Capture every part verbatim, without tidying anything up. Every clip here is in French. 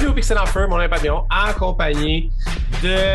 Bienvenue au Pixel Offer, mon nom est Papillon, en compagnie de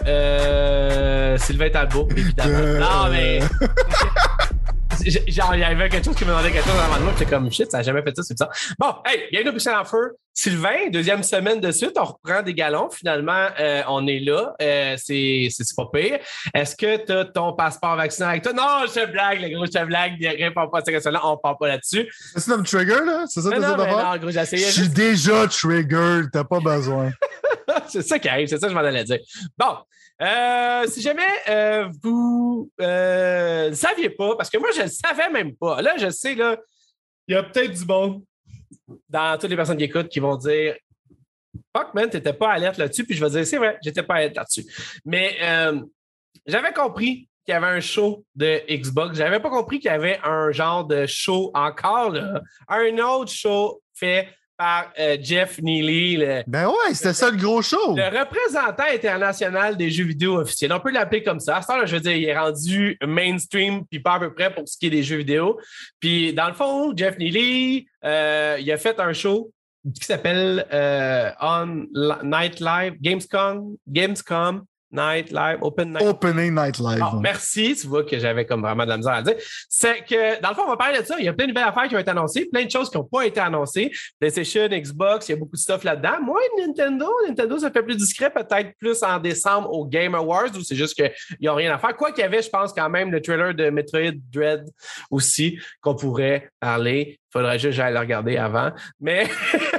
euh, Sylvain Talbot, évidemment. De... Non, mais... Genre, il y avait quelque chose qui me demandait quelque chose avant de moi, j'étais comme shit, ça n'a jamais fait ça, c'est ça. Bon, hey, bienvenue au Pixel Offer. Sylvain, deuxième semaine de suite, on reprend des galons. Finalement, euh, on est là. Euh, c'est, c'est, c'est pas pire. Est-ce que tu as ton passeport vaccinal avec toi? Non, je te blague, le gros, je te blague. Réponds pas à cette question-là, on part pas là-dessus. C'est ça, le trigger, là? C'est ça que tu non, as mais faire? non, gros, j'ai essayé. Je suis déjà trigger, t'as pas besoin. C'est ça qui arrive, c'est ça que je m'en allais dire. Bon, euh, si jamais euh, vous ne euh, saviez pas, parce que moi, je ne savais même pas. Là, je sais, là, il y a peut-être du monde dans toutes les personnes qui écoutent qui vont dire fuck, man, t'étais pas alerte là-dessus. Puis je vais dire, c'est vrai, j'étais pas alerte là-dessus. Mais euh, j'avais compris qu'il y avait un show de Xbox. J'avais pas compris qu'il y avait un genre de show encore, là. Un autre show fait par euh, Jeff Neely. Le, ben ouais, c'était ça le gros show. Le représentant international des jeux vidéo officiels. On peut l'appeler comme ça. À ce temps-là, je veux dire, il est rendu mainstream puis pas à peu près pour ce qui est des jeux vidéo. Puis dans le fond, Jeff Neely, euh, il a fait un show qui s'appelle euh, On Night Live, Gamescom, Gamescom Night Live, Open Night Opening Night Live. Oh, merci, tu vois que j'avais comme vraiment de la misère à le dire. C'est que, dans le fond, on va parler de ça. Il y a plein de nouvelles affaires qui ont été annoncées, plein de choses qui n'ont pas été annoncées. PlayStation, Xbox, il y a beaucoup de stuff là-dedans. Moi, Nintendo, Nintendo, ça fait plus discret, peut-être plus en décembre au Game Awards, où c'est juste qu'ils n'ont rien à faire. Quoi qu'il y avait, je pense, quand même, le trailer de Metroid Dread aussi, qu'on pourrait parler. Il faudrait juste que j'aille le regarder avant. Mais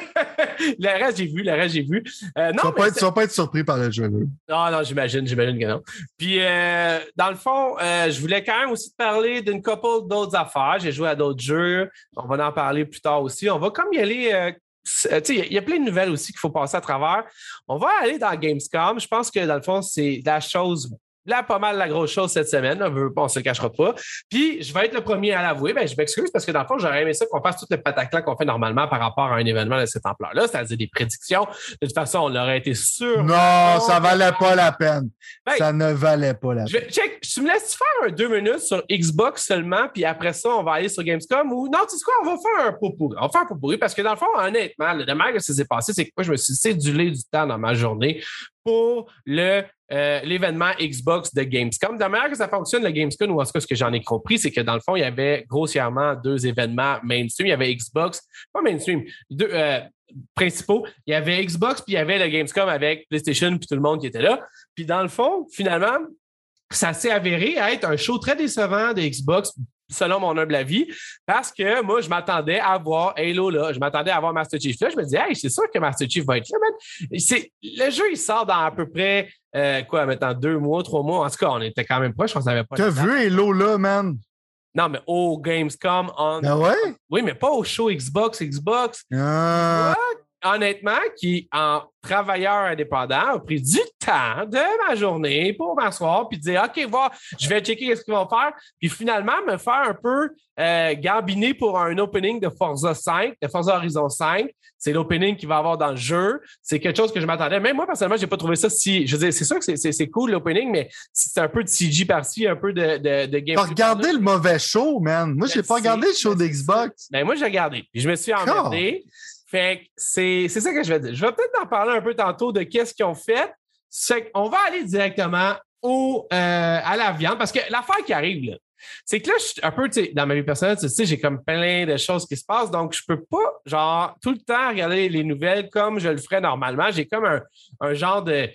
le reste, j'ai vu, le reste, j'ai vu. Euh, non, tu, vas pas être, tu vas pas être surpris par le jeu. Non, non, j'imagine, j'imagine que non. Puis, euh, dans le fond, euh, je voulais quand même aussi te parler d'une couple d'autres affaires. J'ai joué à d'autres jeux. On va en parler plus tard aussi. On va comme y aller... Euh, tu sais, il y a plein de nouvelles aussi qu'il faut passer à travers. On va aller dans Gamescom. Je pense que, dans le fond, c'est la chose... Là, pas mal la grosse chose cette semaine. On ne on se le cachera pas. Puis, je vais être le premier à l'avouer. Ben, je m'excuse parce que, dans le fond, j'aurais aimé ça qu'on fasse tout le pataclan qu'on fait normalement par rapport à un événement de cette ampleur-là, c'est-à-dire des prédictions. De toute façon, on aurait été sûr. Non, ça valait pas la peine. Ben, ça ne valait pas la je, peine. Check, tu me laisses faire un deux minutes sur Xbox seulement, puis après ça, on va aller sur Gamescom ou non, tu sais quoi, on va faire un pot pourri. On va faire un pot pourri parce que, dans le fond, honnêtement, le dommage que ça s'est passé, c'est que moi, je me suis cédulé du temps dans ma journée pour le euh, l'événement Xbox de Gamescom. De la manière que ça fonctionne, le Gamescom, ou en tout cas, ce que j'en ai compris, c'est que dans le fond, il y avait grossièrement deux événements mainstream. Il y avait Xbox, pas mainstream, deux euh, principaux. Il y avait Xbox, puis il y avait le Gamescom avec PlayStation, puis tout le monde qui était là. Puis dans le fond, finalement, ça s'est avéré être un show très décevant de Xbox, selon mon humble avis, parce que moi, je m'attendais à voir Halo là, je m'attendais à voir Master Chief là, je me disais, hey, c'est sûr que Master Chief va être là, man. C'est, le jeu, il sort dans à peu près, euh, quoi, maintenant deux mois, trois mois, en tout cas, on était quand même proche, on savait pas. T'as vu Halo là, man? Non, mais au Gamescom, on... Ah ouais? Oui, mais pas au show Xbox, Xbox. Ah... Honnêtement, qui, en travailleur indépendant, a pris du temps de ma journée pour m'asseoir puis dire, OK, voir, je vais checker ce qu'ils vont faire, puis finalement me faire un peu euh, gambiner pour un opening de Forza cinq, de Forza Horizon cinq. C'est l'opening qu'il va avoir dans le jeu. C'est quelque chose que je m'attendais. Même moi, personnellement, j'ai pas trouvé ça si... Je veux dire, c'est sûr que c'est, c'est, c'est cool, l'opening, mais c'est un peu de C G par-ci, un peu de, de, de gameplay. T'as regardé le mauvais show, man. Moi, j'ai pas regardé le show d'Xbox. Ben, moi, j'ai regardé. Puis je me suis emmerdé. Fait que c'est, c'est ça que je vais dire. Je vais peut-être en parler un peu tantôt de qu'est-ce qu'ils ont fait. C'est qu'on va aller directement au, euh, à la viande parce que l'affaire qui arrive, là, c'est que là, je suis un peu, tu sais, dans ma vie personnelle, tu sais, j'ai comme plein de choses qui se passent, donc je peux pas, genre, tout le temps regarder les nouvelles comme je le ferais normalement. J'ai comme un, un genre de,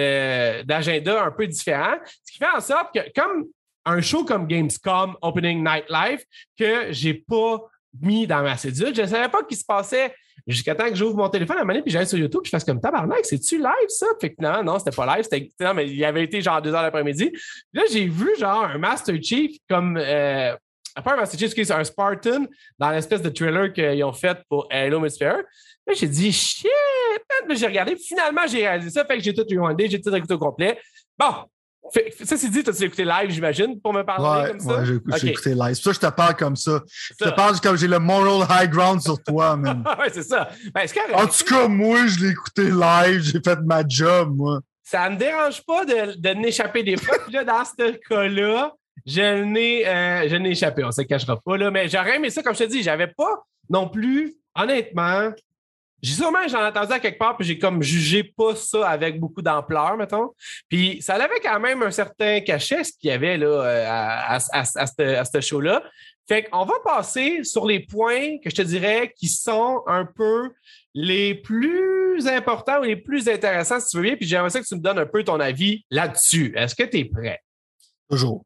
de, d'agenda un peu différent, ce qui fait en sorte que, comme un show comme Gamescom, Opening Night Live, que j'ai pas mis dans ma cédule, je ne savais pas qu'il se passait jusqu'à temps que j'ouvre mon téléphone à un moment donné, puis j'allais sur YouTube, puis je fasse comme tabarnak, c'est-tu live ça? Fait que non, non, c'était pas live, c'était, non, mais il avait été genre deux heures l'après-midi. Puis là, j'ai vu genre un Master Chief comme, euh, pas un Master Chief, c'est un Spartan dans l'espèce de trailer qu'ils ont fait pour Halo Multiplayer. Là, j'ai dit shit! Là, j'ai regardé, finalement, j'ai réalisé ça, fait que j'ai tout rewindé, j'ai tout écouté au complet. Bon! Fait, ça, c'est dit, t'as-tu écouté live, j'imagine, pour me parler ouais, comme ça? Ouais, j'ai, okay. j'ai écouté live. C'est pour ça que je te parle comme ça. C'est je ça. te parle comme j'ai le moral high ground sur toi, man. ouais, c'est ça. Ben, c'est en tout cas, moi, je l'ai écouté live, j'ai fait ma job, moi. Ça me dérange pas de, de n'échapper des fois. Puis là, dans ce cas-là, je n'ai, euh, je n'ai échappé. On ne se cachera pas, là. Mais j'aurais aimé ça, comme je te dis, j'avais pas non plus, honnêtement, j'ai sûrement, j'en ai entendu à quelque part, puis j'ai comme jugé pas ça avec beaucoup d'ampleur, mettons. Puis ça avait quand même un certain cachet, ce qu'il y avait là, à, à, à, à, ce, à ce show-là. Fait qu'on va passer sur les points que je te dirais qui sont un peu les plus importants ou les plus intéressants, si tu veux bien, puis j'aimerais ça que tu me donnes un peu ton avis là-dessus. Est-ce que tu es prêt? Toujours.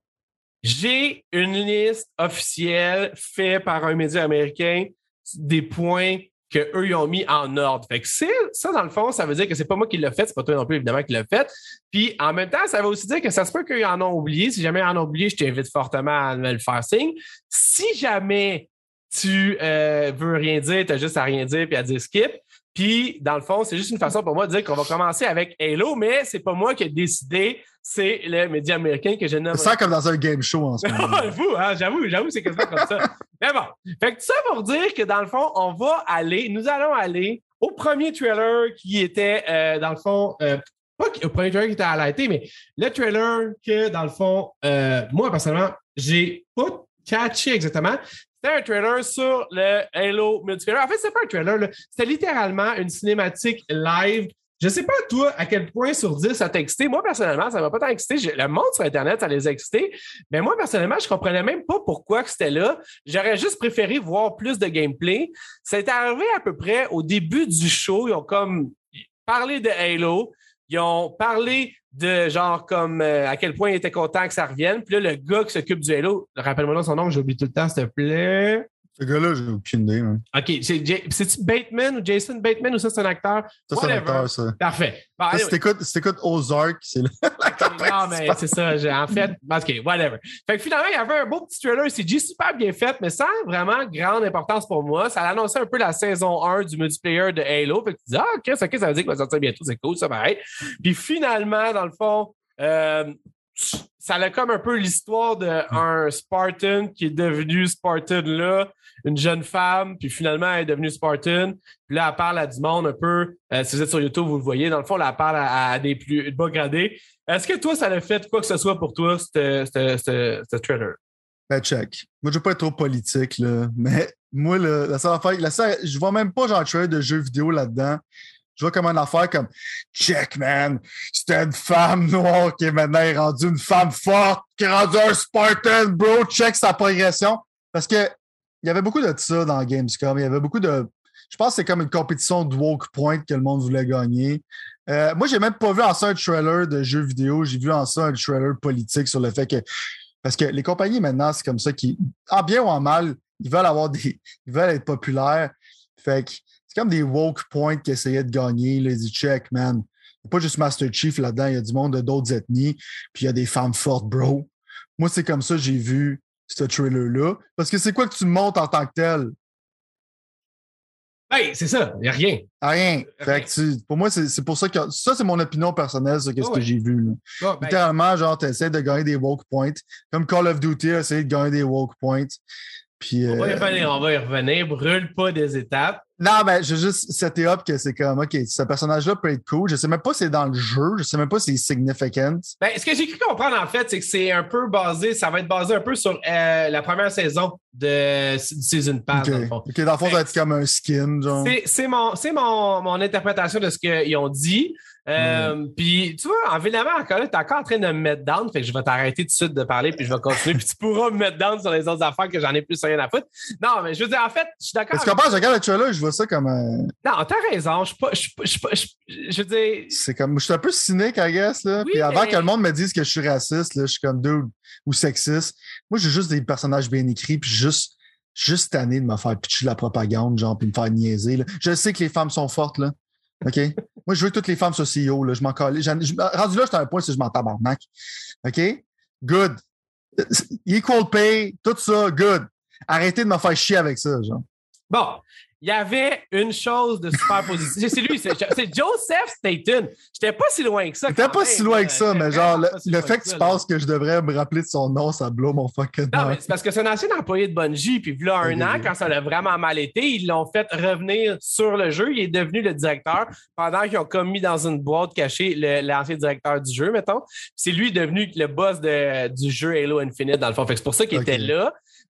J'ai une liste officielle faite par un média américain des points qu'eux, ils ont mis en ordre. Fait que c'est, ça, dans le fond, ça veut dire que c'est pas moi qui l'ai fait, c'est pas toi non plus, évidemment, qui l'a fait. Puis, en même temps, ça veut aussi dire que ça se peut qu'ils en ont oublié. Si jamais ils en ont oublié, je t'invite fortement à me le faire signe. Si jamais tu euh, veux rien dire, t'as juste à rien dire puis à dire skip. Puis, dans le fond, c'est juste une façon pour moi de dire qu'on va commencer avec Halo, mais c'est pas moi qui ai décidé, c'est le média américain que je nomme. C'est ça comme dans un game show en ce moment. J'avoue, hein, j'avoue, j'avoue, c'est quasiment comme ça. Mais bon, fait que ça pour dire que dans le fond, on va aller, nous allons aller au premier trailer qui était, euh, dans le fond, euh, pas au premier trailer qui était highlighté, mais le trailer que, dans le fond, euh, moi, personnellement, j'ai pas catché exactement. C'était un trailer sur le Halo multiplayer. En fait, c'est pas un trailer, là. C'était littéralement une cinématique live. Je sais pas, toi, à quel point sur dix ça t'a excité. Moi, personnellement, ça m'a pas tant excité. Je, le monde sur Internet, ça les a excités. Mais moi, personnellement, je comprenais même pas pourquoi que c'était là. J'aurais juste préféré voir plus de gameplay. Ça est arrivé à peu près au début du show. Ils ont comme parlé de Halo. Ils ont parlé de genre comme euh, à quel point ils étaient contents que ça revienne. Puis là, le gars qui s'occupe du Halo, rappelle-moi son nom, j'oublie tout le temps, s'il te plaît. Ce gars-là, j'ai aucune idée. Hein. OK. C'est, c'est-tu Bateman ou Jason Bateman ou ça, c'est un acteur? Ça, c'est un acteur, ça. Parfait. Bon, ça, si t'écoutes, si t'écoutes Ozark, c'est l'acteur okay, non, mais c'est ça. J'ai, en fait, OK, whatever. Fait que finalement, il y avait un beau petit trailer C G super bien fait, mais sans vraiment grande importance pour moi. Ça annonçait un peu la saison un du multiplayer de Halo. Fait que tu dis, ah, OK, ça, okay, ça veut dire qu'il va sortir bientôt. C'est cool, ça, pareil. Puis finalement, dans le fond, euh, ça a comme un peu l'histoire d'un Spartan qui est devenu Spartan là, une jeune femme, puis finalement, elle est devenue Spartan. Puis là, elle parle à du monde un peu. Euh, si vous êtes sur YouTube, vous le voyez. Dans le fond, là, elle parle à, à des plus bas gradés. Est-ce que toi, ça a fait quoi que ce soit pour toi, ce trailer? Ben, check. Moi, je veux pas être trop politique, là, mais moi, là, la seule affaire, la seule, je vois même pas genre un trailer de jeux vidéo là-dedans. Je vois comme une affaire comme check, man, c'était une femme noire qui est maintenant est rendue une femme forte, qui est rendue un Spartan, bro, check sa progression. Parce que il y avait beaucoup de ça dans Gamescom. Il y avait beaucoup de. Je pense que c'est comme une compétition de woke point que le monde voulait gagner. Euh, moi, j'ai même pas vu en ça un trailer de jeux vidéo. J'ai vu en ça un trailer politique sur le fait que. Parce que les compagnies maintenant, c'est comme ça qui, en bien ou en mal, ils veulent avoir des. Ils veulent être populaires. Fait que c'est comme des woke points qui essayaient de gagner. Là, ils disent check, man. Il n'y a pas juste Master Chief là-dedans, il y a du monde de d'autres ethnies, puis il y a des femmes fortes, bro. Moi, c'est comme ça que j'ai vu ce trailer-là. Parce que c'est quoi que tu montes en tant que tel? Hey, c'est ça, il n'y a rien. Rien. Fait que tu, pour moi, c'est, c'est pour ça que ça, c'est mon opinion personnelle sur qu'est-ce oh, que ouais. j'ai vu. Là. Oh, ben... Littéralement, genre, tu essaies de gagner des woke points. Comme Call of Duty a essayé de gagner des woke points. Puis, on, euh... va y revenir, on va y revenir. Brûle pas des étapes. Non, mais je veux juste setter up que c'est comme, OK, ce personnage-là peut être cool. Je sais même pas si c'est dans le jeu. Je sais même pas si c'est significant. Ben, ce que j'ai cru comprendre, en fait, c'est que c'est un peu basé, ça va être basé un peu sur euh, la première saison de Season Pass, okay. dans le fond. OK, dans le fond, ça va être comme un skin, genre. C'est, c'est, mon, c'est mon, mon interprétation de ce qu'ils ont dit. Euh, mm. Puis, tu vois, évidemment, encore là, t'es encore en train de me mettre down, fait que je vais t'arrêter tout de suite de parler, puis je vais continuer, puis tu pourras me mettre down sur les autres affaires que j'en ai plus rien à foutre. Non, mais je veux dire, en fait, je suis d'accord. Parce que quand je regarde le trailer, je vois ça comme un... Non, t'as raison, je suis pas, je suis pas, je suis pas, je, je veux dire... C'est comme, je suis un peu cynique, I guess, là. Oui, puis avant mais... que le monde me dise que je suis raciste, là, je suis comme dude ou sexiste. Moi, j'ai juste des personnages bien écrits, puis juste, juste tanné de me faire pitcher la propagande, genre, puis me faire niaiser, là. Je sais que les femmes sont fortes, là. OK? Moi, je veux que toutes les femmes soient C E O. Là. Je m'en calais. Rendu là, j'étais à un point si je m'en tabarnak. OK? Good. Equal pay, tout ça, good. Arrêtez de me faire chier avec ça, genre. Bon. Il y avait une chose de super positive. C'est lui, c'est, c'est Joseph Staten. J'étais pas si loin que ça. J'étais pas même, si loin que ça, mais genre, le, le fait que tu ça, penses là. Que je devrais me rappeler de son nom, ça blow mon fucking Non, mais c'est parce que c'est un ancien employé de Bungie, puis là, un okay. an, quand ça a vraiment mal été, ils l'ont fait revenir sur le jeu. Il est devenu le directeur pendant qu'ils ont comme mis dans une boîte cachée le, l'ancien directeur du jeu, mettons. C'est lui devenu le boss de, du jeu Halo Infinite, dans le fond. Fait que c'est pour ça qu'il okay. était là.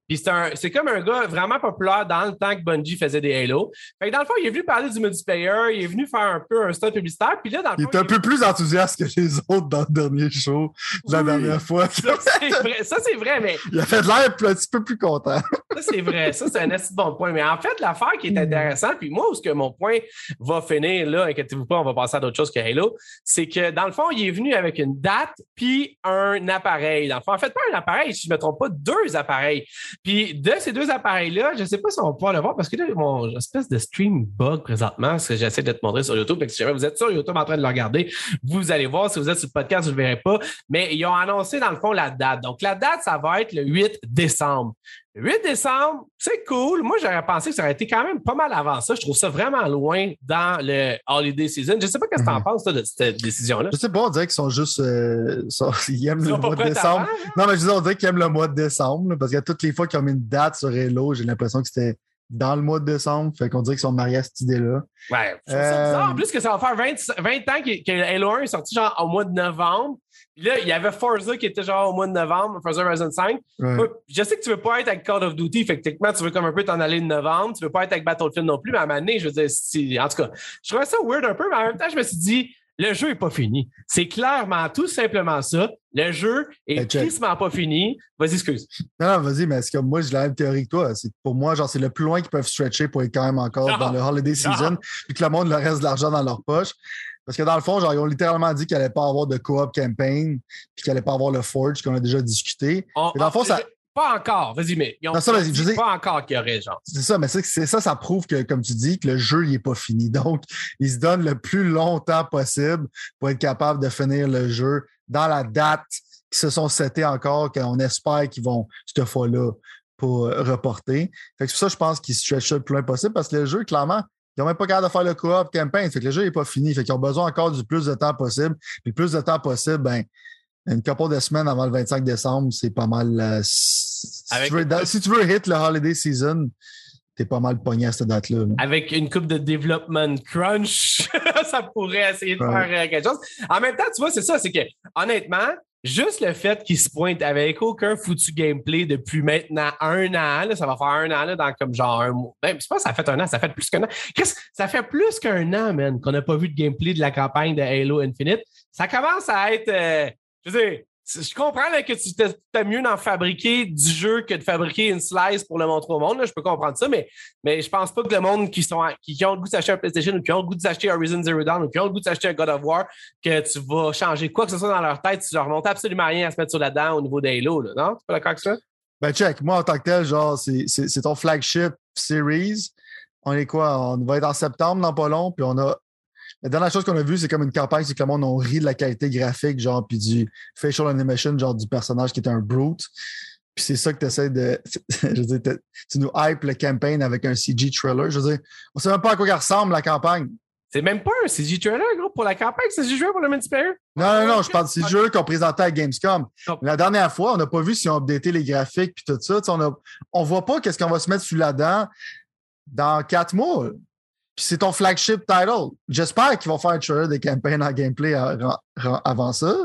Puis c'est, un, c'est comme un gars vraiment populaire dans le temps que Bungie faisait des Halo. Fait que dans le fond, il est venu parler du multiplayer, il est venu faire un peu un stunt publicitaire. Puis là, dans le il fond, est un il peu est... plus enthousiaste que les autres dans le dernier show, oui, la dernière fois. Ça, c'est vrai, ça, c'est vrai, mais... Il a fait de l'air un petit peu plus content. Ça, c'est vrai. Ça, c'est un assez bon point. Mais en fait, l'affaire qui est intéressante, puis moi, où ce que mon point va finir, là, inquiétez-vous pas, on va passer à d'autres choses que Halo, c'est que, dans le fond, il est venu avec une date puis un appareil. Dans le fond, en fait, pas un appareil, si je ne me trompe pas, deux appareils. Puis de ces deux appareils-là, je ne sais pas si on va pouvoir le voir, parce que là, mon espèce de stream bug présentement, parce que j'essaie de te montrer sur YouTube, et que si jamais vous êtes sur YouTube en train de le regarder, vous allez voir. Si vous êtes sur le podcast, vous ne le verrez pas. Mais ils ont annoncé, dans le fond, la date. Donc, la date, ça va être le huit décembre. Le huit décembre, c'est cool. Moi, j'aurais pensé que ça aurait été quand même pas mal avant ça. Je trouve ça vraiment loin dans le holiday season. Je ne sais pas ce que tu en penses, toi, de cette décision-là. Je sais pas, on dirait qu'ils sont juste... Euh, sont, ils aiment ils le mois de décembre. Avant, non, mais je disais, on dirait qu'ils aiment le mois de décembre, là, parce que toutes les fois qu'ils ont mis une date sur Halo, j'ai l'impression que c'était dans le mois de décembre. Fait qu'on dirait qu'ils sont mariés à cette idée-là. Ouais, je trouve ça bizarre. En plus que ça va faire vingt, vingt ans que, que Halo un est sorti genre au mois de novembre. Puis là, il y avait Forza qui était genre au mois de novembre, Forza Horizon cinq. Ouais. Je sais que tu veux pas être avec Call of Duty, fait que techniquement, tu veux comme un peu t'en aller de novembre. Tu veux pas être avec Battlefield non plus, mais à un moment donné, je veux dire, si, en tout cas, je trouvais ça weird un peu, mais en même temps, je me suis dit, le jeu est pas fini. C'est clairement tout simplement ça. Le jeu est tristement pas fini. Vas-y, excuse. Non, non, vas-y, mais c'est comme moi, j'ai la même théorie que toi. C'est, pour moi, genre, c'est le plus loin qu'ils peuvent stretcher pour être quand même encore non. dans le holiday season, non. puis que le monde leur reste de l'argent dans leur poche. Parce que dans le fond, genre, ils ont littéralement dit qu'il n'allait pas avoir de co-op campaign, puis qu'il n'allait pas avoir le Forge qu'on a déjà discuté. On, et dans le fond, ça. Pas encore, vas-y, mais ils ont non, ça, vas-y, dit je dis, pas encore qu'il y aurait, genre. C'est ça, mais c'est, c'est ça, ça prouve que, comme tu dis, que le jeu, il n'est pas fini. Donc, ils se donnent le plus longtemps possible pour être capable de finir le jeu dans la date qui se sont setées encore, qu'on espère qu'ils vont, cette fois-là, pour reporter. Fait que c'est pour ça, je pense qu'ils stretchent le plus loin possible, parce que le jeu, clairement, ils n'ont même pas capable de faire le co-op campaign. Fait que le jeu n'est pas fini. Fait qu'ils ont besoin encore du plus de temps possible. Puis le plus de temps possible, ben, une couple de semaines avant le vingt-cinq décembre, c'est pas mal. Euh, si, tu veux, coupe... si tu veux hit le holiday season, t'es pas mal pogné à cette date-là. Là. Avec une coupe de development crunch, ça pourrait essayer de ouais. faire euh, quelque chose. En même temps, tu vois, c'est ça, c'est que honnêtement, juste le fait qu'il se pointe avec aucun foutu gameplay depuis maintenant un an, là, ça va faire un an là, dans comme genre un mois. Ben, c'est pas ça fait un an, ça fait plus qu'un an. Chris, ça fait plus qu'un an, man, qu'on n'a pas vu de gameplay de la campagne de Halo Infinite. Ça commence à être. Euh, je veux dire, je comprends là, que tu t'es mieux d'en fabriquer du jeu que de fabriquer une slice pour le montrer au monde. Là, je peux comprendre ça, mais, mais je pense pas que le monde qui, sont, qui, qui ont le goût de s'acheter un PlayStation ou qui ont le goût de s'acheter Horizon Zero Dawn ou qui ont le goût de s'acheter un God of War, que tu vas changer quoi que ce soit dans leur tête, tu leur montes absolument rien à se mettre sur la dent au niveau d'Halo. Là, non? Tu es pas d'accord avec ça? Ben, check. Moi, en tant que tel, genre, c'est, c'est, c'est ton flagship series. On est quoi? On va être en septembre, dans pas long, puis on a. La dernière chose qu'on a vue, c'est comme une campagne, c'est que le monde on rit de la qualité graphique, genre, puis du facial animation, genre du personnage qui est un brute. Puis c'est ça que tu essaies de. Je veux dire, tu nous hype le campaign avec un C G trailer. Je veux dire, on sait même pas à quoi elle ressemble la campagne. C'est même pas un C G trailer, gros, pour la campagne, c'est C G trailer pour le multiplayer. Non, non, non, je parle de C G trailer qu'on présentait à Gamescom. Oh. La dernière fois, on n'a pas vu si on updaté les graphiques puis tout ça. On a, on voit pas qu'est-ce qu'on va se mettre sous la dent dans quatre mois. Puis c'est ton flagship title. J'espère qu'ils vont faire un trailer de campaign en gameplay avant ça.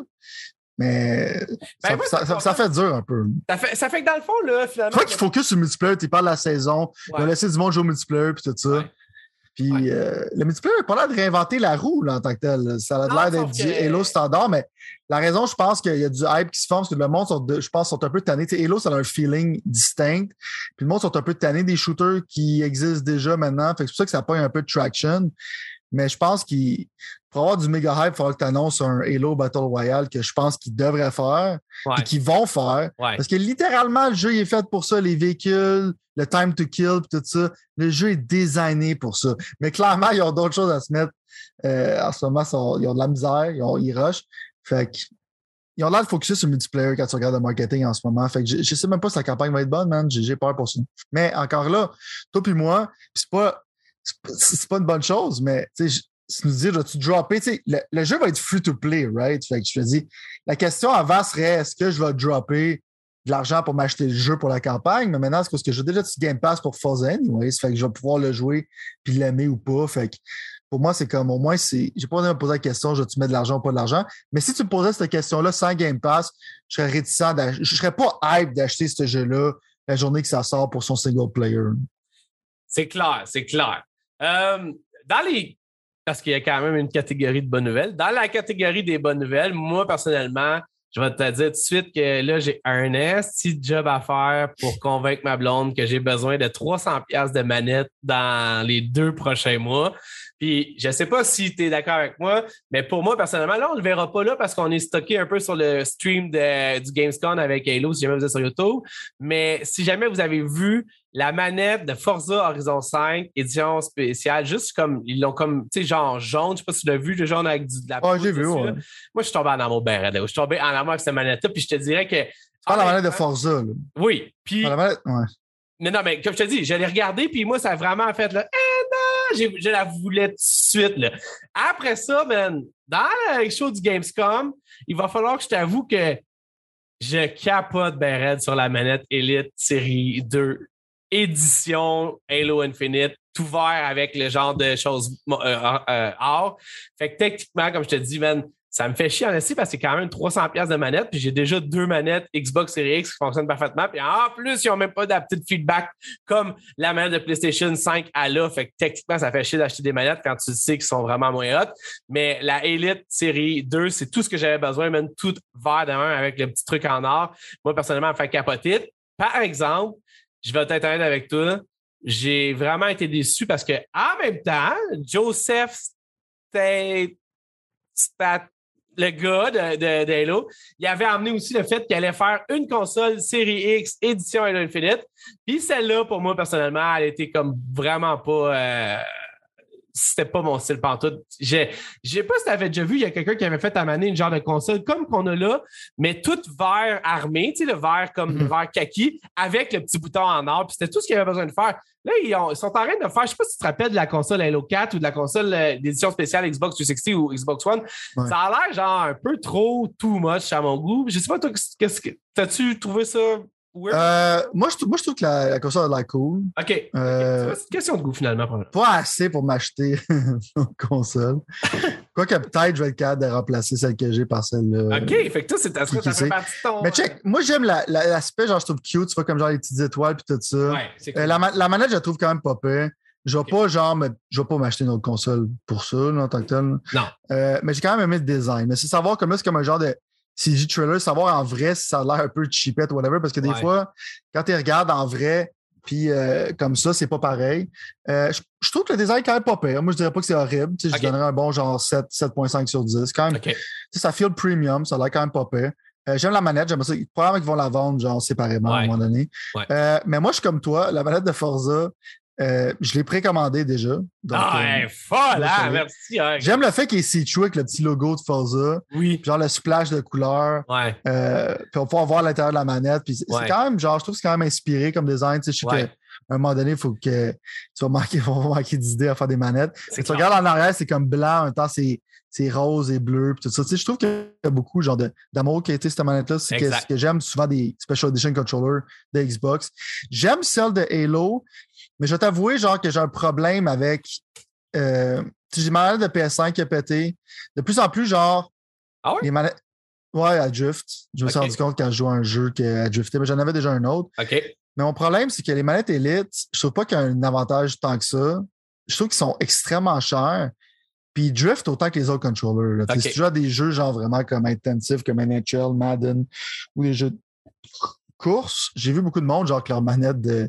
Mais ben ça, moi, ça, ça, ça fait dur un peu. Ça fait, ça fait que dans le fond, là, finalement. Il faut qu'ils focus sur le multiplayer. Tu parles de la saison. Ouais. Ils ont laissé du monde jouer au multiplayer puis tout ça. Ouais. Puis ouais. euh, le multiplayer n'a pas l'air de réinventer la roue là, en tant que tel. Ça a non, l'air d'être du que... Halo standard, mais la raison, je pense qu'il y a du hype qui se forme, parce que le monde, sont de, je pense, sont un peu tannés. T'sais, Halo, ça a un feeling distinct. Puis le monde sont un peu tannés des shooters qui existent déjà maintenant. Fait que c'est pour ça que ça pogne un peu de traction. Mais je pense qu'il pour avoir du méga hype, il faudra que tu annonces un Halo Battle Royale que je pense qu'ils devraient faire ouais. et qu'ils vont faire. Ouais. Parce que littéralement, le jeu il est fait pour ça, les véhicules, le time to kill, tout ça. Le jeu est designé pour ça. Mais clairement, ils ont d'autres choses à se mettre. Euh, en ce moment, sont, ils ont de la misère, ils, ont, ils rushent. Fait que, ils ont l'air de focuser sur le multiplayer quand tu regardes le marketing en ce moment. Fait que je, je sais même pas si la campagne va être bonne, man. J'ai, j'ai peur pour ça. Mais encore là, toi puis moi, c'est pas. C'est pas, c'est pas une bonne chose, mais tu sais, tu nous dis, vas-tu dropper? Le, le jeu va être free to play, right? Fait que je te dis, la question avant serait, est-ce que je vais dropper de l'argent pour m'acheter le jeu pour la campagne? Mais maintenant, c'est parce que j'ai déjà du Game Pass pour Forza anyways, fait que je vais pouvoir le jouer puis l'aimer ou pas. Fait que pour moi, c'est comme, au moins, c'est, j'ai pas besoin de me poser la question, je vais-tu mettre de l'argent ou pas de l'argent? Mais si tu me posais cette question-là sans Game Pass, je serais réticent, je serais pas hype d'acheter ce jeu-là la journée que ça sort pour son single player. C'est clair, c'est clair. Euh, dans les... Parce qu'il y a quand même une catégorie de bonnes nouvelles. Dans la catégorie des bonnes nouvelles, moi, personnellement, je vais te dire tout de suite que là, j'ai un petit job à faire pour convaincre ma blonde que j'ai besoin de trois cents dollars de manette dans les deux prochains mois. Puis, je sais pas si tu es d'accord avec moi, mais pour moi, personnellement, là, on le verra pas là parce qu'on est stocké un peu sur le stream de, du Gamescom avec Halo, si jamais vous êtes sur YouTube. Mais si jamais vous avez vu la manette de Forza Horizon cinq, édition spéciale, juste comme, ils l'ont comme, tu sais, genre jaune, je sais pas si tu l'as vu, le jaune avec du, de la Ah, j'ai vu, dessus, ouais. là. Moi, je suis tombé en amour ben raide, là. Je suis tombé en amour avec cette manette-là, puis je te dirais que... C'est pas la manette de Forza, là. Oui, puis... La manette, ouais. Mais non, mais comme je te dis, je l'ai regardé, puis moi, ça a vraiment fait, là, eh non, j'ai, je la voulais tout de suite, là. Après ça, man, dans le show du Gamescom, il va falloir que je t'avoue que je capote ben raide sur la manette Elite Série deux. Édition Halo Infinite, tout vert avec le genre de choses euh, euh, or. Fait que techniquement, comme je te dis, man, ça me fait chier en esti parce que c'est quand même trois cents dollars de manette, puis j'ai déjà deux manettes Xbox Series X qui fonctionnent parfaitement, puis en plus, ils n'ont même pas d'adapté de feedback comme la manette de PlayStation cinq à là. Fait que techniquement, ça fait chier d'acheter des manettes quand tu sais qu'ils sont vraiment moins hot. Mais la Elite Série deux, c'est tout ce que j'avais besoin, même tout vert de même avec le petit truc en or. Moi, personnellement, ça me fait capoter. Par exemple, je vais être honnête avec toi, j'ai vraiment été déçu parce que en même temps, Joseph c'était le gars de, de, de Halo, il avait amené aussi le fait qu'il allait faire une console Série X édition Halo Infinite. Puis celle-là, pour moi, personnellement, elle était comme vraiment pas... Euh, c'était pas mon style pantoute. J'ai, j'ai pas si t'avais déjà vu, il y a quelqu'un qui avait fait amener une genre de console comme qu'on a là, mais toute vert armé, tu sais, le vert comme le vert kaki, avec le petit bouton en or, puis c'était tout ce qu'il avait besoin de faire. Là, ils, ont, ils sont en train de faire, je sais pas si tu te rappelles de la console Halo quatre ou de la console euh, d'édition spéciale Xbox trois cent soixante ou Xbox One. Ouais. Ça a l'air genre un peu trop too much à mon goût. Je sais pas, toi, qu'est-ce que, t'as-tu trouvé ça weird? Euh, moi, je, moi, je trouve que la, la console a l'air cool. OK. Euh, c'est une question de goût, finalement. Pas assez pour m'acheter une console. Quoique peut-être je vais être capable de remplacer celle que j'ai par celle-là. OK. Fait que toi, c'est, ça fait partie de ton... Mais check, moi, j'aime la, la, l'aspect, genre, je trouve cute. Tu vois, comme genre les petites étoiles puis tout ça. Ouais, c'est cool. euh, la, la manette, je la trouve quand même pas pire. Je vais okay. pas, genre, me, je vais pas m'acheter une autre console pour ça, là, en tant que tel. Non. Euh, mais j'ai quand même aimé le design. Mais c'est savoir comme là, c'est comme un genre de C G trailer, savoir en vrai si ça a l'air un peu cheapette ou whatever. Parce que des ouais. fois, quand tu regardes en vrai, puis euh, comme ça, c'est pas pareil. Euh, je, je trouve que le design est quand même pas pire. Moi, je dirais pas que c'est horrible. Okay. Je donnerais un bon genre sept, sept virgule cinq sur dix. Quand même, okay. Ça feel premium, ça a l'air quand même pas pire. Euh, j'aime la manette, j'aime ça. Probablement qu'ils vont la vendre genre séparément ouais. à un moment donné. Ouais. Euh, mais moi, je suis comme toi, la manette de Forza, euh, je l'ai précommandée déjà. Donc, ah, euh, ouais, folle, hein? Merci. Hein. J'aime le fait qu'il est see-through avec le petit logo de Forza. Oui. Genre le splash de couleur. Ouais. Euh, puis on va pouvoir voir l'intérieur de la manette. Puis c'est, ouais. c'est quand même, genre, je trouve que c'est quand même inspiré comme design. Tu sais, je sais ouais. qu'à un moment donné, il faut que tu vas manquer, faut manquer d'idées à faire des manettes. Tu regardes en arrière, c'est comme blanc, en même temps, c'est. C'est rose et bleu, puis tout ça. Tu sais, je trouve qu'il y a beaucoup genre de, d'amour qui a été cette manette-là. C'est que, ce que j'aime souvent des Special Edition Controllers de Xbox. J'aime celle de Halo, mais je vais t'avouer genre que j'ai un problème avec euh, j'ai une manette de P S cinq qui a pété. De plus en plus, genre ah ouais? les manettes. Ouais, elle drift. Je me okay. suis rendu compte quand je jouais à un jeu qu'elle driftait, mais j'en avais déjà un autre. OK. Mais mon problème, c'est que les manettes Elite, je trouve pas qu'il y a un avantage tant que ça. Je trouve qu'ils sont extrêmement chers. Puis ils drift autant que les autres controllers. Okay. Si tu joues à des jeux genre vraiment comme intensifs, comme N H L, Madden, ou des jeux de course, j'ai vu beaucoup de monde genre que leurs manettes de,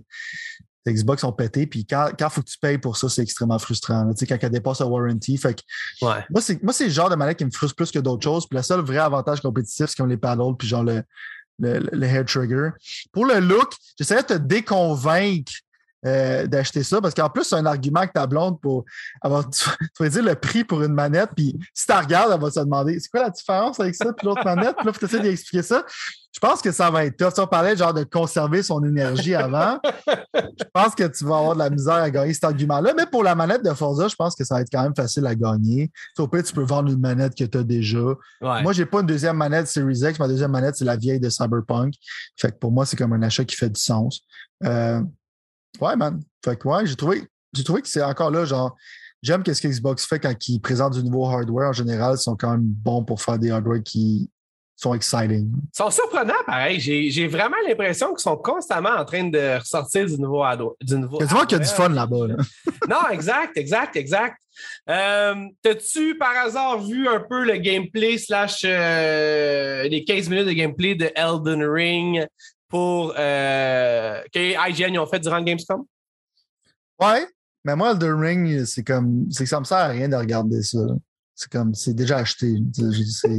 de Xbox sont pétées. Puis quand il faut que tu payes pour ça, c'est extrêmement frustrant. Tu sais, quand elle dépasse la warranty. Fait que ouais. moi, c'est, moi, c'est le genre de manette qui me frustre plus que d'autres choses. Puis le seul vrai avantage compétitif, c'est comme les paddles, puis genre le, le, le hair trigger. Pour le look, j'essaierais de te déconvaincre Euh, d'acheter ça, parce qu'en plus, c'est un argument que ta blonde pour avoir, tu, tu vas dire le prix pour une manette, puis si tu regardes, elle va se demander c'est quoi la différence avec ça puis l'autre manette, puis là, il faut essayer d'expliquer ça. Je pense que ça va être tough. On parlait genre de conserver son énergie avant. Je pense que tu vas avoir de la misère à gagner cet argument-là, mais pour la manette de Forza, je pense que ça va être quand même facile à gagner. Au pire, tu peux vendre une manette que tu as déjà. Ouais. Moi, j'ai pas une deuxième manette Series X. Ma deuxième manette, c'est la vieille de Cyberpunk. Fait que pour moi, c'est comme un achat qui fait du sens. Euh, Ouais, man. Fait que ouais, j'ai trouvé, j'ai trouvé que c'est encore là, genre, j'aime qu'est-ce que Xbox fait quand ils présentent du nouveau hardware. En général, ils sont quand même bons pour faire des hardware qui sont exciting. Ils sont surprenants, pareil. J'ai, j'ai vraiment l'impression qu'ils sont constamment en train de ressortir du nouveau ado, du nouveau. Tu vois qu'il y a du fun là-bas. Là. Non, exact, exact, exact. Euh, t'as-tu par hasard vu un peu le gameplay slash euh, les quinze minutes de gameplay de Elden Ring pour euh, que I G N ils ont fait durant le Gamescom? Ouais, mais moi, Elden Ring, c'est comme. C'est que ça me sert à rien de regarder ça. C'est comme. C'est déjà acheté. C'est,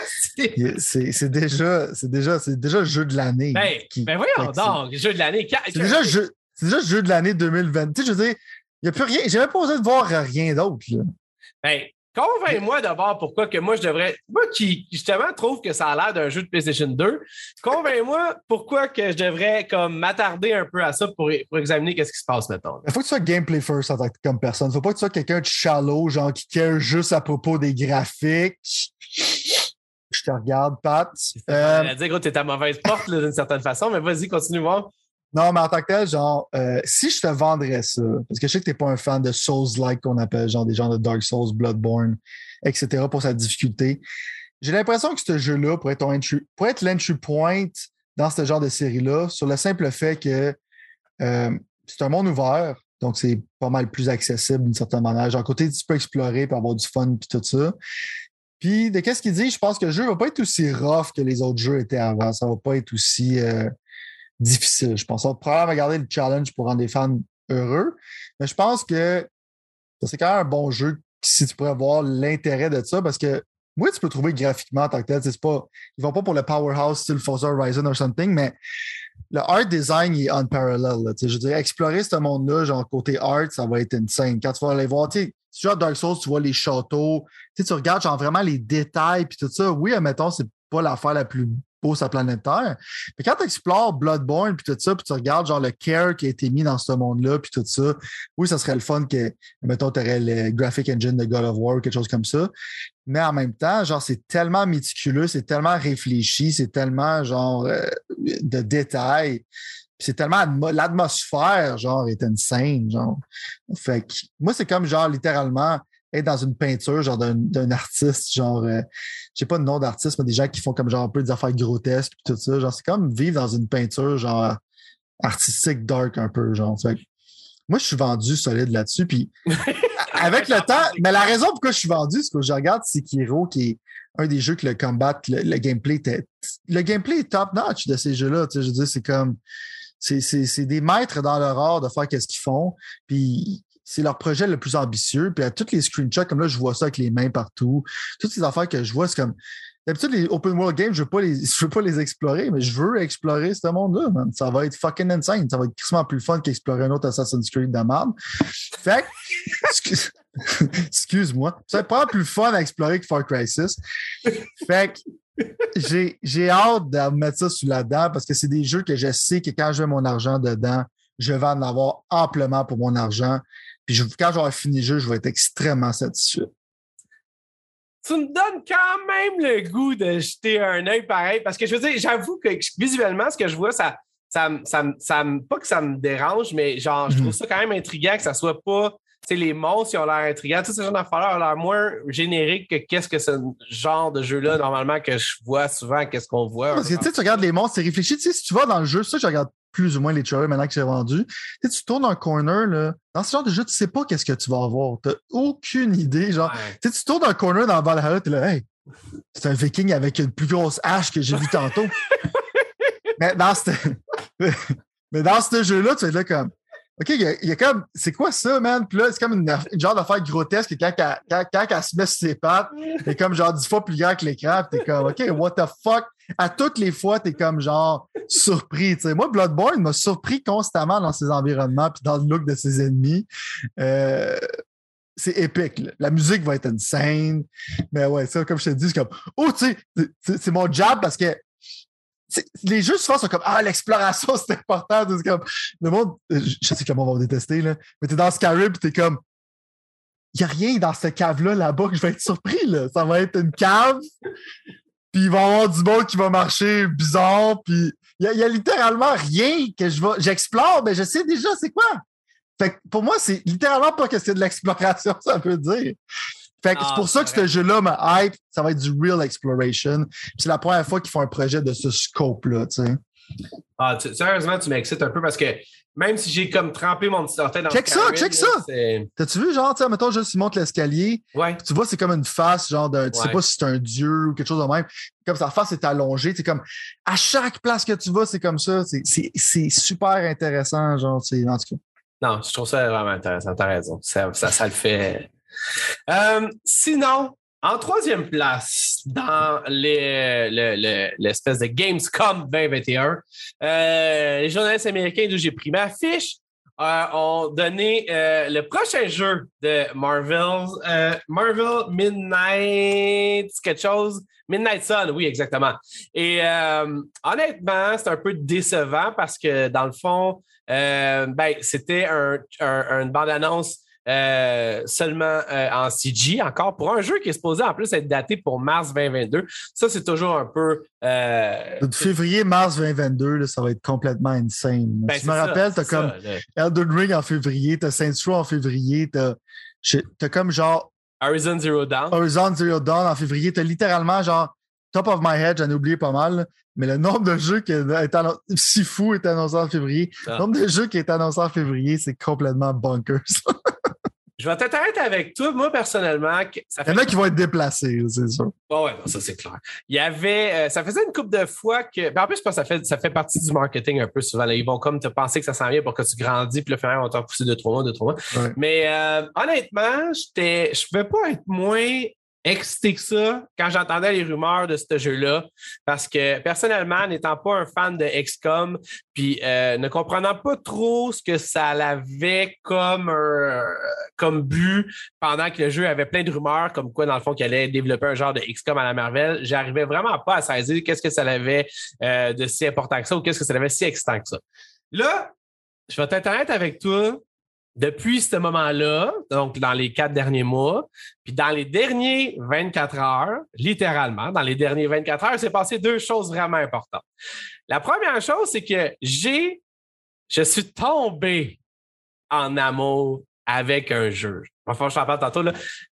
c'est, c'est déjà. C'est déjà. C'est déjà le jeu de l'année. Ben, qui, ben voyons donc, le jeu de l'année. C'est déjà le jeu. C'est déjà le jeu de l'année deux mille vingt. Tu sais, je veux dire, il n'y a plus rien. J'ai même pas besoin de voir rien d'autre. Là. Ben, convainc-moi d'abord pourquoi que moi je devrais. Moi qui justement trouve que ça a l'air d'un jeu de PlayStation deux, convainc-moi pourquoi que je devrais comme m'attarder un peu à ça pour, pour examiner qu'est-ce qui se passe, mettons. Il faut que tu sois gameplay first en tant que comme personne. Faut pas que tu sois quelqu'un de shallow, genre qui care juste à propos des graphiques. Je te regarde, Pat. Euh, à dire, gros, t'es à mauvaise porte là, d'une certaine façon, mais vas-y, continue voir. Non, mais en tant que tel, genre, euh, si je te vendrais ça, parce que je sais que t'es pas un fan de Souls-like qu'on appelle, genre des gens de Dark Souls, Bloodborne, et cetera pour sa difficulté, j'ai l'impression que ce jeu-là pourrait être, ton entry, pourrait être l'entry point dans ce genre de série-là, sur le simple fait que euh, c'est un monde ouvert, donc c'est pas mal plus accessible d'une certaine manière. Genre, côté, tu peux explorer, puis avoir du fun, puis tout ça. Puis, de qu'est-ce qu'il dit, je pense que le jeu va pas être aussi rough que les autres jeux étaient avant. Ça va pas être aussi... Euh, difficile. Je pense qu'on va probablement garder le challenge pour rendre les fans heureux. Mais je pense que c'est quand même un bon jeu si tu pourrais voir l'intérêt de ça parce que moi, tu peux trouver graphiquement en tant que tel. C'est pas, ils vont pas pour le powerhouse style Forza Horizon or something, mais le art design est unparalleled. Là, je veux dire, explorer ce monde-là, genre côté art, ça va être insane. Quand tu vas aller voir, tu sais, si tu joues à Dark Souls, tu vois les châteaux, tu sais, tu regardes genre vraiment les détails puis tout ça. Oui, admettons, c'est pas l'affaire la plus beau sur la planète Terre. Mais quand tu explores Bloodborne puis tout ça, puis tu regardes genre le care qui a été mis dans ce monde-là puis tout ça, oui, ça serait le fun que, mettons, tu aurais le graphic engine de God of War ou quelque chose comme ça. Mais en même temps, genre, c'est tellement méticuleux, c'est tellement réfléchi, c'est tellement genre euh, de détails. Puis c'est tellement l'atmosphère, genre, est insane, genre. Fait que moi, c'est comme genre littéralement être dans une peinture, genre d'un, d'un artiste, genre, euh, je sais pas le nom d'artiste, mais des gens qui font comme genre un peu des affaires grotesques et tout ça. Genre, c'est comme vivre dans une peinture, genre, artistique, dark un peu, genre. Fait que moi, je suis vendu solide là-dessus. Puis avec le temps, mais la raison pourquoi je suis vendu, c'est que je regarde Sekiro, qui est un des jeux que le combat, le, le gameplay était, le gameplay est top-notch de ces jeux-là. Tu sais, je veux dire, c'est comme, c'est, c'est, c'est des maîtres dans leur art de faire qu'est-ce qu'ils font. Puis c'est leur projet le plus ambitieux. Puis à tous les screenshots, comme là, je vois ça avec les mains partout. Toutes ces affaires que je vois, c'est comme... D'habitude, les open world games, je veux pas les, je veux pas les explorer, mais je veux explorer ce monde-là, man. Ça va être fucking insane. Ça va être quasiment plus fun qu'explorer un autre Assassin's Creed de merde. Fait que... Excuse, excuse-moi. Ça va être pas plus fun à explorer que Far Cry six. Fait que j'ai, j'ai hâte de mettre ça sous la dent parce que c'est des jeux que je sais que quand je mets mon argent dedans, je vais en avoir amplement pour mon argent. Puis je, quand j'aurai fini le jeu, je vais être extrêmement satisfait. Tu me donnes quand même le goût de jeter un œil pareil. Parce que je veux dire, j'avoue que visuellement, ce que je vois, ça, ça, ça, ça, pas que ça me dérange, mais genre, je trouve ça quand même intriguant que ça soit pas. Tu sais, les monstres, ils ont l'air intrigants. Tout ce genre d'affaires ont l'air moins générique que qu'est-ce que ce genre de jeu-là, normalement, que je vois souvent, qu'est-ce qu'on voit. Parce que tu sais, tu regardes les monstres, c'est réfléchi. Tu sais, si tu vas dans le jeu, ça, je regarde plus ou moins les trailers maintenant que j'ai vendu. Tu sais, tu tournes un corner, là. Dans ce genre de jeu, tu sais pas qu'est-ce que tu vas avoir. T'as aucune idée. Genre, ouais. Tu sais, tu tournes un corner dans Valhalla, t'es là, hey, c'est un viking avec une plus grosse hache que j'ai vu tantôt. Mais dans ce, mais dans ce jeu-là, tu es là comme, OK, il y, a, il y a comme, c'est quoi ça, man? Puis là, c'est comme une, une genre d'affaire grotesque quand, quand, quand, quand elle se met sur ses pattes, t'es comme genre dix fois plus grand que l'écran, pis t'es comme, OK, what the fuck? À toutes les fois, t'es comme genre surpris, tu sais. Moi, Bloodborne m'a surpris constamment dans ses environnements puis dans le look de ses ennemis. Euh, c'est épique, là. La musique va être insane. Mais ouais, ça, comme je te dis, c'est comme, oh, tu sais, c'est, c'est mon job parce que c'est, les jeux souvent sont comme ah l'exploration c'est important, c'est comme le monde, je sais que le monde va me détester là, mais t'es dans Skyrim pis t'es comme il y a rien dans cette cave là là-bas que je vais être surpris là, ça va être une cave puis il va y avoir du monde qui va marcher bizarre puis il y, y a littéralement rien que je vais j'explore mais je sais déjà c'est quoi. Fait que pour moi c'est littéralement pas que c'est de l'exploration ça veut dire. Fait que ah, c'est pour ça que ce jeu-là me hype, ça va être du real exploration. C'est la première fois qu'ils font un projet de ce scope-là, tu sais. Ah, tu, sérieusement, tu m'excites un peu parce que même si j'ai comme trempé mon petit orteil dans check le ça, carré, check là, ça! C'est... T'as-tu vu, genre, tu sais, mettons, juste, il monte l'escalier. Ouais. Tu vois, c'est comme une face, genre, de, tu ouais. sais pas si c'est un dieu ou quelque chose de même. Comme sa face est allongée. C'est comme, à chaque place que tu vas, c'est comme ça. C'est, c'est, c'est super intéressant, genre, c'est, en tout cas. Non, je trouve ça vraiment intéressant. T'as raison. Ça, ça, ça le fait. Euh, sinon, en troisième place, dans les, le, le, l'espèce de Gamescom vingt vingt et un, euh, les journalistes américains d'où j'ai pris ma fiche euh, ont donné euh, le prochain jeu de Marvel, euh, Marvel Midnight, quelque chose, Midnight Sun, oui, exactement. Et euh, honnêtement, c'est un peu décevant parce que dans le fond, euh, ben, c'était un, un, une bande-annonce Euh, seulement euh, en C G, encore pour un jeu qui est supposé en plus être daté pour mars vingt vingt-deux. Ça, c'est toujours un peu... Euh, de février-mars vingt vingt-deux, là, ça va être complètement insane. Ben, tu me rappelles, t'as comme ça, Elden Ring en février, t'as Saints Row en février, t'as, t'as comme genre... Horizon Zero Dawn. Horizon Zero Dawn en février, t'as littéralement genre... Top of my head, j'en ai oublié pas mal, mais le nombre de jeux qui est annoncé... Sifu est annoncé en février. Ah. Le nombre de jeux qui est annoncé en février, c'est complètement bonkers. Je vais être honnête avec toi, moi, personnellement. Ça fait... Il y en a qui vont être déplacés, c'est sûr. Oh, ouais, non, ça, c'est clair. Il y avait, euh, ça faisait une couple de fois que, ben, en plus, je pense que ça fait, ça fait partie du marketing un peu souvent. Là. Ils vont comme te penser que ça s'en vient pour que tu grandis, puis le faire, on t'a poussé de trois mois, de trois mois. Ouais. Mais, euh, honnêtement, j'étais, je pouvais pas être moins excité que ça quand j'entendais les rumeurs de ce jeu-là, parce que personnellement, n'étant pas un fan de X COM, puis euh, ne comprenant pas trop ce que ça avait comme euh, comme but pendant que le jeu avait plein de rumeurs, comme quoi dans le fond qu'il allait développer un genre de X COM à la Marvel, j'arrivais vraiment pas à saisir qu'est-ce que ça avait euh, de si important que ça ou qu'est-ce que ça avait si excitant que ça. Là, je vais être honnête avec toi. Depuis ce moment-là, donc dans les quatre derniers mois, puis dans les derniers vingt-quatre heures, littéralement, dans les derniers vingt-quatre heures, c'est passé deux choses vraiment importantes. La première chose, c'est que j'ai, je suis tombé en amour avec un jeu. Enfin, je t'en parle tantôt, là.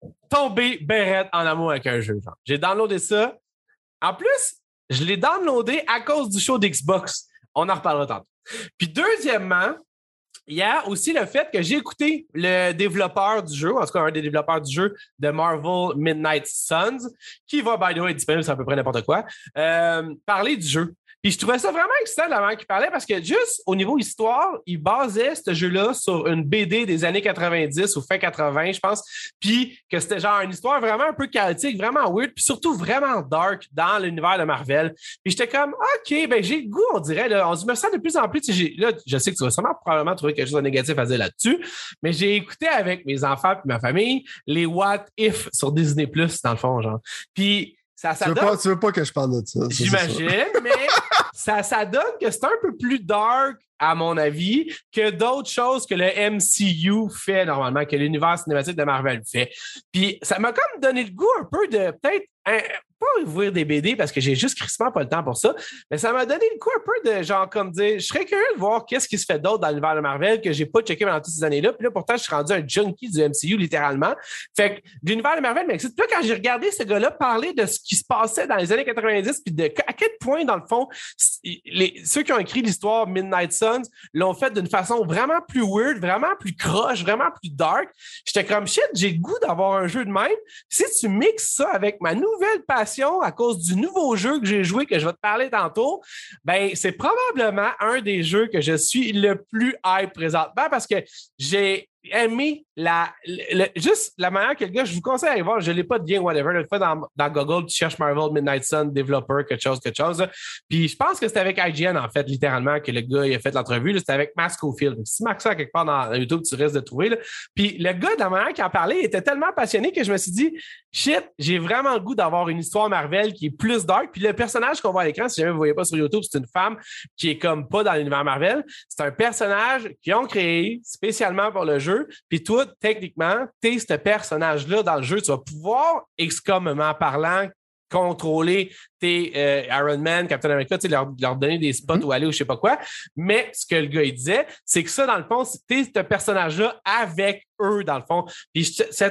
Tombé bérette en amour avec un jeu. Genre. J'ai downloadé ça. En plus, je l'ai downloadé à cause du show d'Xbox. On en reparlera tantôt. Puis deuxièmement, il y a aussi le fait que j'ai écouté le développeur du jeu, en tout cas un des développeurs du jeu de Marvel Midnight Suns, qui va, by the way, être disponible sur à peu près n'importe quoi, euh, parler du jeu. Puis je trouvais ça vraiment excitant la manière qu'il parlait parce que juste au niveau histoire, il basait ce jeu-là sur une B D des années quatre-vingt-dix ou fin quatre-vingts, je pense, puis que c'était genre une histoire vraiment un peu chaotique, vraiment weird, puis surtout vraiment dark dans l'univers de Marvel. Puis j'étais comme, OK, ben j'ai le goût, on dirait, là, on me sent de plus en plus, j'ai, là, je sais que tu vas sûrement probablement trouver quelque chose de négatif à dire là-dessus, mais j'ai écouté avec mes enfants et ma famille les What If sur Disney plus, dans le fond, genre. Puis ça, ça tu, veux donne... pas, tu veux pas que je parle de ça. ça J'imagine, mais ça, ça donne que c'est un peu plus dark, à mon avis, que d'autres choses que le M C U fait normalement, que l'univers cinématique de Marvel fait. Puis ça m'a comme donné le goût un peu de peut-être... Un, pas ouvrir des B D parce que j'ai juste crissement pas le temps pour ça, mais ça m'a donné le coup un peu de genre comme dire, je serais curieux de voir qu'est-ce qui se fait d'autre dans l'univers de Marvel que j'ai pas checké pendant toutes ces années-là. Puis là, pourtant, je suis rendu un junkie du M C U littéralement. Fait que l'univers de Marvel m'excite. Puis là, quand j'ai regardé ce gars-là parler de ce qui se passait dans les années quatre-vingt-dix, puis de à quel point, dans le fond, les, ceux qui ont écrit l'histoire Midnight Suns l'ont fait d'une façon vraiment plus weird, vraiment plus croche, vraiment plus dark. J'étais comme shit, j'ai le goût d'avoir un jeu de même. Si tu mixes ça avec ma nouvelle passion à cause du nouveau jeu que j'ai joué, que je vais te parler tantôt, ben c'est probablement un des jeux que je suis le plus hype présentement parce que j'ai aimé la, le, juste la manière que le gars, je vous conseille d'aller voir, je l'ai pas de lien, whatever, le fait dans, dans Google, tu cherches Marvel Midnight Sun, développeur, quelque chose, quelque chose. Là. Puis je pense que c'était avec I G N, en fait, littéralement, que le gars il a fait l'entrevue. Là, c'était avec Matt Schofield. Si tu marques ça quelque part dans YouTube, tu risques de trouver. Là. Puis le gars, de la manière qu'il en parlait, il était tellement passionné que je me suis dit, shit, j'ai vraiment le goût d'avoir une histoire Marvel qui est plus dark. Puis le personnage qu'on voit à l'écran, si jamais vous ne voyez pas sur YouTube, c'est une femme qui est comme pas dans l'univers Marvel. C'est un personnage qu'ils ont créé spécialement pour le jeu. Puis toi, techniquement, t'es ce personnage-là dans le jeu. Tu vas pouvoir, X COM-ment parlant, contrôler tes euh, Iron Man, Captain America, leur, leur donner des spots mm-hmm. où aller ou je sais pas quoi. Mais ce que le gars, il disait, c'est que ça, dans le fond, t'es ce personnage-là avec eux, dans le fond. Puis cette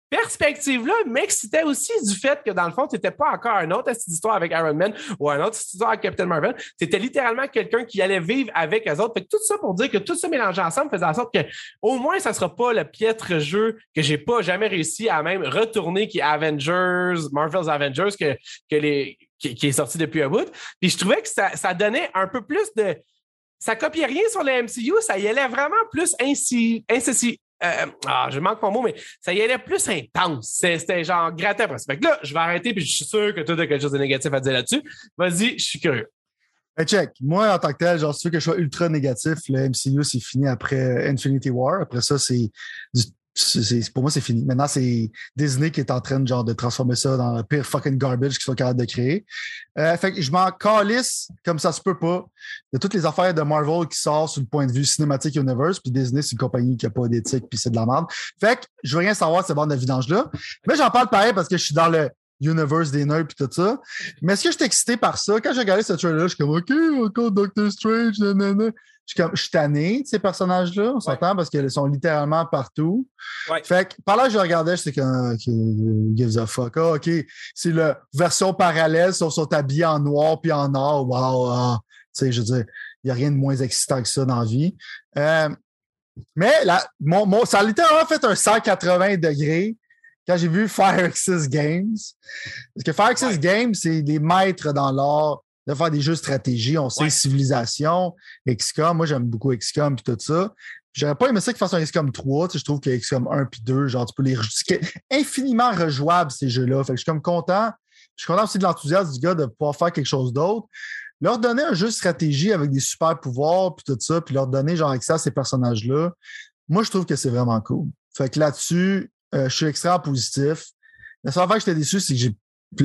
perspective-là m'excitait aussi du fait que, dans le fond, tu n'étais pas encore un autre histoire avec Iron Man ou un autre histoire avec Captain Marvel. Tu étais littéralement quelqu'un qui allait vivre avec eux autres. Fait que tout ça pour dire que tout ça mélangé ensemble faisait en sorte que, au moins, ça ne sera pas le piètre jeu que j'ai pas jamais réussi à même retourner, qui est Avengers, Marvel's Avengers, que, que les, qui, qui est sorti depuis un bout. Puis je trouvais que ça, ça donnait un peu plus de... Ça copiait rien sur le M C U, ça y allait vraiment plus ainsi... ainsi Euh, ah, je manque mon mot, mais ça y allait plus intense. C'était genre gratté après ça. Fait que là, je vais arrêter, puis je suis sûr que tu as quelque chose de négatif à dire là-dessus. Vas-y, je suis curieux. Hey, check. Moi, en tant que tel, genre, si tu veux que je sois ultra négatif, le M C U, c'est fini après Infinity War. Après ça, c'est, c'est, c'est pour moi, c'est fini. Maintenant, c'est Disney qui est en train de, genre, de transformer ça dans le pire fucking garbage qu'ils sont capables de créer. Euh, fait que je m'en calisse comme ça se peut pas de toutes les affaires de Marvel qui sortent sur le point de vue cinématique universe, puis Disney, c'est une compagnie qui a pas d'éthique, puis c'est de la merde. Fait que je veux rien savoir de cette bande de vidange-là. Mais j'en parle pareil parce que je suis dans le universe des nerds puis tout ça. Mais est-ce que je suis excité par ça? Quand j'ai regardé ce trailer-là, je suis comme, OK, encore Doctor Strange, nanana. Je suis comme, je suis tanné de ces personnages-là, on s'entend, ouais. Parce qu'ils sont littéralement partout. Ouais. Fait que, par là, je regardais, je sais que, okay, gives a fuck. Oh, OK, c'est la version parallèle, ils sont habillés en noir puis en or. Wow, wow. Tu sais, je veux dire, il n'y a rien de moins excitant que ça dans la vie. Euh, mais là, mon, mon, ça a littéralement fait un cent quatre-vingts degrés quand j'ai vu Firaxis Games. Parce que Firaxis ouais. Games, c'est des maîtres dans l'art de faire des jeux de stratégie. On sait ouais. Civilisation, X COM. Moi, j'aime beaucoup X COM et tout ça. J'aurais pas aimé ça qu'ils fassent un X COM trois. Tu sais, je trouve que X COM un puis deux, genre, tu peux les c'est infiniment rejouables, ces jeux-là. Fait que je suis comme content. Je suis content aussi de l'enthousiasme du gars de pouvoir faire quelque chose d'autre. Leur donner un jeu de stratégie avec des super pouvoirs puis tout ça, puis leur donner genre accès à ces personnages-là, moi, je trouve que c'est vraiment cool. Fait que là-dessus, euh, je suis extrêmement positif. La seule affaire que j'étais déçu, c'est que j'ai...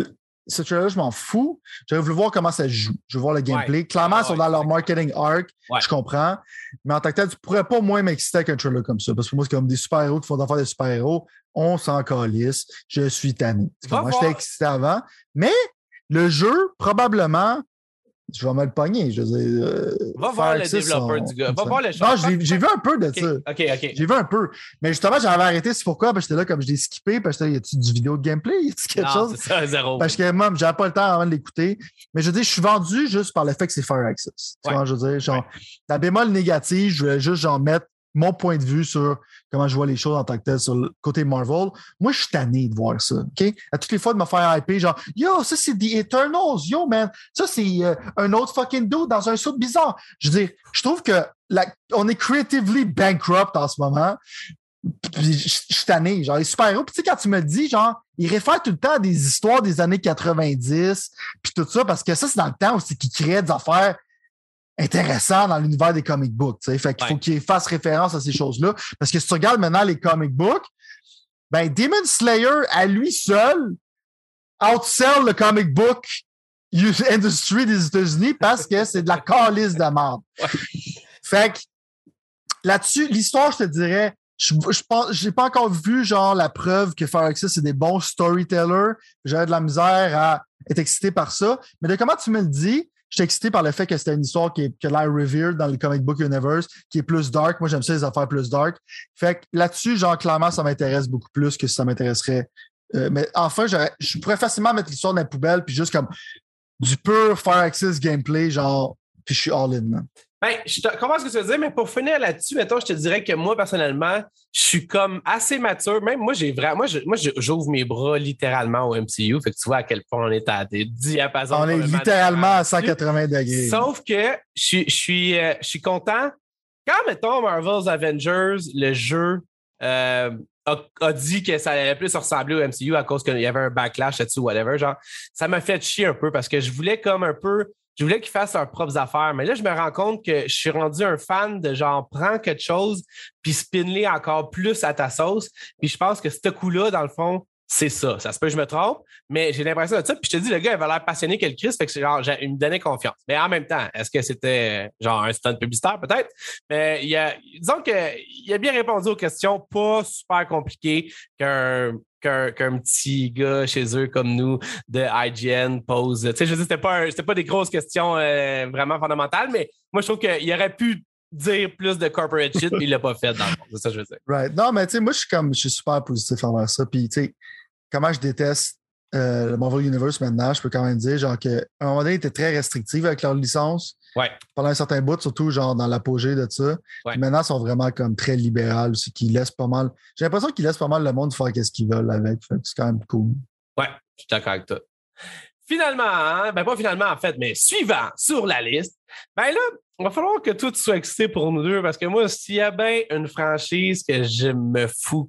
Ce trailer, je m'en fous. J'aurais voulu voir comment ça se joue. Je veux voir le gameplay. Ouais. Clairement, ils sont dans leur marketing arc. Ouais. Je comprends. Mais en tant que tel, tu pourrais pas moins m'exciter avec un trailer comme ça. Parce que pour moi, c'est comme des super-héros qui font d'affaires des super-héros. On s'en calisse. Je suis tanné. Moi, j'étais excité avant. Mais le jeu, probablement, je vais me le pogner. Je veux dire, euh, va voir le développeur du gars. Va voir le Non, j'ai, j'ai vu un peu de okay. ça. OK, OK. J'ai vu un peu. Mais justement, j'avais arrêté. C'est pourquoi? Parce que j'étais là, comme je l'ai skippé. Parce que y a-tu du vidéo de gameplay? Y a-tu quelque non, chose? C'est ça, zéro. Parce que moi, j'avais pas le temps avant de l'écouter. Mais je veux dire, je suis vendu juste par le fait que c'est Firaxis. Tu ouais. vois, je veux dire, genre, ouais. la bémol négative, je voulais juste, genre, mettre mon point de vue sur comment je vois les choses en tant que tel sur le côté Marvel. Moi, je suis tanné de voir ça, OK? À toutes les fois de me faire hyper, genre, yo, ça, c'est The Eternals, yo, man. Ça, c'est euh, un autre fucking dude dans un saut bizarre. Je veux dire, je trouve que la, on est creatively bankrupt en ce moment. Puis, je suis tanné. Genre, les super-héros. Puis, tu sais, quand tu me dis, genre, ils réfèrent tout le temps à des histoires des années quatre-vingt-dix, puis tout ça, parce que ça, c'est dans le temps où c'est qu'ils créaient des affaires intéressant dans l'univers des comic books. T'sais. Fait qu'il ouais. faut qu'il fasse référence à ces choses-là. Parce que si tu regardes maintenant les comic books, ben Demon Slayer, à lui seul, outsell le comic book industry des États-Unis parce que c'est de la calice de merde. Ouais. Fait que là-dessus, l'histoire, je te dirais, je, je pense, j'ai pas encore vu genre la preuve que Firaxis c'est des bons storytellers. J'avais de la misère à être excité par ça. Mais de comment tu me le dis, j'étais excité par le fait que c'était une histoire qui, est, qui a l'air revered dans le comic book universe, qui est plus dark. Moi, j'aime ça, les affaires plus dark. Fait que là-dessus, genre, clairement, ça m'intéresse beaucoup plus que si ça m'intéresserait. Euh, mais enfin, je pourrais facilement mettre l'histoire dans la poubelle puis juste comme du pur Firaxis gameplay, genre, puis je suis all-in, man. Ben, je te comprends ce que tu veux dire, mais pour finir là-dessus, mettons, je te dirais que moi, personnellement, je suis comme assez mature. Même moi, j'ai vraiment, moi, je, moi, j'ouvre mes bras littéralement au M C U. Fait que tu vois à quel point on est à des diapasons. On est littéralement à cent quatre-vingts degrés. Sauf que je, je suis, euh, je suis content. Quand, mettons, Marvel's Avengers, le jeu, euh, a, a dit que ça allait plus ressembler au M C U à cause qu'il y avait un backlash là-dessus ou whatever, genre, ça m'a fait chier un peu parce que je voulais comme un peu. Je voulais qu'ils fassent leurs propres affaires, mais là, je me rends compte que je suis rendu un fan de genre, prends quelque chose, puis spin-les encore plus à ta sauce. Puis je pense que ce coup-là, dans le fond, c'est ça. Ça se peut que je me trompe, mais j'ai l'impression de ça. Puis je te dis, le gars, il avait l'air passionné que le Christ, fait que c'est genre, il me donnait confiance. Mais en même temps, est-ce que c'était genre un stunt publicitaire, peut-être? Mais il y a, disons qu'il a bien répondu aux questions, pas super compliquées qu'un Qu'un, qu'un petit gars chez eux comme nous de I G N pose. Tu sais, je veux dire, c'était pas, un, c'était pas des grosses questions euh, vraiment fondamentales, mais moi, je trouve qu'il aurait pu dire plus de corporate shit, puis il l'a pas fait dans le fond. C'est ça que je veux dire. Right. Non, mais tu sais, moi, je suis comme, je suis super positif envers ça. Puis, tu sais, comment je déteste euh, le Marvel Universe maintenant, je peux quand même dire, genre, qu'à un moment donné, ils étaient très restrictifs avec leur licence. Ouais. Pendant un certain bout, surtout, genre, dans l'apogée de ça. Ouais. Puis maintenant, ils sont vraiment comme très libérales, ce qui laisse pas mal. J'ai l'impression qu'ils laissent pas mal le monde faire ce qu'ils veulent avec. Fait que c'est quand même cool. Ouais, je suis d'accord avec toi. Finalement, hein, ben pas finalement en fait, mais suivant sur la liste, ben là, il va falloir que tout soit excité pour nous deux parce que moi, s'il y a bien une franchise que je me fous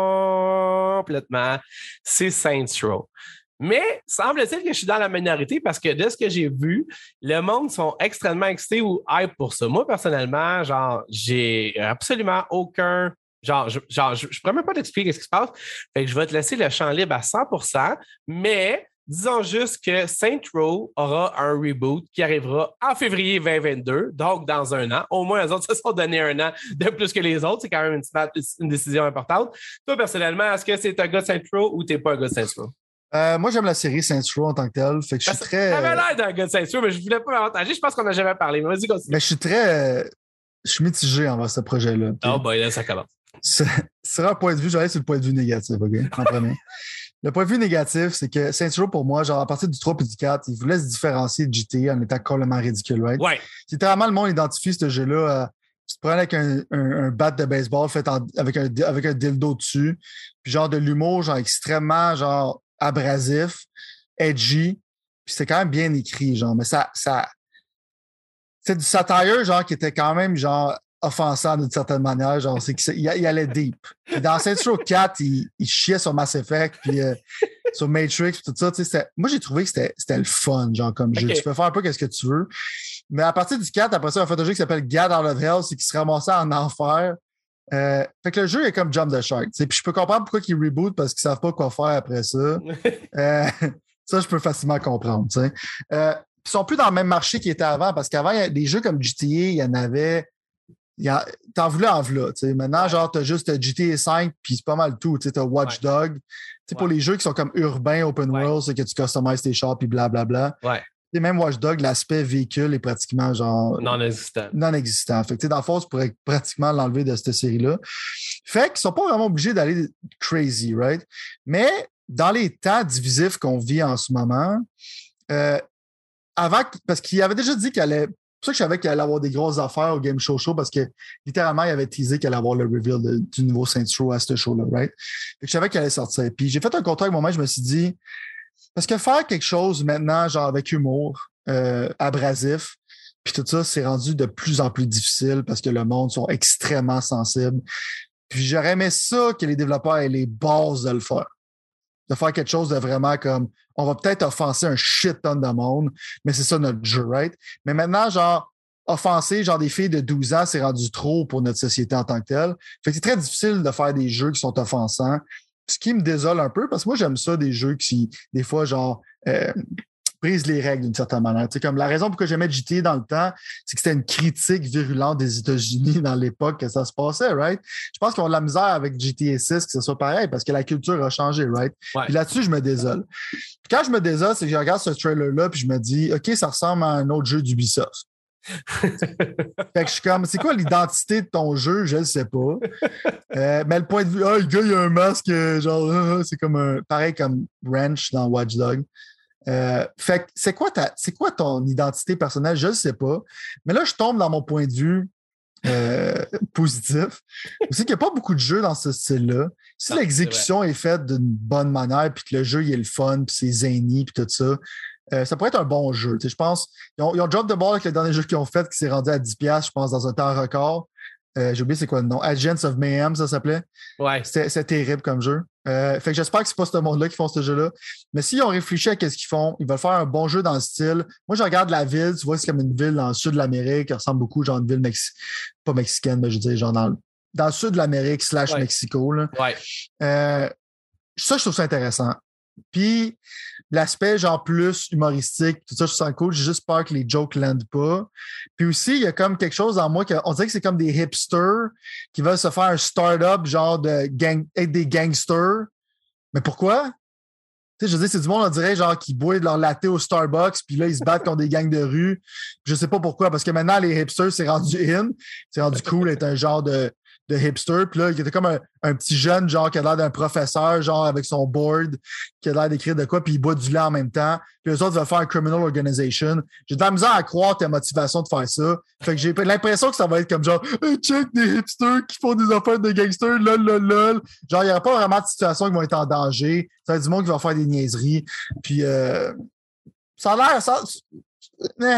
complètement, c'est Saints Row. Mais semble-t-il que je suis dans la minorité parce que de ce que j'ai vu, le monde sont extrêmement excités ou hype pour ça. Moi, personnellement, genre, j'ai absolument aucun... Genre, je, genre, je, je pourrais même pas t'expliquer ce qui se passe. Fait que je vais te laisser le champ libre à cent pour cent, mais disons juste que Saints Row aura un reboot qui arrivera en février vingt vingt-deux, donc dans un an. Au moins, les autres se sont donné un an de plus que les autres. C'est quand même une, une décision importante. Toi, personnellement, est-ce que c'est un gars de Saints Row ou t'es pas un gars de Saints Row? Euh, moi, j'aime la série Saints Row en tant que telle. Fait que je suis Parce très. T'avais l'air d'un gars de Saints Row, mais je voulais pas m'avantager. Je pense qu'on n'a jamais parlé. Mais vas-y, continue. Mais je suis très. Je suis mitigé envers ce projet-là. Oh, boy, là, ça commence. Sur un point de vue, j'allais sur le point de vue négatif, OK? En premier. Le point de vue négatif, c'est que Saints Row, pour moi, genre à partir du trois et du quatre, ils voulaient se différencier de G T A en étant complètement ridicule, right? Ouais. C'est littéralement le monde identifie ce jeu-là. Euh, tu te prends avec un, un, un bat de baseball fait en, avec, un, avec un dildo dessus, puis genre de l'humour, genre extrêmement genre abrasif, edgy, puis c'était quand même bien écrit, genre, mais ça. ça c'est du satire, genre, qui était quand même genre offensant d'une certaine manière, genre, c'est qu'il il allait deep. Puis dans Saints Row quatre, il, il chiait sur Mass Effect, puis euh, sur Matrix, puis tout ça, tu sais, moi, j'ai trouvé que c'était, c'était le fun, genre, comme jeu. Okay. Tu peux faire un peu ce que tu veux. Mais à partir du quatre, après ça, on a fait un jeu qui s'appelle Get Out of Hell, c'est qu'il se ramassait en enfer. Euh, fait que le jeu est comme Jump the Shark, tu sais, puis je peux comprendre pourquoi ils rebootent, parce qu'ils savent pas quoi faire après ça. euh, ça, je peux facilement comprendre, tu sais. Euh, ils sont plus dans le même marché qu'ils étaient avant, parce qu'avant, il y a des jeux comme G T A, il y en avait... A, t'en voulais en v'là. T'sais. Maintenant, ouais. genre, t'as juste G T A cinq, puis c'est pas mal tout. T'as Watch Dogs. Ouais. Pour les jeux qui sont comme urbains, open ouais. world, c'est que tu customises tes chars, puis blablabla. Ouais. Et même Watch Dogs, l'aspect véhicule est pratiquement genre... Non-existant. Non-existant. Fait que, dans le fond, tu pourrais pratiquement l'enlever de cette série-là. Fait qu'ils sont pas vraiment obligés d'aller crazy, right? Mais dans les temps divisifs qu'on vit en ce moment, euh, avant, parce qu'il avait déjà dit qu'il allait... C'est pour ça que je savais qu'il allait avoir des grosses affaires au Game Show Show parce que littéralement, il avait teasé qu'il allait avoir le reveal de, du nouveau Saints Row à ce show-là, right? Fait que je savais qu'il allait sortir. Puis j'ai fait un contrat avec moi-même, je me suis dit, parce que faire quelque chose maintenant, genre avec humour, euh, abrasif, puis tout ça, c'est rendu de plus en plus difficile parce que le monde sont extrêmement sensibles. Puis j'aurais aimé ça que les développeurs aient les bases de le faire. De faire quelque chose de vraiment comme, on va peut-être offenser un shit ton de monde, mais c'est ça notre jeu, right? Mais maintenant, genre, offenser genre des filles de douze ans, c'est rendu trop pour notre société en tant que telle. Fait que c'est très difficile de faire des jeux qui sont offensants. Ce qui me désole un peu, parce que moi, j'aime ça, des jeux qui, des fois, genre, euh, brisent les règles d'une certaine manière. Tu sais, comme la raison pourquoi j'aimais G T A dans le temps, c'est que c'était une critique virulente des États-Unis dans l'époque que ça se passait, right? Je pense qu'ils ont de la misère avec G T A six que ce soit pareil parce que la culture a changé, right? Ouais. Puis là-dessus, je me désole. Puis quand je me désole, c'est que je regarde ce trailer-là puis je me dis, OK, ça ressemble à un autre jeu d'Ubisoft. Fait que je suis comme, c'est quoi l'identité de ton jeu? Je ne sais pas. Euh, mais le point de vue, ah, le gars, il a un masque, genre, ah, c'est comme un, pareil comme Wrench dans Watch Dogs. Euh, fait que c'est quoi ta, c'est quoi ton identité personnelle? Je ne sais pas. Mais là, je tombe dans mon point de vue euh, positif. Aussi qu'il n'y a pas beaucoup de jeux dans ce style-là. Si non, l'exécution est, est faite d'une bonne manière, puis que le jeu il est le fun, puis c'est zany, puis tout ça, euh, ça pourrait être un bon jeu. Je pense, ils ont, ils ont drop the ball avec le dernier jeu qu'ils ont fait, qui s'est rendu à dix dollars, je pense, dans un temps record. Euh, j'ai oublié c'est quoi le nom. Agents of Mayhem, ça s'appelait. Ouais. C'était, c'était terrible comme jeu. Euh, fait que j'espère que c'est pas ce monde-là qui font ce jeu-là. Mais s'ils ont réfléchi à ce qu'ils font, ils veulent faire un bon jeu dans le style. Moi, je regarde la ville, tu vois, c'est comme une ville dans le sud de l'Amérique qui ressemble beaucoup, genre une ville Mexi... pas mexicaine, mais je veux dire, genre dans le, dans le sud de l'Amérique slash ouais. Mexico. Là. Ouais. Euh, ça, je trouve ça intéressant. Puis, l'aspect genre plus humoristique, tout ça, je sens cool. J'ai juste peur que les jokes landent pas. Puis aussi, il y a comme quelque chose en moi, que, on dirait que c'est comme des hipsters qui veulent se faire un start-up genre de gang, être des gangsters. Mais pourquoi? sais, je veux dire, c'est du monde, on dirait, genre, qui boivent de leur latte au Starbucks, puis là, ils se battent contre des gangs de rue. Je sais pas pourquoi, parce que maintenant, les hipsters, c'est rendu in. C'est rendu cool d'être un genre de, de hipster. Puis là, il était comme un, un petit jeune, genre, qui a l'air d'un professeur, genre, avec son board, qui a l'air d'écrire de quoi, puis il boit du lait en même temps. Puis eux autres veulent faire un criminal organization. J'ai de la misère à croire ta motivation de faire ça. Fait que j'ai l'impression que ça va être comme genre, hey, check des hipsters qui font des affaires de gangsters, lol, lol, lol. Genre, il n'y aura pas vraiment de situations qui vont être en danger. Ça va être du monde qui va faire des niaiseries. Puis, euh, ça a l'air, ça. Mais.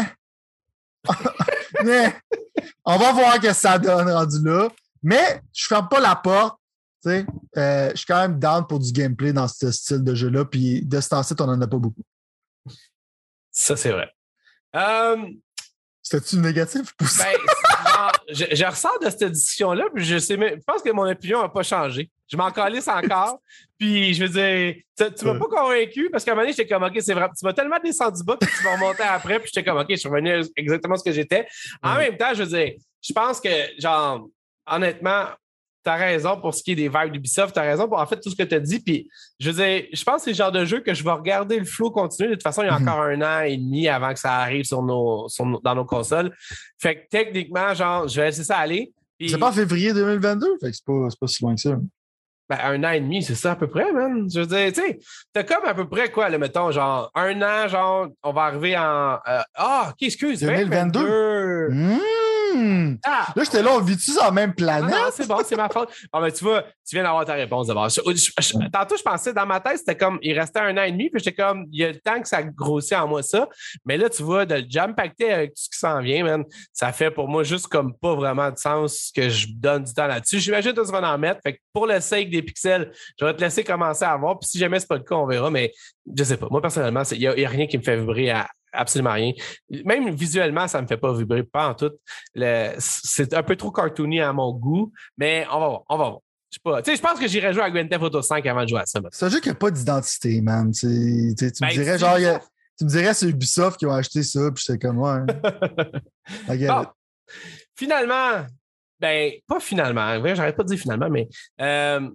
Mais. On va voir ce que ça donne rendu là. Mais je ferme pas la porte. Tu sais, euh, je suis quand même down pour du gameplay dans ce style de jeu-là. Puis de ce temps-ci, on n'en a pas beaucoup. Ça, c'est vrai. Euh, C'était-tu négatif? Ben, genre, je, je ressors de cette discussion-là, puis je sais même, je pense que mon opinion n'a pas changé. Je m'en calisse encore. Puis je veux dire, tu, tu m'as pas convaincu parce qu'à un moment donné, j'étais comme, OK, c'est vrai. Tu m'as tellement descendu bas que tu m'as remonté après, puis j'étais comme, OK, je suis revenu exactement ce que j'étais. En ouais. même temps, je veux dire, je pense que, genre, honnêtement, t'as raison pour ce qui est des vibes d'Ubisoft, t'as raison pour en fait tout ce que t'as dit. Puis, je veux dire, je pense que c'est le genre de jeu que je vais regarder le flow continuer. De toute façon, il y a mm-hmm. encore un an et demi avant que ça arrive sur nos, sur nos, dans nos consoles. Fait que techniquement, genre, je vais laisser ça aller. Puis, c'est pas en février deux mille vingt-deux? Fait que c'est pas, c'est pas si loin que ça. Ben, un an et demi, c'est ça à peu près, man. Je veux dire, tu sais, t'as comme à peu près quoi, là, mettons, genre, un an, genre, on va arriver en. Ah, euh, oh, OK, excuse, deux mille vingt-deux. Mmh. Ah, là, j'étais là, on vit-tu sur la même planète? Non, non, c'est bon, c'est ma faute. Bon, ben, tu vois, tu viens d'avoir ta réponse d'abord. Je, je, je, tantôt, je pensais, dans ma tête, c'était comme, il restait un an et demi, puis j'étais comme, il y a le temps que ça grossit en moi, ça. Mais là, tu vois, de le jam-pacter avec tout ce qui s'en vient, man, ça fait pour moi juste comme pas vraiment de sens que je donne du temps là-dessus. J'imagine que tu vas en mettre. Fait que pour le sake des pixels, je vais te laisser commencer à voir. Puis si jamais c'est pas le cas, on verra. Mais je sais pas. Moi, personnellement, il n'y a, a rien qui me fait vibrer à absolument rien. Même visuellement, ça me fait pas vibrer, pas en tout. Le, c'est un peu trop cartoony à mon goût, mais on va voir, on va voir. Je sais pas. Tu sais, je pense que j'irais jouer à Grand Theft Auto cinq avant de jouer à ça. C'est un jeu qui n'a pas d'identité, man. Tu, tu, tu ben, me dirais, genre, a, tu me dirais c'est Ubisoft qui ont acheté ça, puis j'étais comme, ouais. Bon, finalement, ben, pas finalement, j'arrête pas de dire finalement, mais euh,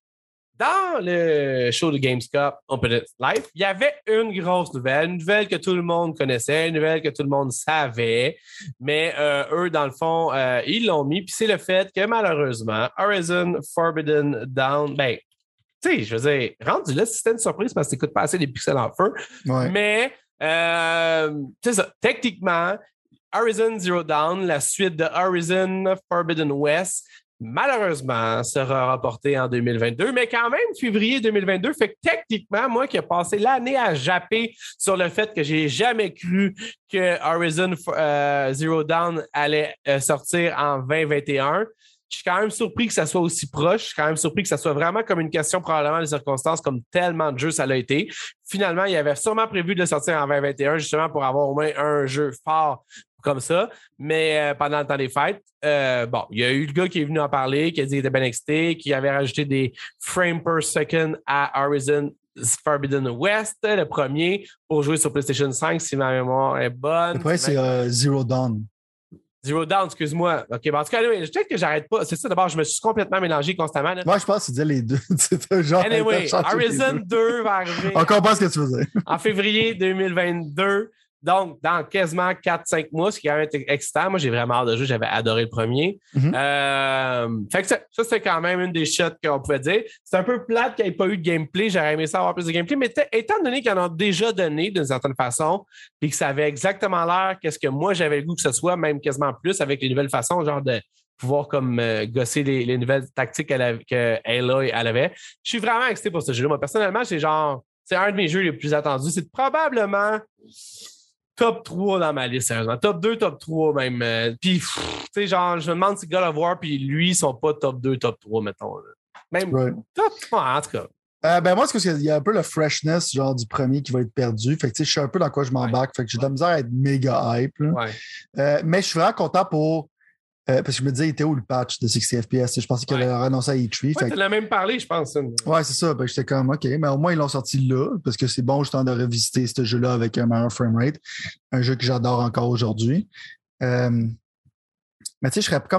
dans le show de Gamescom Open Live, il y avait une grosse nouvelle, une nouvelle que tout le monde connaissait, une nouvelle que tout le monde savait, mais euh, eux, dans le fond, euh, ils l'ont mis, puis c'est le fait que malheureusement, Horizon Forbidden Dawn, ben, tu sais, je veux dire, rendu là, c'était une surprise parce que t'écoutes pas assez les pixels en feu, ouais. mais euh, c'est ça, techniquement, Horizon Zero Dawn, la suite de Horizon Forbidden West, malheureusement, sera reporté en deux mille vingt-deux, mais quand même, février deux mille vingt-deux, fait que techniquement, moi qui ai passé l'année à japper sur le fait que j'ai jamais cru que Horizon euh, Zero Dawn allait euh, sortir en vingt vingt et un, je suis quand même surpris que ça soit aussi proche. Je suis quand même surpris que ça soit vraiment comme une question, probablement des circonstances, comme tellement de jeux ça l'a été. Finalement, il avait sûrement prévu de le sortir en vingt vingt et un, justement pour avoir au moins un jeu fort comme ça, mais euh, pendant le temps des fêtes, euh, bon, il y a eu le gars qui est venu en parler, qui a dit qu'il était bien excité, qui avait rajouté des frames per second à Horizon Forbidden West, le premier, pour jouer sur PlayStation cinq, si ma mémoire est bonne. Après, c'est euh, Zero Dawn. Zero Dawn, excuse-moi. OK, bon, en tout cas, anyway, peut-être que j'arrête pas. C'est ça, d'abord, je me suis complètement mélangé constamment. Là. Moi, je pense que tu disais les deux. C'était genre. Anyway, Horizon deux va arriver. On comprend ce que tu faisais. En février deux mille vingt-deux. Donc, dans quasiment quatre cinq mois, ce qui est quand même excitant. Moi, j'ai vraiment hâte de jouer. J'avais adoré le premier. Mm-hmm. Euh, fait que ça, ça, c'est quand même une des shots qu'on pouvait dire. C'est un peu plate qu'il n'y ait pas eu de gameplay. J'aurais aimé ça avoir plus de gameplay. Mais étant donné qu'ils en ont déjà donné d'une certaine façon, puis que ça avait exactement l'air qu'est-ce que moi, j'avais le goût que ce soit, même quasiment plus avec les nouvelles façons, genre de pouvoir comme euh, gosser les, les nouvelles tactiques qu'elle que Aloy elle avait. Je suis vraiment excité pour ce jeu-là. Moi, personnellement, c'est genre, c'est un de mes jeux les plus attendus. C'est probablement top trois dans ma liste, sérieusement. Top deux, top trois même. Euh, puis, tu sais, genre, je me demande si God of War puis lui, ils sont pas top deux, top trois, mettons. Là. Même right. top trois, en tout cas. Euh, ben moi, c'est parce qu'il y a un peu le freshness genre du premier qui va être perdu. Fait que tu sais, je sais un peu dans quoi je m'embarque. Ouais. Fait que j'ai de la misère à être méga hype. Là. Ouais. Euh, mais je suis vraiment content pour. Euh, parce que je me disais, il était où le patch de sixty F P S? Je pensais qu'il ouais. allait renoncer à E trois. Ouais, tu l'as même parlé, je pense. Ouais, c'est ça. Ben, j'étais comme, OK, mais au moins, ils l'ont sorti là, parce que c'est bon, justement, de revisiter ce jeu-là avec un meilleur framerate. Un jeu que j'adore encore aujourd'hui. Euh, mais tu sais, je serais comme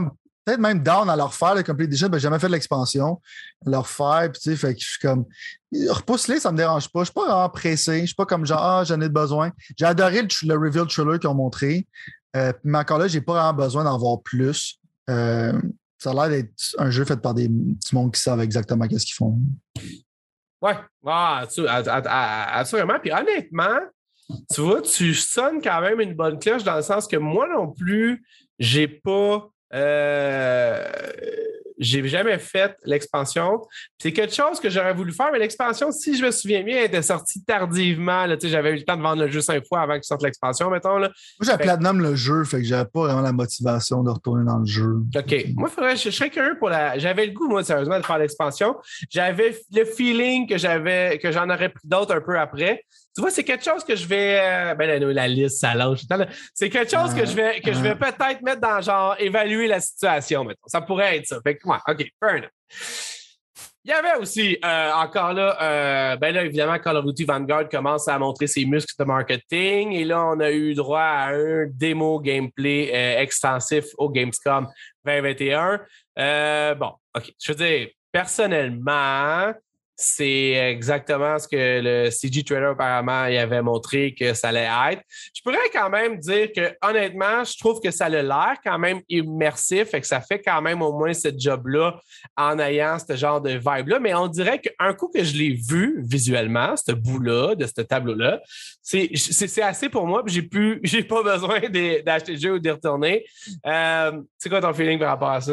peut-être même down à leur faire le Complete Edition, ben, j'ai jamais fait de l'expansion. Leur faire, puis tu sais, fait que je suis comme, repousse-les, ça me dérange pas. Je suis pas vraiment pressé. Je suis pas comme genre, ah, j'en ai besoin. J'ai adoré le, le reveal trailer qu'ils ont montré. Euh, mais encore là, j'ai pas vraiment besoin d'en voir plus. Euh, ça a l'air d'être un jeu fait par des petits mondes qui savent exactement qu'est-ce qu'ils font. Ouais, ah, absolument. Puis honnêtement, tu vois, tu sonnes quand même une bonne cloche dans le sens que moi non plus, j'ai pas. Euh, j'ai jamais fait l'expansion. C'est quelque chose que j'aurais voulu faire, mais l'expansion, si je me souviens bien, elle était sortie tardivement. Là, j'avais eu le temps de vendre le jeu cinq fois avant qu'il sorte l'expansion, mettons. Là. Moi, j'ai platinum le jeu, fait que j'avais pas vraiment la motivation de retourner dans le jeu. OK. Moi, faudrait, je, je serais curieux pour la. J'avais le goût, moi, sérieusement, de faire l'expansion. J'avais le feeling que j'avais que j'en aurais pris d'autres un peu après. Tu vois, c'est quelque chose que je vais. Euh, ben, la, la liste, ça lâche. C'est quelque chose euh, que je vais que euh. je vais peut-être mettre dans genre évaluer la situation, mettons. Ça pourrait être ça. Fait que, ouais, OK, fair enough. Il y avait aussi, euh, encore là, euh, ben là, évidemment, Call of Duty Vanguard commence à montrer ses muscles de marketing. Et là, on a eu droit à un démo gameplay euh, extensif au Gamescom vingt vingt et un. Euh, bon, OK. Je veux dire, personnellement, c'est exactement ce que le C G trailer apparemment il avait montré que ça allait être. Je pourrais quand même dire que honnêtement, je trouve que ça a l'air quand même immersif et que ça fait quand même au moins ce job-là en ayant ce genre de vibe-là. Mais on dirait qu'un coup que je l'ai vu visuellement, ce bout-là, de ce tableau-là, c'est, c'est, c'est assez pour moi. Puis j'ai plus, j'ai pas besoin de, d'acheter le jeu ou d'y retourner. Euh, c'est quoi ton feeling par rapport à ça?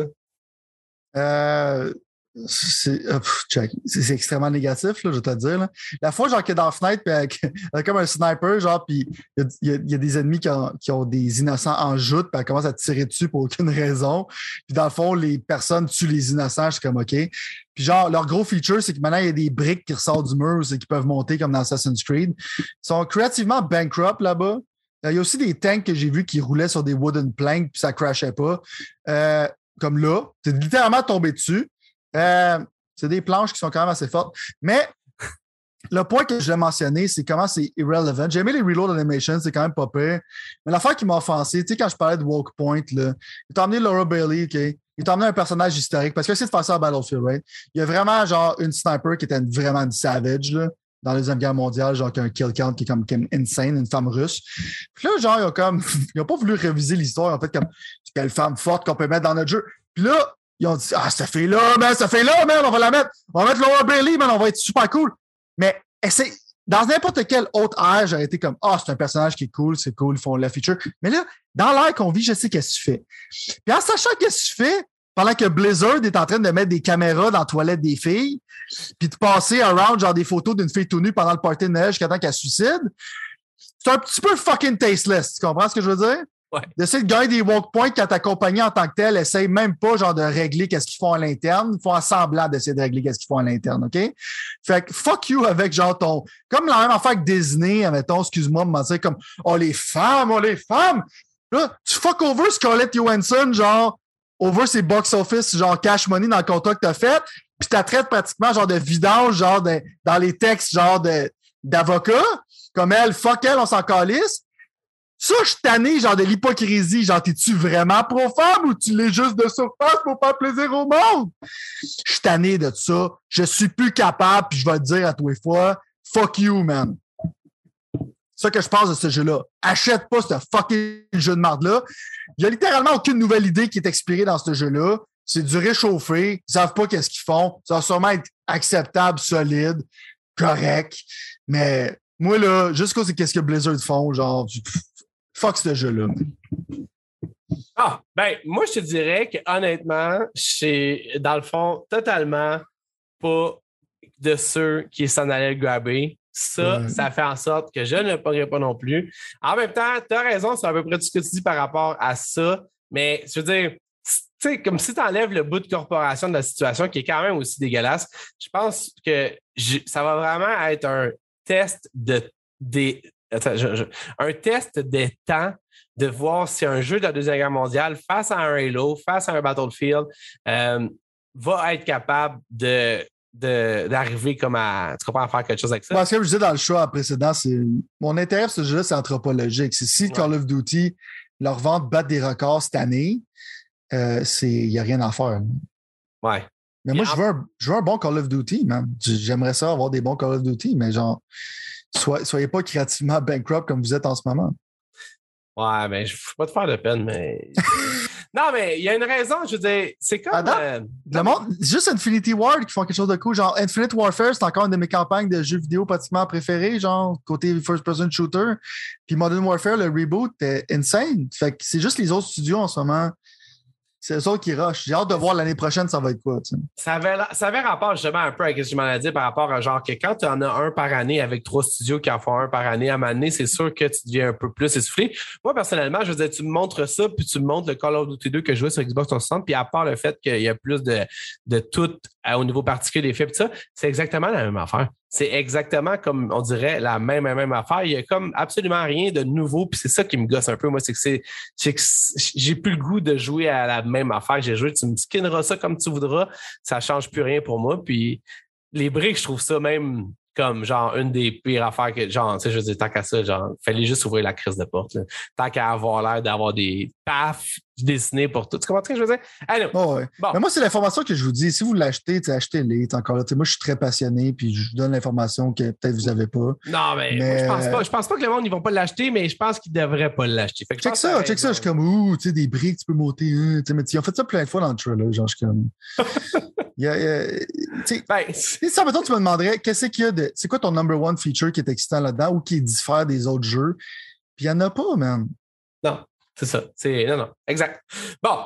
Euh... C'est, oh, c'est, c'est extrêmement négatif, là, je vais te dire. Là. La fois, genre, qu'il est dans la fenêtre, puis avec, avec comme un sniper, genre, puis il y, y, y a des ennemis qui ont, qui ont des innocents en joute, puis elle commence à tirer dessus pour aucune raison. Puis dans le fond, les personnes tuent les innocents, je suis comme OK. Puis genre, leur gros feature, c'est que maintenant, il y a des briques qui ressortent du mur, c'est qu'ils peuvent monter comme dans Assassin's Creed. Ils sont créativement bankrupt là-bas. Il y a aussi des tanks que j'ai vus qui roulaient sur des wooden planks, puis ça crashait pas. Euh, comme là, t'es littéralement tombé dessus. Euh, c'est des planches qui sont quand même assez fortes. Mais le point que je l'ai mentionné, c'est comment c'est irrelevant. J'ai aimé les reload animations, c'est quand même pas pire. Mais l'affaire qui m'a offensé, tu sais, quand je parlais de Woke Point, là, il t'a emmené Laura Bailey, OK? Il t'a emmené un personnage historique parce qu'il a essayé de faire ça à Battlefield, right? Il y a vraiment, genre, une sniper qui était une, vraiment une savage, là, dans la Deuxième Guerre mondiale, genre, qui a un kill count qui est comme, comme insane, une femme russe. Puis là, genre, ils ont comme, ils ont pas voulu réviser l'histoire, en fait, comme, quelle femme forte qu'on peut mettre dans notre jeu. Puis là, ils ont dit, ah, ça fait là, man, ça fait là, man, on va la mettre. On va mettre Laura Bailey, man, on va être super cool. Mais c'est, dans n'importe quel autre ère, j'aurais été comme, ah, c'est un personnage qui est cool, c'est cool, ils font la feature. Mais là, dans l'ère qu'on vit, je sais qu'est-ce que tu fais. Puis en sachant qu'est-ce que tu fais, pendant que Blizzard est en train de mettre des caméras dans la toilette des filles, puis de passer around, genre des photos d'une fille tout nue pendant le party de Noël jusqu'à temps qu'elle suicide, c'est un petit peu fucking tasteless. Tu comprends ce que je veux dire? Ouais. D'essayer de gagner des walk points quand ta compagnie en tant que telle essaye même pas genre de régler qu'est-ce qu'ils font à l'interne. Ils font un semblant d'essayer de régler qu'est-ce qu'ils font à l'interne, OK? Fait que fuck you avec genre ton... Comme la même affaire que Disney, admettons, excuse-moi, me dire comme « Oh, les femmes, oh, les femmes! » Là, tu fuck over Scarlett Johansson, genre, over ses box-office, genre cash money dans le contrat que t'as fait, puis t'as traité pratiquement genre de vidange, genre de, dans les textes, genre de, d'avocat. Comme elle, fuck elle, on s'en calisse. Ça, je suis tanné, genre, de l'hypocrisie. Genre, t'es-tu vraiment pro-femme ou tu l'es juste de surface pour faire plaisir au monde? Je suis tanné de ça. Je suis plus capable, puis je vais te dire à tous les fois, fuck you, man. C'est ça que je pense de ce jeu-là. Achète pas ce fucking jeu de marde-là. Il y a littéralement aucune nouvelle idée qui est expirée dans ce jeu-là. C'est du réchauffé. Ils savent pas qu'est-ce qu'ils font. Ça va sûrement être acceptable, solide, correct. Mais moi, là, jusqu'au c'est qu'est-ce que Blizzard font, genre... Fuck ce jeu-là. Ah, ben, moi, je te dirais que honnêtement, c'est, dans le fond, totalement pas de ceux qui s'en allaient le grabber. Ça, ouais. Ça fait en sorte que je ne le pognerai pas non plus. En même temps, tu as raison sur à peu près tout ce que tu dis par rapport à ça, mais je veux dire, tu sais, comme si tu enlèves le bout de corporation de la situation qui est quand même aussi dégueulasse, je pense que je, ça va vraiment être un test de des. Attends, je, je, un test des temps de voir si un jeu de la Deuxième Guerre mondiale face à un Halo, face à un Battlefield, euh, va être capable de, de, d'arriver comme à, tu comprends, à faire quelque chose avec ça. Parce que comme je disais dans le choix précédent, c'est mon intérêt pour ce jeu-là, c'est anthropologique. C'est si ouais. Call of Duty, leurs ventes battent des records cette année, euh, il n'y a rien à faire. Ouais. Mais moi, je veux, un, je veux un bon Call of Duty, man. J'aimerais ça avoir des bons Call of Duty, mais genre, soyez, soyez pas créativement bankrupt comme vous êtes en ce moment. Ouais, mais je ne veux pas te faire de peine, mais. Non, mais il y a une raison, je veux dire, c'est comme. Euh... Le monde, c'est juste Infinity Ward qui font quelque chose de cool. Genre, Infinite Warfare, c'est encore une de mes campagnes de jeux vidéo pratiquement préférées, genre, côté first-person shooter. Puis Modern Warfare, le reboot, est insane. Fait que c'est juste les autres studios en ce moment. C'est eux autres qui rushent. J'ai hâte de voir l'année prochaine, ça va être quoi, tu sais. Ça avait, ça avait rapport justement un peu avec ce que je m'en ai dit par rapport à genre que quand tu en as un par année avec trois studios qui en font un par année à un année, c'est sûr que tu deviens un peu plus essoufflé. Moi, personnellement, je veux dire, tu me montres ça, puis tu me montres le Call of Duty deux que je jouais sur Xbox trois cent soixante, puis à part le fait qu'il y a plus de, de tout au niveau particulier des faits, puis ça, c'est exactement la même affaire. C'est exactement comme on dirait la même, la même affaire. Il y a comme absolument rien de nouveau, puis c'est ça qui me gosse un peu. Moi, c'est que c'est, c'est que j'ai plus le goût de jouer à la même affaire que j'ai joué. Tu me skinneras ça comme tu voudras, ça change plus rien pour moi. Puis les briques, je trouve ça même comme genre une des pires affaires que genre, tu sais, je veux dire, tant qu'à ça, genre, fallait juste ouvrir la crise de porte. Là. Tant qu'à avoir l'air d'avoir des paf dessinés pour tout. Tu comprends ce que je veux dire? Allez, oh ouais. Bon. Mais moi, c'est l'information que je vous dis. Si vous l'achetez, achetez-les. Encore là. Moi, je suis très passionné, puis je vous donne l'information que peut-être vous n'avez pas. Non, mais, mais... je pense pas. Je pense pas que le monde, ils vont pas l'acheter, mais je pense qu'ils devraient pas l'acheter. Fait que check ça, check ça. Je suis comme, ouh, tu sais, des briques, tu peux monter. Hein, mais ils ont fait ça plein de fois dans le trailer. Genre, je suis comme. Il y a, euh, ben, ça, mettons, tu me demanderais, qu'est-ce qu'il y a de. C'est quoi ton number one feature qui est excitant là-dedans ou qui diffère des autres jeux? Puis il n'y en a pas, man. Non, c'est ça. C'est, non, non, exact. Bon.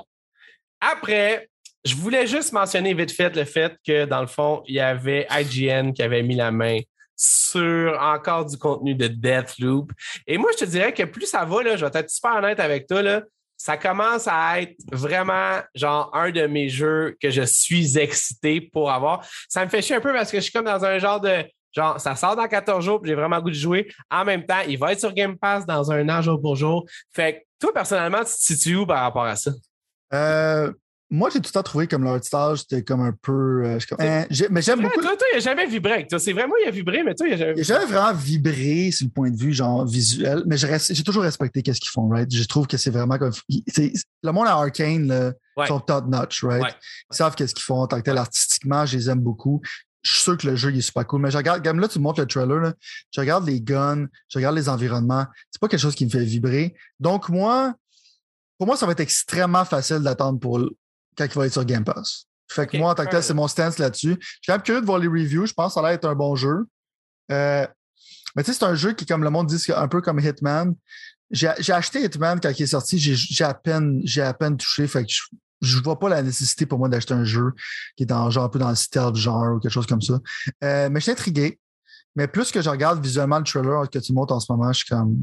Après, je voulais juste mentionner vite fait le fait que, dans le fond, il y avait I G N qui avait mis la main sur encore du contenu de Deathloop. Et moi, je te dirais que plus ça va, là, je vais être super honnête avec toi, là, ça commence à être vraiment genre un de mes jeux que je suis excité pour avoir. Ça me fait chier un peu parce que je suis comme dans un genre de... Genre, ça sort dans quatorze jours puis j'ai vraiment le goût de jouer. En même temps, il va être sur Game Pass dans un an jour pour jour. Fait que toi, personnellement, tu te situes où par rapport à ça? Euh... Moi, j'ai tout le temps trouvé comme leur stage, c'était comme un peu. Euh, comme, hein, mais j'aime vrai, beaucoup. Toi, toi, il n'a jamais vibré avec toi. C'est vrai, moi, il a vibré, mais toi, il n'a jamais. Il n'a jamais vraiment vibré sur le point de vue, genre visuel. Mais je reste, j'ai toujours respecté qu'est-ce qu'ils font, right? Je trouve que c'est vraiment comme. Le monde à Arcane, là, ouais. sont top notch, right? Ouais. Ils savent qu'est-ce qu'ils font en tant que tel artistiquement, je les aime beaucoup. Je suis sûr que le jeu il est super cool. Mais je regarde, comme là, tu me montres le trailer, là, je regarde les guns, je regarde les environnements. C'est pas quelque chose qui me fait vibrer. Donc, moi, pour moi, ça va être extrêmement facile d'attendre pour. Quand il va être sur Game Pass. Fait que okay. moi, en tant que tel, c'est mon stance là-dessus. Je suis quand même curieux de voir les reviews. Je pense que ça a l'air d'être un bon jeu. Euh, mais tu sais, c'est un jeu qui, comme le monde dit, c'est un peu comme Hitman. J'ai, j'ai acheté Hitman quand il est sorti. J'ai, j'ai, à, peine, j'ai à peine touché. Fait que je ne vois pas la nécessité pour moi d'acheter un jeu qui est dans, genre, un peu dans le stealth genre ou quelque chose comme ça. Euh, mais je suis intrigué. Mais plus que je regarde visuellement le trailer que tu montes en ce moment, je suis comme...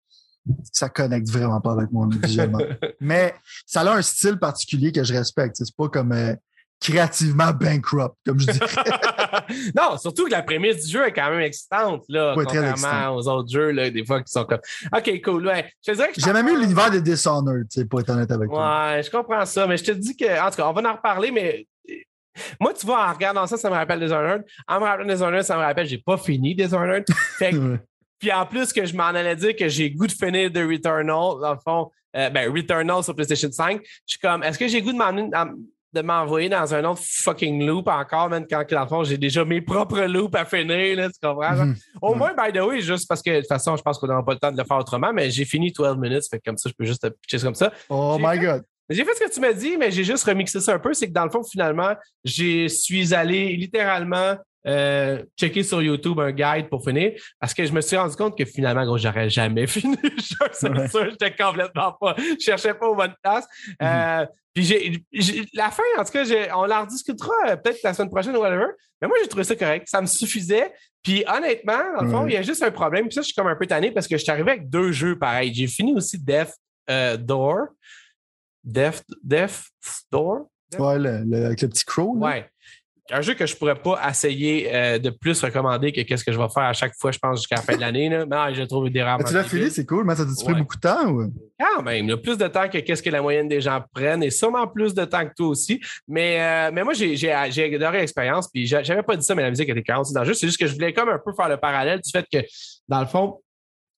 ça connecte vraiment pas avec moi visuellement. Mais ça a un style particulier que je respecte. C'est pas comme euh, créativement bankrupt, comme je dirais. Non, surtout que la prémisse du jeu est quand même excitante, là, ouais, contrairement aux autres jeux, là, des fois qui sont comme OK, cool. Ouais. Je te dirais que J'ai même eu l'univers de Dishonored, pour être honnête avec toi. Ouais, je comprends ça, mais je te dis que, en tout cas, on va en reparler, mais. Moi, tu vois, en regardant ça, ça me rappelle Dishonored. En me rappelant Dishonored, ça me rappelle, j'ai pas fini Dishonored. Fait que, puis en plus que je m'en allais dire que j'ai goût de finir The Returnal, dans le fond, euh, ben Returnal sur PlayStation cinq, je suis comme, est-ce que j'ai goût de, m'en, de m'envoyer dans un autre fucking loop encore, même quand dans le fond, j'ai déjà mes propres loops à finir, là, tu comprends? Mm-hmm. Au moins, by the way, juste parce que de toute façon, je pense qu'on n'aura pas le temps de le faire autrement, mais j'ai fini douze minutes, fait que comme ça, je peux juste te pitcher comme ça. Oh j'ai my fait, God! J'ai fait ce que tu m'as dit, mais j'ai juste remixé ça un peu, c'est que dans le fond, finalement, je suis allé littéralement Euh, checker sur YouTube un guide pour finir parce que je me suis rendu compte que finalement, gros, j'aurais jamais fini le jeu, c'est ouais. sûr, j'étais complètement pas, je cherchais pas aux bonnes places. Mm-hmm. Euh, puis j'ai, j'ai, la fin, en tout cas, j'ai, on la rediscutera euh, peut-être la semaine prochaine ou whatever, mais moi, j'ai trouvé ça correct, ça me suffisait. Puis honnêtement, dans le fond, il ouais. y a juste un problème, puis ça, je suis comme un peu tanné parce que je suis arrivé avec deux jeux pareils. J'ai fini aussi Death euh, Door. Death, Death Door? Death? Ouais, le, le, avec le petit crow. Là. Ouais. Un jeu que je pourrais pas essayer euh, de plus recommander que qu'est-ce que je vais faire à chaque fois, je pense, jusqu'à la fin de l'année. Là. Non, je trouve des rares. Tu l'as fini, c'est cool, mais ça t'a pris ouais. beaucoup de temps? Ou? Quand même. Là, plus de temps que qu'est-ce que la moyenne des gens prennent et sûrement plus de temps que toi aussi. Mais, euh, mais moi, j'ai, j'ai, j'ai adoré l'expérience. Puis j'avais pas dit ça, mais la musique était quarante dans le jeu. C'est juste que je voulais comme un peu faire le parallèle du fait que, dans le fond,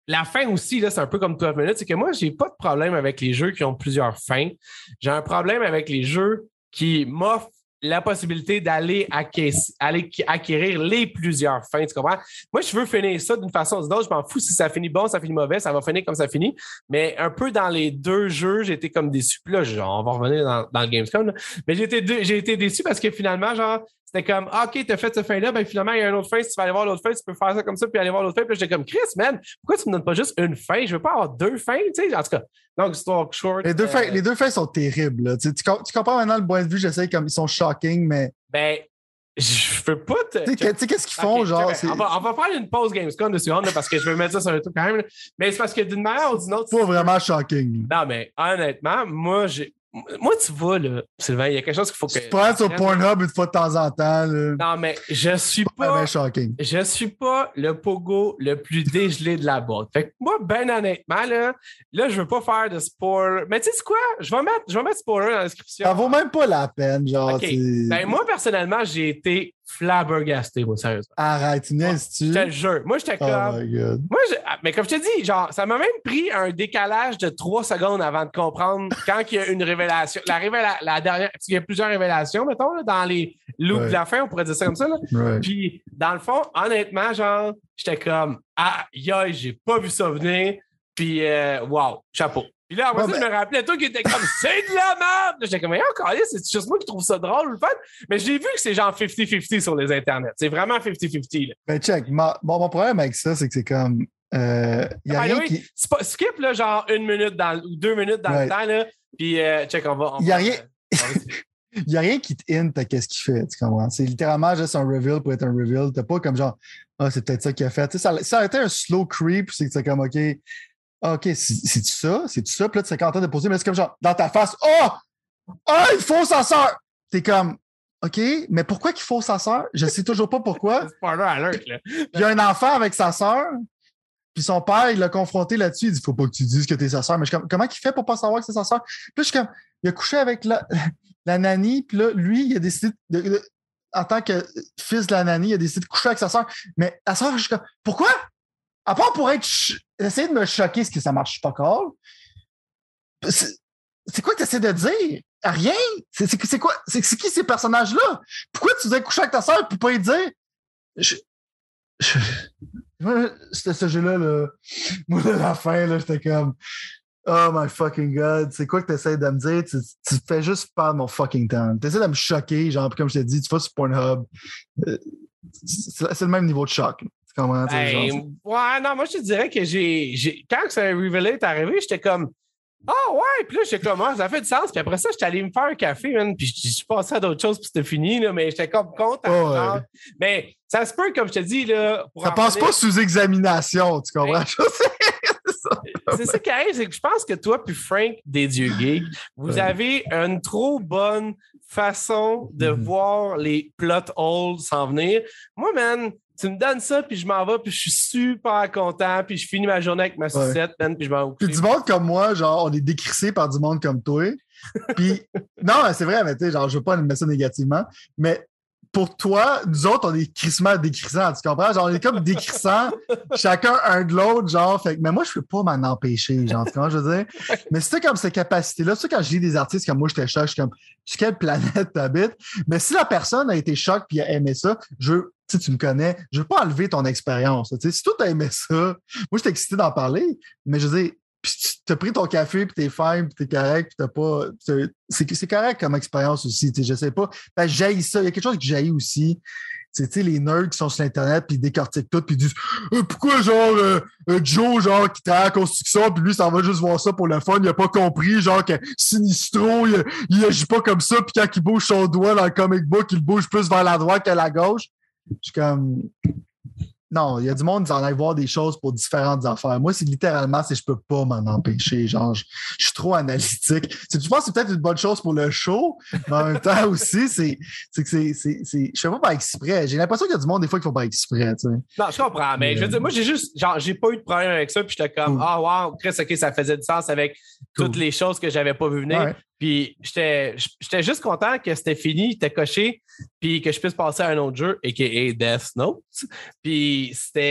la fin aussi, là, c'est un peu comme twelve minutes, c'est que moi, j'ai pas de problème avec les jeux qui ont plusieurs fins. J'ai un problème avec les jeux qui m'offrent la possibilité d'aller acquérir, aller acquérir les plusieurs fins, tu comprends? Moi, je veux finir ça d'une façon ou d'une autre. Je m'en fous si ça finit bon, ça finit mauvais, ça va finir comme ça finit. Mais un peu dans les deux jeux, j'ai été comme déçu. Puis là, genre, on va revenir dans, dans le Gamescom, là. Mais j'ai été, j'ai été déçu parce que finalement, genre, c'était comme, ah, OK, t'as fait cette fin-là, ben finalement, il y a une autre fin. Si tu vas aller voir l'autre fin, tu peux faire ça comme ça, puis aller voir l'autre fin. Puis là, j'étais comme, Chris, man, pourquoi tu me donnes pas juste une fin? Je veux pas avoir deux fins, tu sais. En tout cas, donc, histoire short. Les deux, euh... fins, les deux fins sont terribles, là. Tu, tu, tu comprends maintenant le point de vue, j'essaie comme ils sont shocking, mais. Ben, je peux pas te. Tu sais, qu'est-ce qu'ils font, okay, genre? On va, on va faire une pause Gamescom de secondes, parce que je vais mettre ça sur un truc quand même. Là. Mais c'est parce que d'une manière ou d'une autre. C'est pas vraiment shocking. Non, mais honnêtement, moi, j'ai. Moi, tu vois, là, Sylvain, il y a quelque chose qu'il faut que. Tu prends sur Pornhub une fois de temps en temps. Là. Non, mais je suis pas. pas shocking. Je suis pas le pogo le plus dégelé de la boîte. Fait que moi, ben honnêtement, là, là, je veux pas faire de spoiler. Mais tu sais quoi? Je vais mettre, je vais mettre spoiler dans la description. Ça vaut même pas la peine, genre. Okay. Ben, moi, personnellement, j'ai été flabbergasté, moi, sérieusement. Arrête, tu niaises-tu? Je te le jure. Moi, j'étais comme. Oh my God. Moi, je... mais comme je te dis, genre, ça m'a même pris un décalage de trois secondes avant de comprendre quand il y a une révélation. La, révéla... la dernière. Parce qu'il y a plusieurs révélations, mettons, là, dans les loops ouais. de la fin, on pourrait dire ça comme ça. Là. Ouais. Puis, dans le fond, honnêtement, genre, j'étais comme, ah, yo, j'ai pas vu ça venir. Puis, euh, wow, chapeau. Puis là, après ouais, ça, ben... je me rappelais tout qui était comme c'est de la merde! J'étais comme, encore là, c'est juste moi qui trouve ça drôle, le fun. Mais j'ai vu que c'est genre cinquante cinquante sur les internets. C'est vraiment cinquante cinquante. Ben, check. Ma... Bon, mon problème avec ça, c'est que c'est comme. Euh, y a ben, rien oui, qui... pas... Skip, là, genre une minute dans... ou deux minutes dans ouais. le temps, là. Puis, euh, check, on va. Il n'y a rien. Il n'y a rien qui te hint à qu'est-ce qu'il fait, tu comprends? C'est littéralement juste un reveal pour être un reveal. T'as pas comme genre, ah, c'est peut-être ça qu'il a fait. Tu sais, ça, ça a été un slow creep, c'est que c'est comme, OK. Ah, OK, c'est-tu ça? C'est-tu ça? Puis là, tu serais content de poser, mais c'est comme genre, dans ta face, oh! Ah, il faut sa sœur! T'es comme, OK, mais pourquoi qu'il faut sa sœur? Je sais toujours pas pourquoi. Spoiler alert, là. Il y a un enfant avec sa sœur, puis son père, il l'a confronté là-dessus. Il dit, faut pas que tu dises que t'es sa sœur. Mais je suis comme, comment il fait pour pas savoir que c'est sa sœur? Puis là, je suis comme, il a couché avec la, la nanny, puis là, lui, il a décidé de, de, en tant que fils de la nanny, il a décidé de coucher avec sa sœur. Mais la sœur, je suis comme, pourquoi? À part pour être ch- essayer de me choquer, ce que ça marche pas encore. C'est, c'est quoi que tu essaies de dire? Rien. C'est, c'est, c'est quoi? C'est, c'est qui ces personnages-là? Pourquoi tu disais coucher avec ta sœur et pas y dire? Je, je, moi, c'était ce jeu-là, là. Moi, à la fin, là, j'étais comme oh my fucking God, c'est quoi que tu essaies de me dire? Tu, tu fais juste perdre mon fucking temps. Tu essaies de me choquer, genre, comme je t'ai dit, tu vas sur Pornhub. C'est, c'est le même niveau de choc. Comment, ben, genre, ouais, non, moi, je te dirais que j'ai. j'ai quand ce Reveal est arrivé, j'étais comme. Ah oh, ouais, puis là, j'étais comme, ah, ça fait du sens. Puis après ça, j'étais allé me faire un café, man. Puis je suis passé à d'autres choses, puis c'était fini, là, mais j'étais comme content. Oh, ouais. Mais ça se peut, comme je te dis, là. Ça passe pas sous examination, tu comprends? Ben, c'est ça qui arrive, c'est que je pense que toi puis Frank des Dieux Geeks, vous ouais. avez une trop bonne façon de mm-hmm. voir les plot holes s'en venir. Moi, man, tu me donnes ça, puis je m'en vais, puis je suis super content, puis je finis ma journée avec ma sucette, ouais. man, puis je m'en vais. Puis du monde comme moi, genre, on est décrissé par du monde comme toi. Puis, non, c'est vrai, mais tu sais, genre, je veux pas mettre ça négativement, mais pour toi, nous autres, on est crissement décrissants, tu comprends? Genre, on est comme décrissants, chacun un de l'autre, genre, fait que, mais moi, je peux pas m'en empêcher, genre, tu comprends, je veux dire? Mais c'est comme cette capacité-là, tu sais, quand je lis des artistes comme moi, je te choque, je suis comme, sur quelle planète t'habites? Mais si la personne a été choquée puis a aimé ça, je veux, tu sais, tu me connais, je veux pas enlever ton expérience, tu sais. Si toi, t'as aimé ça, moi, je suis excité d'en parler, mais je veux dire, puis tu t'as pris ton café, puis t'es fine, puis t'es correct, puis t'as pas... C'est, c'est correct comme expérience aussi, tu sais, je sais pas. Ben, j'haïs ça. Il y a quelque chose que j'haïs aussi. C'est, tu sais, les nerds qui sont sur Internet, puis ils décortiquent tout, puis ils disent euh, « Pourquoi, genre, euh, Joe, genre, qui travaille en construction, puis lui, ça va juste voir ça pour le fun, il a pas compris, genre, que Sinistro, il, il agit pas comme ça, puis quand il bouge son doigt dans le comic book, il bouge plus vers la droite qu'à la gauche. » Je suis comme... Non, il y a du monde qui en aille voir des choses pour différentes affaires. Moi, c'est littéralement, c'est je peux pas m'en empêcher. Genre, je, je suis trop analytique. C'est, je pense que c'est peut-être une bonne chose pour le show, mais en même temps aussi, c'est, c'est que c'est, c'est, c'est, je fais pas par exprès. J'ai l'impression qu'il y a du monde des fois qui font par exprès, tu sais. Non, je comprends, mais, mais je veux dire, moi, j'ai juste, genre, j'ai pas eu de problème avec ça, puis j'étais comme, ah, cool. oh, wow, Chris, ok, ça faisait du sens avec cool. toutes les choses que j'avais pas vu venir. Ouais. Puis j'étais, j'étais juste content que c'était fini, c'était coché, puis que je puisse passer à un autre jeu, a k a. Death Note. Puis c'était,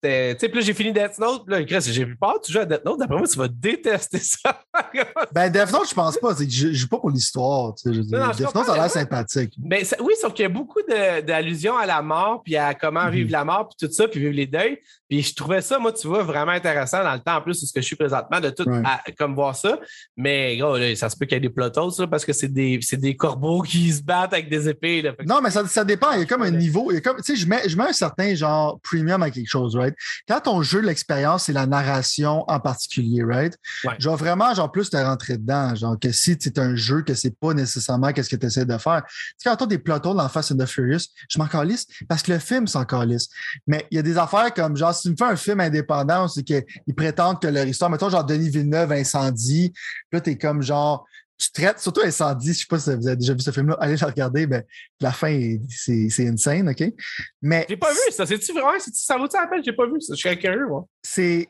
c'était. Tu sais, puis là, j'ai fini Death Note. Là, Chris, j'ai vu pas, tu joues à Death Note. D'après moi, tu vas détester ça. Ben, Death Note, je pense pas. C'est que je joue pas pour l'histoire. Tu sais, je non, non, Death Note, ça a l'air sympathique. Ben, ça, oui, sauf qu'il y a beaucoup de, d'allusions à la mort, puis à comment mm-hmm. vivre la mort, puis tout ça, puis vivre les deuils. Puis je trouvais ça, moi, tu vois, vraiment intéressant dans le temps, en plus, de ce que je suis présentement, de tout, ouais. à, comme voir ça. Mais, gros, là, ça se peut qu'il y ait des plot holes, ça, parce que c'est des, c'est des corbeaux qui se battent avec des épées. Là. Non, mais ça, ça dépend. Il y a comme un niveau. Il y a comme, tu sais, je mets, je mets un certain genre premium à quelque chose, right? Quand ton jeu, l'expérience, c'est la narration en particulier, right? Ouais. Genre vraiment, genre plus te rentrer dedans. Genre que si c'est un jeu que c'est pas nécessairement qu'est-ce que tu essaies de faire. Tu sais, quand tu as des plot holes dans Fast and the Furious, je m'en calisse parce que le film s'en calisse. Mais il y a des affaires comme genre, si tu me fais un film indépendant, c'est qu'ils prétendent que leur histoire, mettons genre Denis Villeneuve, Incendie, là, t'es comme genre, tu traites, surtout Incendie, je sais pas si vous avez déjà vu ce film-là, allez le regarder, ben, la fin, c'est, c'est insane, OK? Mais. J'ai pas vu ça, c'est-tu vraiment, c'est-tu, ça vaut-tu la peine? J'ai pas vu ça, je suis curieux, moi. C'est.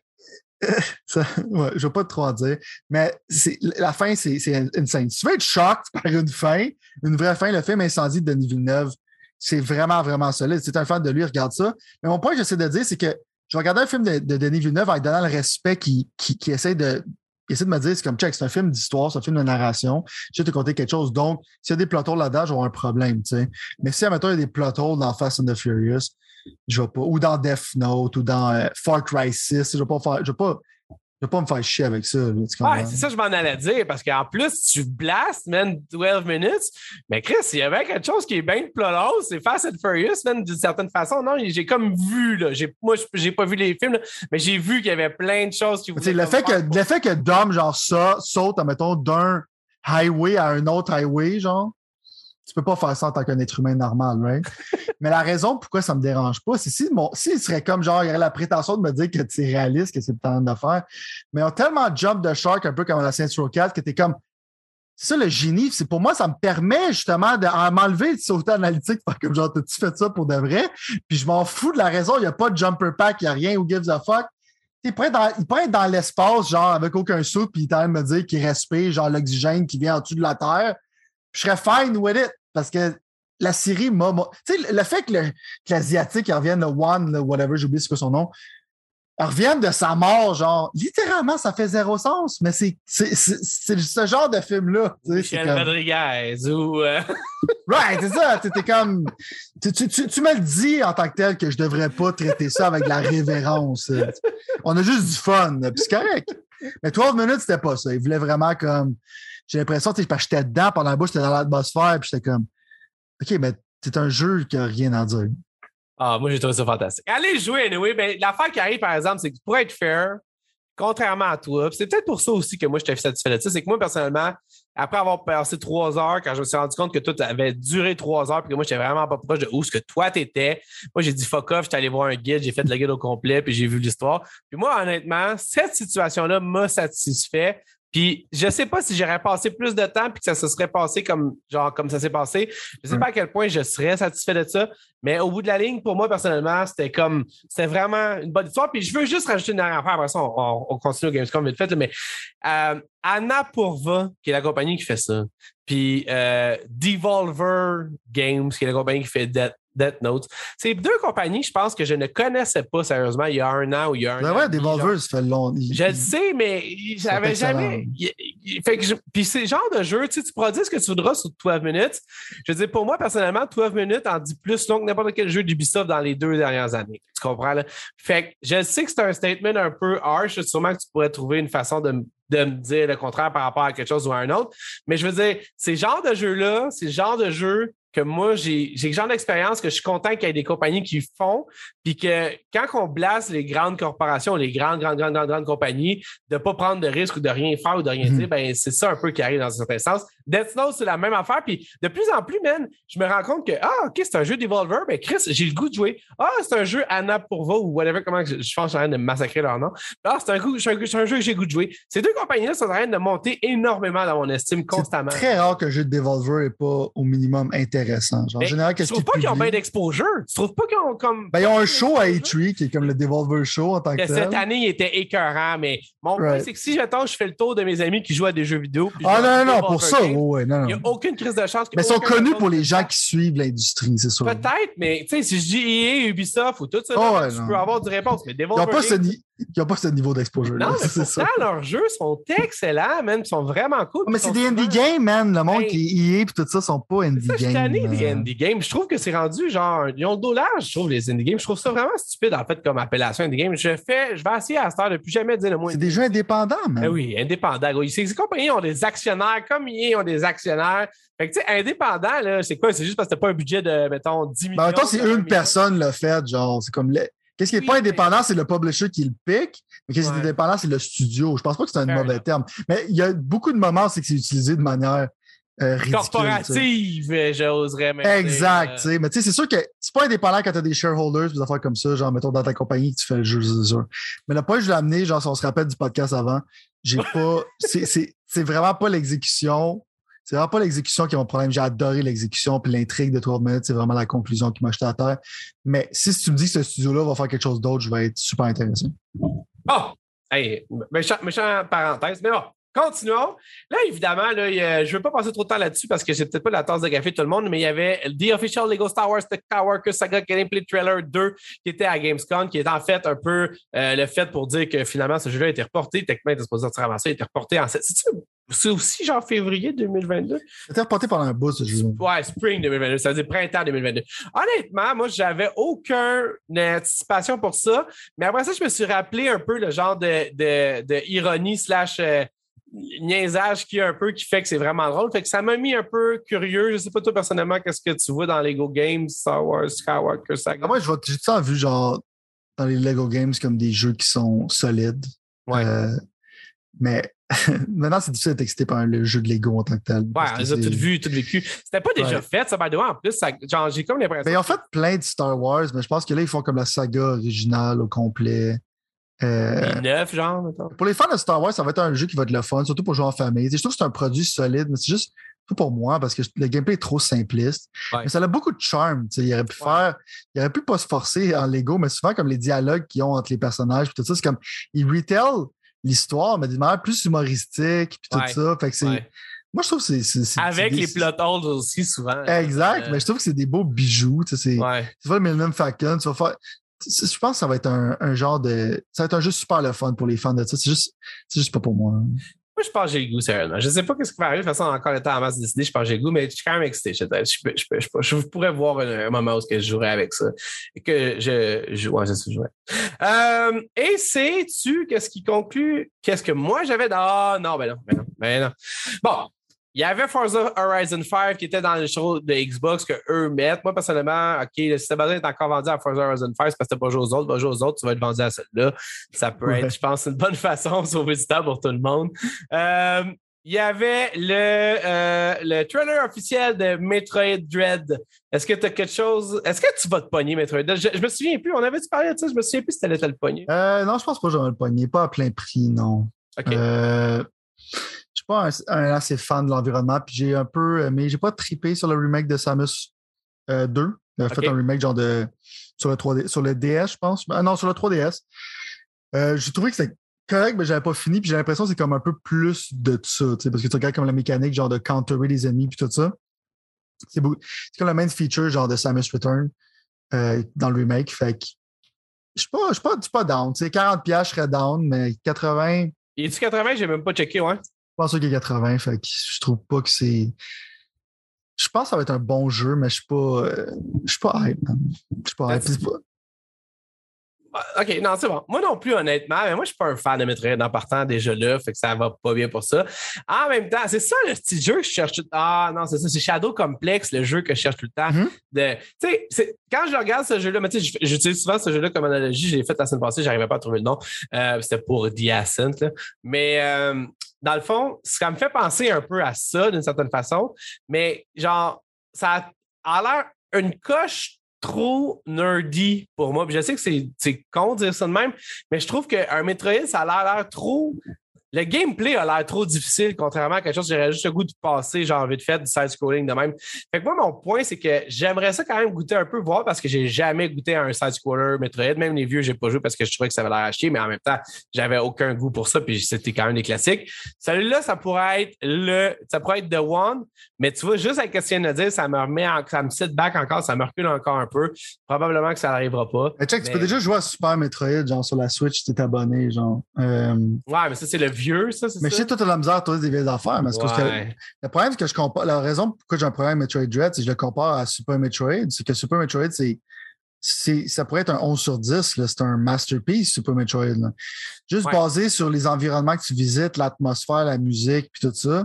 Ça, ouais, je vais pas trop en dire, mais c'est, la fin, c'est, c'est insane. Si tu veux être choqué par une fin, une vraie fin, le film Incendie de Denis Villeneuve, c'est vraiment, vraiment solide. Si tu es un fan de lui, regarde ça. Mais mon point que j'essaie de dire, c'est que je regardais un film de, de Denis Villeneuve en lui donnant le respect qui, qui, qui essaie de. Il essaie de me dire, c'est comme, check, c'est un film d'histoire, c'est un film de narration. Je vais te conter quelque chose. Donc, s'il y a des plot holes là-dedans, j'aurai un problème, tu sais. Mais si, admettons, il y a des plot holes dans Fast and the Furious, je vais pas, ou dans Death Note, ou dans euh, Far Cry six, je vais pas faire, je vais pas, je vais pas me faire chier avec ça. Là, ouais, c'est ça que je m'en allais dire, parce qu'en plus, tu blastes, man, douze minutes, mais Chris, il y avait quelque chose qui est bien plot, c'est Fast and Furious, man, d'une certaine façon. Non, j'ai comme vu, là, j'ai, moi, j'ai pas vu les films, là, mais j'ai vu qu'il y avait plein de choses qui voulaient. Le fait que, le fait que Dom, genre ça, saute, admettons, d'un highway à un autre highway, genre, tu peux pas faire ça en tant qu'un être humain normal, right? Mais la raison pourquoi ça me dérange pas, c'est si mon, s'il serait comme genre, il y aurait la prétention de me dire que c'est réaliste, que c'est le temps de faire, mais ils ont tellement jump de shark, un peu comme la Saints Row quatre, que t'es comme, c'est ça le génie, c'est pour moi, ça me permet justement de à m'enlever de sauter analytique, faire comme genre, t'as-tu fait ça pour de vrai? Puis je m'en fous de la raison, il n'y a pas de jumper pack, il n'y a rien, who gives a fuck. Il pourrait, dans, il pourrait être dans l'espace, genre, avec aucun saut, puis il est en train de me dire qu'il respire, genre, l'oxygène qui vient en dessous de la Terre. Je serais fine with it, parce que la série m'a... Tu sais, le fait que, le, que l'Asiatique, il revienne, le One, le whatever, j'ai oublié c'est quoi son nom, il revienne de sa mort, genre, littéralement, ça fait zéro sens, mais c'est, c'est, c'est, c'est ce genre de film-là. Michel comme... Rodriguez ou... Euh... right, c'est ça, t'es comme... Tu, tu, tu, tu me le dis en tant que tel que je devrais pas traiter ça avec de la révérence. On a juste du fun, puis c'est correct. Mais douze minutes, c'était pas ça. Il voulait vraiment comme... J'ai l'impression, tu sais, parce que j'étais dedans pendant la bouche, j'étais dans l'atmosphère, puis j'étais comme, OK, mais c'est un jeu qui n'a rien à dire. Ah, moi, j'ai trouvé ça fantastique. Allez jouer, anyway. Ben, l'affaire qui arrive, par exemple, c'est que pour être fair, contrairement à toi, c'est peut-être pour ça aussi que moi, je t'ai satisfait de ça, c'est que moi, personnellement, après avoir passé trois heures, quand je me suis rendu compte que tout avait duré trois heures, puis que moi, j'étais vraiment pas proche de où ce que toi, t'étais, moi, j'ai dit fuck off, j'étais allé voir un guide, j'ai fait le guide au complet, puis j'ai vu l'histoire. Puis moi, honnêtement, cette situation-là m'a satisfait. Puis je sais pas si j'aurais passé plus de temps puis que ça se serait passé comme genre comme ça s'est passé. Je sais pas à quel point je serais satisfait de ça, mais au bout de la ligne, pour moi personnellement, c'était comme c'était vraiment une bonne histoire. Puis je veux juste rajouter une dernière affaire, après ça, on, on continue au Gamescom vite fait, là, mais euh, Annapurna, qui est la compagnie qui fait ça, puis euh, Devolver Games, qui est la compagnie qui fait Death, Death Note. C'est deux compagnies, je pense, que je ne connaissais pas sérieusement il y a un an ou il y a un ben an. Ouais, Devolver, ça fait longtemps. Je le sais, mais j'avais jamais. Il, il, fait que je, puis c'est le genre de jeu, tu sais, tu produis ce que tu voudras sur douze minutes. Je veux dire, pour moi, personnellement, douze minutes en dit plus long que n'importe quel jeu d'Ubisoft dans les deux dernières années. Tu comprends, là? Fait que je sais que c'est un statement un peu harsh. Sûrement que tu pourrais trouver une façon de de me dire le contraire par rapport à quelque chose ou à un autre. Mais je veux dire, ces genres de jeux-là, c'est le genre de jeu que moi, j'ai, j'ai le genre d'expérience que je suis content qu'il y ait des compagnies qui font, puis que quand on blasse les grandes corporations, les grandes, grandes, grandes, grandes, grandes compagnies, de ne pas prendre de risques ou de rien faire ou de rien dire, mm-hmm. ben c'est ça un peu qui arrive dans un certain sens. Death Note, c'est la même affaire, puis de plus en plus, man, je me rends compte que, ah, OK, c'est un jeu Devolver, ben Chris, j'ai le goût de jouer. Ah, c'est un jeu Annapurna ou whatever, comment je, je pense que je suis en train de massacrer leur nom. Ah, c'est un, goût, c'est, un, c'est un jeu que j'ai le goût de jouer. Ces deux compagnies-là sont en train de monter énormément dans mon estime constamment. C'est très rare qu'un jeu de Devolver n'ait pas au minimum intérêt intéressant. Genre, en Mais général, tu trouves pas qu'ils ont bien d'exposure? Tu trouves pas qu'ils ont comme. Ben, ils ont un show à A trois qui est comme le Devolver Show en tant que, que tel. Cette année, il était écœurant, mais mon right. point, c'est que si j'attends, je fais le tour de mes amis qui jouent à des jeux vidéo. Ah non, non, non, pour ça, Games, ouais, non, non. Il n'y a aucune crise de chance. Mais ils sont connus pour les gens qui suivent l'industrie, c'est sûr. Peut-être, mais tu sais, si je dis E A, Ubisoft ou tout ça, oh, là, ouais, tu non. peux avoir des réponses. Mais Devolver Games, pas ni... Ils n'ont pas ce niveau d'exposure. Non, là, mais c'est pourtant, ça. leurs jeux sont excellents, man. Ils sont vraiment cool. Oh, mais c'est des souvent... indie games, man. Le monde hey. qui est E A et tout ça sont pas indie games. Je suis tanné des indie games. Je trouve que c'est rendu genre. Ils ont le dos large, je trouve, les indie games. Je trouve ça vraiment stupide, en fait, comme appellation indie game. Je fais, je vais essayer à cette heure de plus jamais dire le mot. C'est des jeux indépendants, man. Ben oui, indépendants. Ces, ces compagnies ont des actionnaires, comme E A ont des actionnaires. Fait que, tu sais, indépendant, là, c'est quoi? C'est juste parce que t'as pas un budget de, mettons, dix millions. Ben, mettons, c'est une personne l'a fait, genre, c'est comme. Le... Qu'est-ce qui n'est oui, pas indépendant, mais... c'est le publisher qui le pique. Mais qu'est-ce qui ouais. est indépendant, c'est le studio. Je pense pas que c'est un Fair mauvais enough. terme. Mais il y a beaucoup de moments où c'est que c'est utilisé de manière euh, ridicule. Corporative, j'oserais même Exact. dire. Mais tu sais, c'est sûr que c'est pas indépendant quand tu as des shareholders, des affaires comme ça, genre, mettons, dans ta compagnie, que tu fais le jeu, c'est sûr. Mais le point que je l'ai amené, genre, si on se rappelle du podcast avant, j'ai pas. c'est, c'est, c'est vraiment pas l'exécution. C'est vraiment pas l'exécution qui est mon problème. J'ai adoré l'exécution puis l'intrigue de twelve minutes, c'est vraiment la conclusion qui m'a jeté à terre. Mais si tu me dis que ce studio-là va faire quelque chose d'autre, je vais être super intéressé. Oh! Hey, méchant, méchant parenthèse, mais bon, continuons. Là, évidemment, là, a, je ne veux pas passer trop de temps là-dessus parce que j'ai peut-être pas la tasse de café de tout le monde, mais il y avait The Official Lego Star Wars The Skywalker Saga Gameplay Trailer deux qui était à Gamescom, qui est en fait un peu euh, le fait pour dire que finalement, ce jeu-là a été reporté. Techniquement, il était supposé sortir avant ça, il a été reporté en sept. C'est-tu C'est aussi genre février deux mille vingt-deux. C'était reporté pendant un bout, ce jeu. Ouais, spring deux mille vingt-deux, ça veut dire printemps deux mille vingt-deux. Honnêtement, moi, j'avais aucune anticipation pour ça. Mais après ça, je me suis rappelé un peu le genre de, de, de ironie slash euh, niaisage qu'il y a un peu qui fait que c'est vraiment drôle. Fait que ça m'a mis un peu curieux. Je sais pas toi, personnellement, qu'est-ce que tu vois dans Lego Games, Star Wars, Skywalker Saga? Ah, moi, je vois, j'ai tout ça vu genre dans les Lego Games comme des jeux qui sont solides. Ouais. Euh, mais maintenant, c'est difficile d'être excité par le jeu de Lego en tant que tel. Ouais, on les a tout vu, tout vécu. C'était pas déjà ouais. fait, ça, by the way. En plus, ça, genre, j'ai comme l'impression. Mais ils ont fait plein de Star Wars, mais je pense que là, ils font comme la saga originale au complet. Euh, neuf, genre, mettons. Pour les fans de Star Wars, ça va être un jeu qui va être le fun, surtout pour jouer en famille. Je trouve que c'est un produit solide, mais c'est juste tout pour moi parce que le gameplay est trop simpliste. Ouais. Mais ça a beaucoup de charme. Il aurait pu ouais. faire, il aurait pu pas se forcer en Lego, mais souvent, comme les dialogues qu'ils ont entre les personnages, puis tout ça, c'est comme, ils retell l'histoire, mais d'une manière plus humoristique, puis tout ouais. ça. Fait que c'est. Ouais. Moi, je trouve que c'est. c'est, c'est Avec des... les plot holes aussi, souvent. Exact, euh... mais je trouve que c'est des beaux bijoux. Tu sais, c'est, ouais. tu vois le Millennium Falcon, tu vas faire. Je pense que ça va être un, un genre de. Ça va être un jeu super le fun pour les fans de ça. C'est juste, c'est juste pas pour moi. Hein. Moi, je pense que j'ai le goût, sérieusement. Je sais pas ce qui va arriver. De toute façon, encore le temps en masse de décider. Je pense que j'ai le goût, mais je suis quand même excité. Je, je, je, je, je, je pourrais voir un, un moment où je jouerais avec ça. Et que je. je ouais, c'est ça, je jouerais. Euh, et sais-tu qu'est-ce qui conclut? Qu'est-ce que moi j'avais dans. Ah, non, ben non, ben non, ben non. Bon. Il y avait Forza Horizon cinq qui était dans le show de Xbox qu'eux mettent. Moi, personnellement, OK, si ta besoin est encore vendu à Forza Horizon cinq, c'est parce que tu n'as pas joué aux autres. Tu vas jouer aux autres, tu vas être vendu à celle-là. Ça peut ouais. être, je pense, une bonne façon de sauver du temps pour tout le monde. Euh, il y avait le, euh, le trailer officiel de Metroid Dread. Est-ce que tu as quelque chose... Est-ce que tu vas te pogner, Metroid Dread? Je, je me souviens plus. On avait-tu parlé de ça? Je me souviens plus si tu allais te le pogner. Euh, non, je pense pas que j'aurais le pogner. Pas à plein prix, non. OK. Euh... Je suis pas un, un assez fan de l'environnement, puis j'ai un peu, mais j'ai pas trippé sur le remake de Samus euh, deux. Il a okay. fait un remake genre de sur le trois D, sur le D S, je pense. Ah non, sur le trois D S. Euh, j'ai trouvé que c'était correct, mais j'avais pas fini, puis j'ai l'impression que c'est comme un peu plus de ça, tu sais, parce que tu regardes comme la mécanique genre de counterer les ennemis puis tout ça. C'est, beau, c'est comme le main feature genre de Samus Return euh, dans le remake. Fait que je suis pas, je suis pas, je suis pas down. Tu sais, quarante dollars, je serais down, mais quatre-vingts. Il est-tu quatre-vingts? J'ai même pas checké, ouais. Je pense qu'il y a quatre-vingts, fait que je trouve pas que c'est. Je pense que ça va être un bon jeu, mais je suis pas. Euh... Je suis pas hype, man. Je suis pas hype. C'est pas... OK, non, c'est bon. Moi non plus, honnêtement, mais moi, je suis pas un fan de Metroid en partant déjà là, fait que ça va pas bien pour ça. En même temps, c'est ça le petit jeu que je cherche tout le temps. Ah non, c'est ça, c'est Shadow Complex, le jeu que je cherche tout le temps. Mm-hmm. De... Tu sais, quand je regarde ce jeu-là, mais tu sais, j'utilise souvent ce jeu-là comme analogie, je l'ai fait la semaine passée, j'arrivais pas à trouver le nom. Euh, c'était pour The Ascent, là. Mais euh, dans le fond, ça me fait penser un peu à ça d'une certaine façon, mais genre, ça a l'air une coche trop nerdy pour moi. Puis je sais que c'est, c'est con de dire ça de même, mais je trouve qu'un Metroid, ça a l'air trop le gameplay a l'air trop difficile, contrairement à quelque chose que j'aurais juste le goût de passer, genre vite fait, du side-scrolling de même. Fait que moi, mon point, c'est que j'aimerais ça quand même goûter un peu, voir, parce que j'ai jamais goûté à un side-scroller Metroid. Même les vieux, j'ai pas joué parce que je trouvais que ça avait l'air à chier, mais en même temps, j'avais aucun goût pour ça, puis c'était quand même des classiques. Celui-là, ça pourrait être le, ça pourrait être The One, mais tu vois, juste avec ce que tu viens de dire, ça me remet, en, ça me sit back encore, ça me recule encore un peu. Probablement que ça n'arrivera pas. Mais check, mais... tu peux déjà jouer à Super Metroid, genre sur la Switch, si t'es abonné, genre. Euh... Ouais, mais ça, c'est le vieux, ça, c'est mais ça? je sais que toi, t'as de la misère à trouver des vieilles affaires, mais c'est ouais. parce que le problème, c'est que je compare, la raison pourquoi j'ai un problème avec Metroid Dread, c'est que je le compare à Super Metroid, c'est que Super Metroid, c'est, c'est ça pourrait être un onze sur dix, là, c'est un masterpiece, Super Metroid, là. Juste ouais. basé sur les environnements que tu visites, l'atmosphère, la musique, puis tout ça.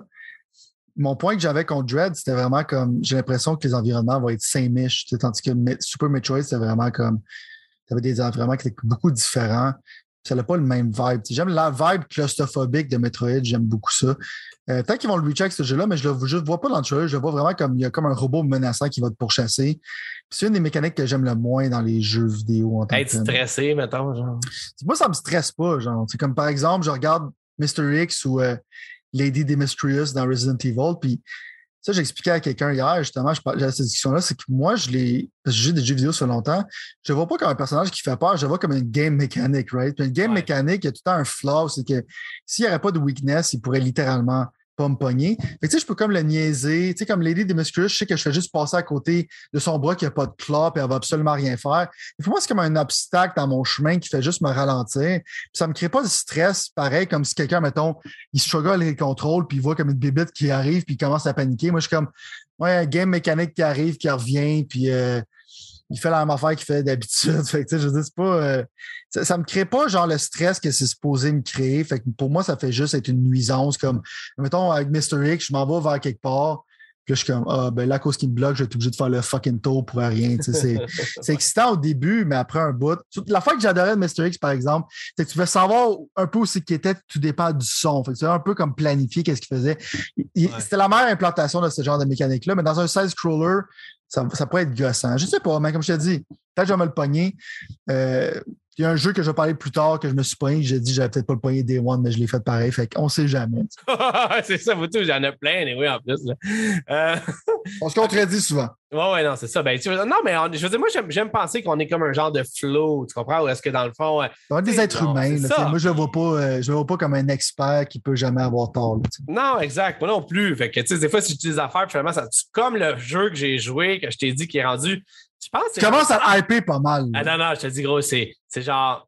Mon point que j'avais contre Dread, c'était vraiment comme, j'ai l'impression que les environnements vont être saint-miches, tandis que Super Metroid, c'était vraiment comme, t'avais des environnements qui étaient beaucoup différents. Ça n'a pas le même vibe. T'sais, j'aime la vibe claustrophobique de Metroid. J'aime beaucoup ça. Euh, peut-être qu'ils vont le recheck ce jeu-là, mais je ne le vois pas dans le trailer. Je le vois vraiment comme il y a comme un robot menaçant qui va te pourchasser. Puis c'est une des mécaniques que j'aime le moins dans les jeux vidéo. En tant être stressé, mettons. Genre. Moi, ça me stresse pas. Genre. C'est comme par exemple, je regarde mister X ou euh, Lady Demetrius dans Resident Evil. Puis ça, j'expliquais à quelqu'un hier, justement, je parlais de cette discussion-là, c'est que moi, je l'ai, parce que j'ai des jeux vidéo ça fait longtemps, je ne vois pas comme un personnage qui fait peur, je le vois comme une game mécanique, right? Puis une game ouais. mécanique, il y a tout le temps un flaw, c'est que s'il n'y aurait pas de weakness, il pourrait littéralement pas me pogner. Fait que tu sais, je peux comme le niaiser, tu sais, comme Lady Demetrius, je sais que je fais juste passer à côté de son bras qui n'a pas de claw et elle va absolument rien faire. Et pour moi, c'est comme un obstacle dans mon chemin qui fait juste me ralentir. Puis ça me crée pas de stress, pareil, comme si quelqu'un, mettons, il struggle les contrôles puis il voit comme une bébite qui arrive puis il commence à paniquer. Moi, je suis comme, ouais, un game mécanique qui arrive, qui revient, puis euh, il fait la même affaire qu'il fait d'habitude. Fait que, tu sais, je veux dire, c'est pas, euh, ça, ça me crée pas, genre, le stress que c'est supposé me créer. Fait que pour moi, ça fait juste être une nuisance. Comme, mettons, avec mister X, je m'en vais vers quelque part. Puis là, je suis comme, ah, ben là, à cause qu'il me bloque, je vais être obligé de faire le fucking tour pour rien. Tu sais, c'est, c'est excitant au début, mais après un bout. La fois que j'adorais de mister X, par exemple, c'est que tu veux savoir un peu où c'est qu'il était, tout dépend du son. Fait que c'est un peu comme planifier qu'est-ce qu'il faisait. Il, ouais. C'était la meilleure implantation de ce genre de mécanique-là, mais dans un side-scroller, ça, ça pourrait être gossant. Je sais pas, mais comme je te dis, peut-être que je vais me le pogner. Euh, il y a un jeu que je vais parler plus tard que je me suis pogné, j'ai dit que j'avais peut-être pas le pogné Day One, mais je l'ai fait pareil. Fait qu'on sait jamais. C'est ça, vous tous, j'en ai plein, et oui, en plus. Là. Euh... On se contredit souvent. Ouais, ouais, non, c'est ça. Ben, tu veux... Non, mais on... je veux dire, moi, j'aime, j'aime penser qu'on est comme un genre de flow, tu comprends? Ou est-ce que dans le fond. Euh... On est des êtres non, humains. Là, moi, je ne le vois pas, euh, je le vois pas comme un expert qui peut jamais avoir tort. Là, non, exact. Moi non plus. Fait que, tu sais, des fois, si je dis des affaires, puis finalement, ça... comme le jeu que j'ai joué, que je t'ai dit qui est rendu. Je pense que. Tu commences à te hyper pas mal. Ah, non, non, je te dis, gros, c'est, c'est genre.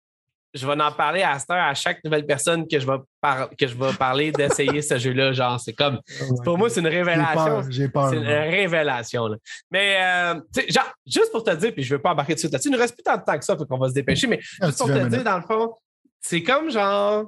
Je vais en parler à cette heure à chaque nouvelle personne que je vais, par... que je vais parler d'essayer ce jeu-là. Genre, c'est comme. Oh, pour moi, c'est une révélation. J'ai peur. J'ai peur c'est une ouais. révélation. Là. Mais, euh, tu sais, genre, juste pour te dire, puis je ne veux pas embarquer tout de suite là-dessus, il ne reste plus tant de temps que ça, faut qu'on va se dépêcher, mais ah, juste pour te dire, dans le fond, c'est comme genre.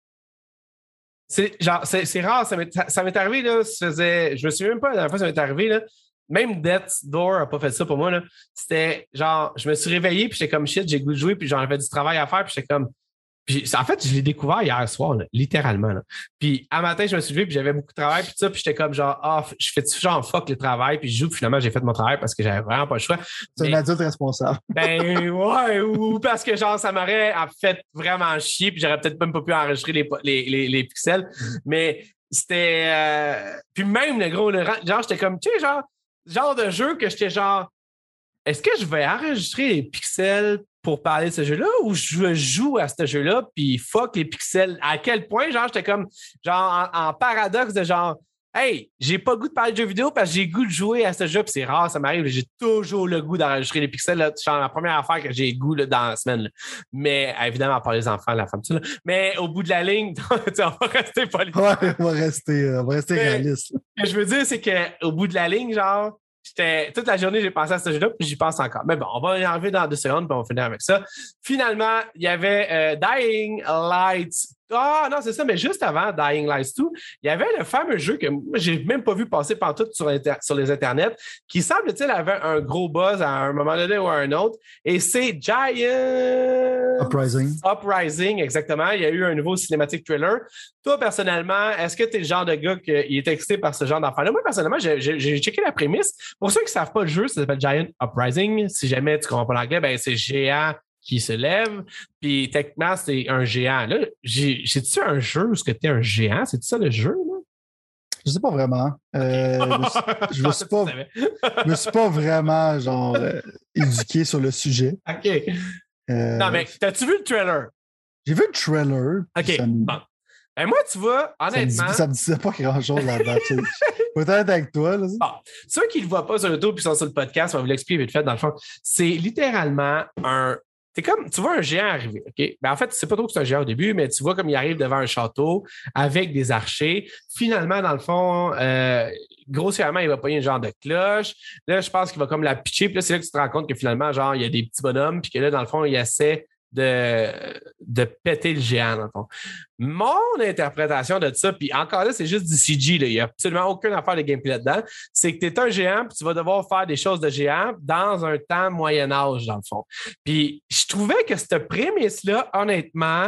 C'est genre, c'est, c'est rare, ça m'est, ça m'est arrivé, là, ça faisait. Je me souviens même pas la dernière fois ça m'est arrivé, là. Même Death's Door n'a pas fait ça pour moi, là. C'était genre, je me suis réveillé, puis j'étais comme shit, j'ai goût de jouer, puis j'en avais du travail à faire, puis j'étais comme. Puis, en fait, je l'ai découvert hier soir, là, littéralement. Là. Puis, à matin, je me suis levé, puis j'avais beaucoup de travail, puis ça, puis j'étais comme genre, ah, oh, je fais genre fuck le travail, puis je joue, puis finalement, j'ai fait mon travail parce que j'avais vraiment pas le choix. C'est mais, un adulte responsable. Ben, ouais, ou parce que genre, ça m'aurait fait vraiment chier, puis j'aurais peut-être même pas pu enregistrer les, les, les, les pixels. Mais c'était. Euh... Puis même, le gros, le, genre, j'étais comme, tu sais, genre, genre de jeu que j'étais genre, est-ce que je vais enregistrer les pixels pour parler de ce jeu-là ou je joue à ce jeu-là puis fuck les pixels? À quel point, genre, j'étais comme, genre, en, en paradoxe de genre, hey, j'ai pas le goût de parler de jeux vidéo parce que j'ai le goût de jouer à ce jeu, puis c'est rare, ça m'arrive, j'ai toujours le goût d'enregistrer les pixels, là, c'est la première affaire que j'ai le goût là, dans la semaine. Là. Mais, évidemment, à part les enfants, la femme, tout ça, là. Mais au bout de la ligne, on va rester politique. Ouais, on va rester, on va rester réaliste. Ce que je veux dire, c'est qu'au bout de la ligne, genre, J'étais, toute la journée, j'ai pensé à ce jeu-là, puis j'y pense encore. Mais bon, on va y arriver dans deux secondes, puis on va finir avec ça. Finalement, il y avait euh, Dying Light. Ah non, c'est ça, mais juste avant Dying Light deux, il y avait le fameux jeu que moi, j'ai même pas vu passer pantoute sur, inter- sur les internets, qui semble-t-il avait un gros buzz à un moment donné ou à un autre, et c'est Giant Uprising. Uprising, exactement. Il y a eu un nouveau cinématique trailer. Toi, personnellement, est-ce que tu es le genre de gars qui est excité par ce genre d'affaires-là? Moi, personnellement, j'ai, j'ai, j'ai checké la prémisse. Pour ceux qui ne savent pas le jeu, ça s'appelle Giant Uprising. Si jamais tu ne comprends pas l'anglais, ben c'est géant qui se lève, puis techniquement, c'est un géant. Là, j'ai, j'ai-tu un jeu où est-ce que t'es un géant? C'est ça le jeu, là? Je sais pas vraiment. Euh, je me suis pas, je me suis pas vraiment genre euh, éduqué sur le sujet. OK. Euh, non, mais t'as-tu vu le trailer? J'ai vu le trailer. OK. Me... Bon. Ben moi, tu vois, honnêtement... Ça me, dis, ça me disait pas grand-chose là-dedans. Peut-être avec toi. Là. Bon. Ceux qui le voient pas sur YouTube et sont sur le podcast, on va vous l'expliquer vite fait. Dans le fond, c'est littéralement un... C'est comme, tu vois un géant arriver, OK? Ben en fait, tu sais pas trop que c'est un géant au début, mais tu vois comme il arrive devant un château avec des archers. Finalement, dans le fond, euh, grossièrement, il va pogner un genre de cloche. Là, je pense qu'il va comme la pitcher. Puis là, c'est là que tu te rends compte que finalement, genre, il y a des petits bonhommes, puis que là, dans le fond, il essaie de, de péter le géant, dans le fond. Mon interprétation de ça, puis encore là, c'est juste du C G, là. Il n'y a absolument aucune affaire de gameplay là-dedans, c'est que tu es un géant, puis tu vas devoir faire des choses de géant dans un temps Moyen-Âge, dans le fond. Puis je trouvais que cette prémisse-là, honnêtement,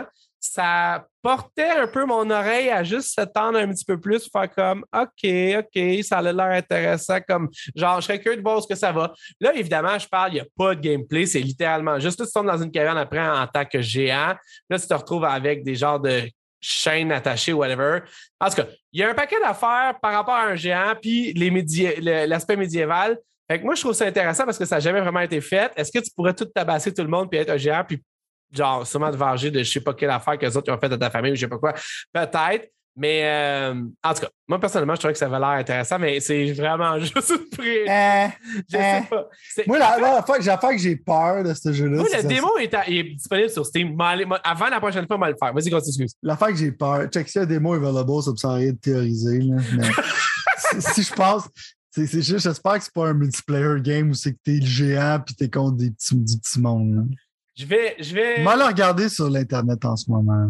ça portait un peu mon oreille à juste se tendre un petit peu plus, faire comme OK, OK, ça a l'air intéressant, comme genre, je serais curieux de voir ce que ça va. Là, évidemment, je parle, il n'y a pas de gameplay, c'est littéralement juste là, tu tombes dans une caverne après en tant que géant. Là, tu te retrouves avec des genres de chaînes attachées, whatever. En tout cas, il y a un paquet d'affaires par rapport à un géant, puis les médi- l'aspect médiéval. Fait que moi, je trouve ça intéressant parce que ça n'a jamais vraiment été fait. Est-ce que tu pourrais tout tabasser tout le monde puis être un géant, puis genre, sûrement te venger de je sais pas quelle affaire que les autres ont fait à ta famille ou je sais pas quoi. Peut-être. Mais euh, en tout cas, moi, personnellement, je trouvais que ça avait l'air intéressant, mais c'est vraiment juste une prise. Euh, je euh, sais pas. C'est... Moi, la, la, fois, la fois que j'ai peur de ce jeu-là. Moi, le démo est, à, est disponible sur Steam. Avant la prochaine fois, on va le faire. Vas-y, continue. La fois que j'ai peur. Check si le démo est available, ça me sert à rien de théoriser. Là, mais si, si je pense. C'est, c'est juste, j'espère que c'est pas un multiplayer game où c'est que t'es le géant puis t'es contre des petits, des petits mondes. Là. Je vais. Je vais. Moi, le regarder sur l'Internet en ce moment.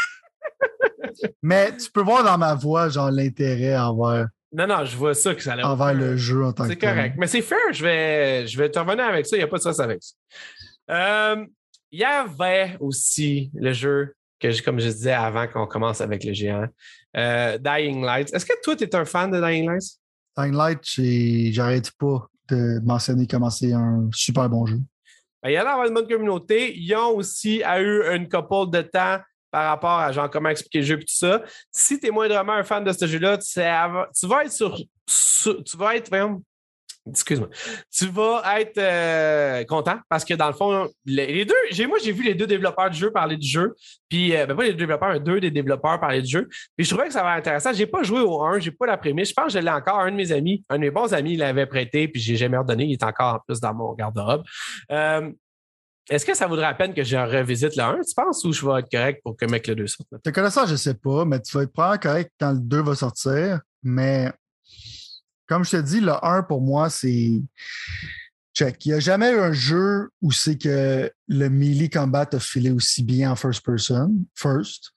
Mais tu peux voir dans ma voix, genre, l'intérêt envers. Non, non, je vois ça que ça allait. Envers le jeu en tant c'est que tel. C'est correct. Mais c'est fair, je vais, je vais te revenir avec ça. Il n'y a pas de stress avec ça. Euh, il y avait aussi le jeu que, je, comme je disais avant qu'on commence avec le géant, euh, Dying Light. Est-ce que toi, tu es un fan de Dying Light? Dying Light, j'arrête pas de mentionner comment c'est un super bon jeu. Ben, il y a l'air d'avoir une bonne communauté. Ils ont aussi eu une couple de temps par rapport à genre comment expliquer le jeu et tout ça. Si tu es moindrement un fan de ce jeu-là, tu, sais, tu vas être sur, sur. Tu vas être. Voyons, excuse-moi. Tu vas être euh, content parce que dans le fond, les, les deux. J'ai, moi, j'ai vu les deux développeurs du jeu parler du jeu. Puis, euh, ben pas les deux développeurs, mais deux des développeurs parler du jeu. Puis, je trouvais que ça va être intéressant. J'ai pas joué au un, j'ai pas la prémisse. Je pense que je l'ai encore. Un de mes amis, un de mes bons amis, il l'avait prêté, puis j'ai jamais redonné. Il est encore en plus dans mon garde-robe. Euh, Est-ce que ça vaudrait la peine que je revisite le un, tu penses, ou je vais être correct pour que mec le deux sorte? Te connaissant, je sais pas, mais tu vas être probablement correct quand le deux va sortir. Mais comme je te dis, le un, pour moi, c'est check. Il n'y a jamais eu un jeu où c'est que le melee combat a filé aussi bien en first person, first.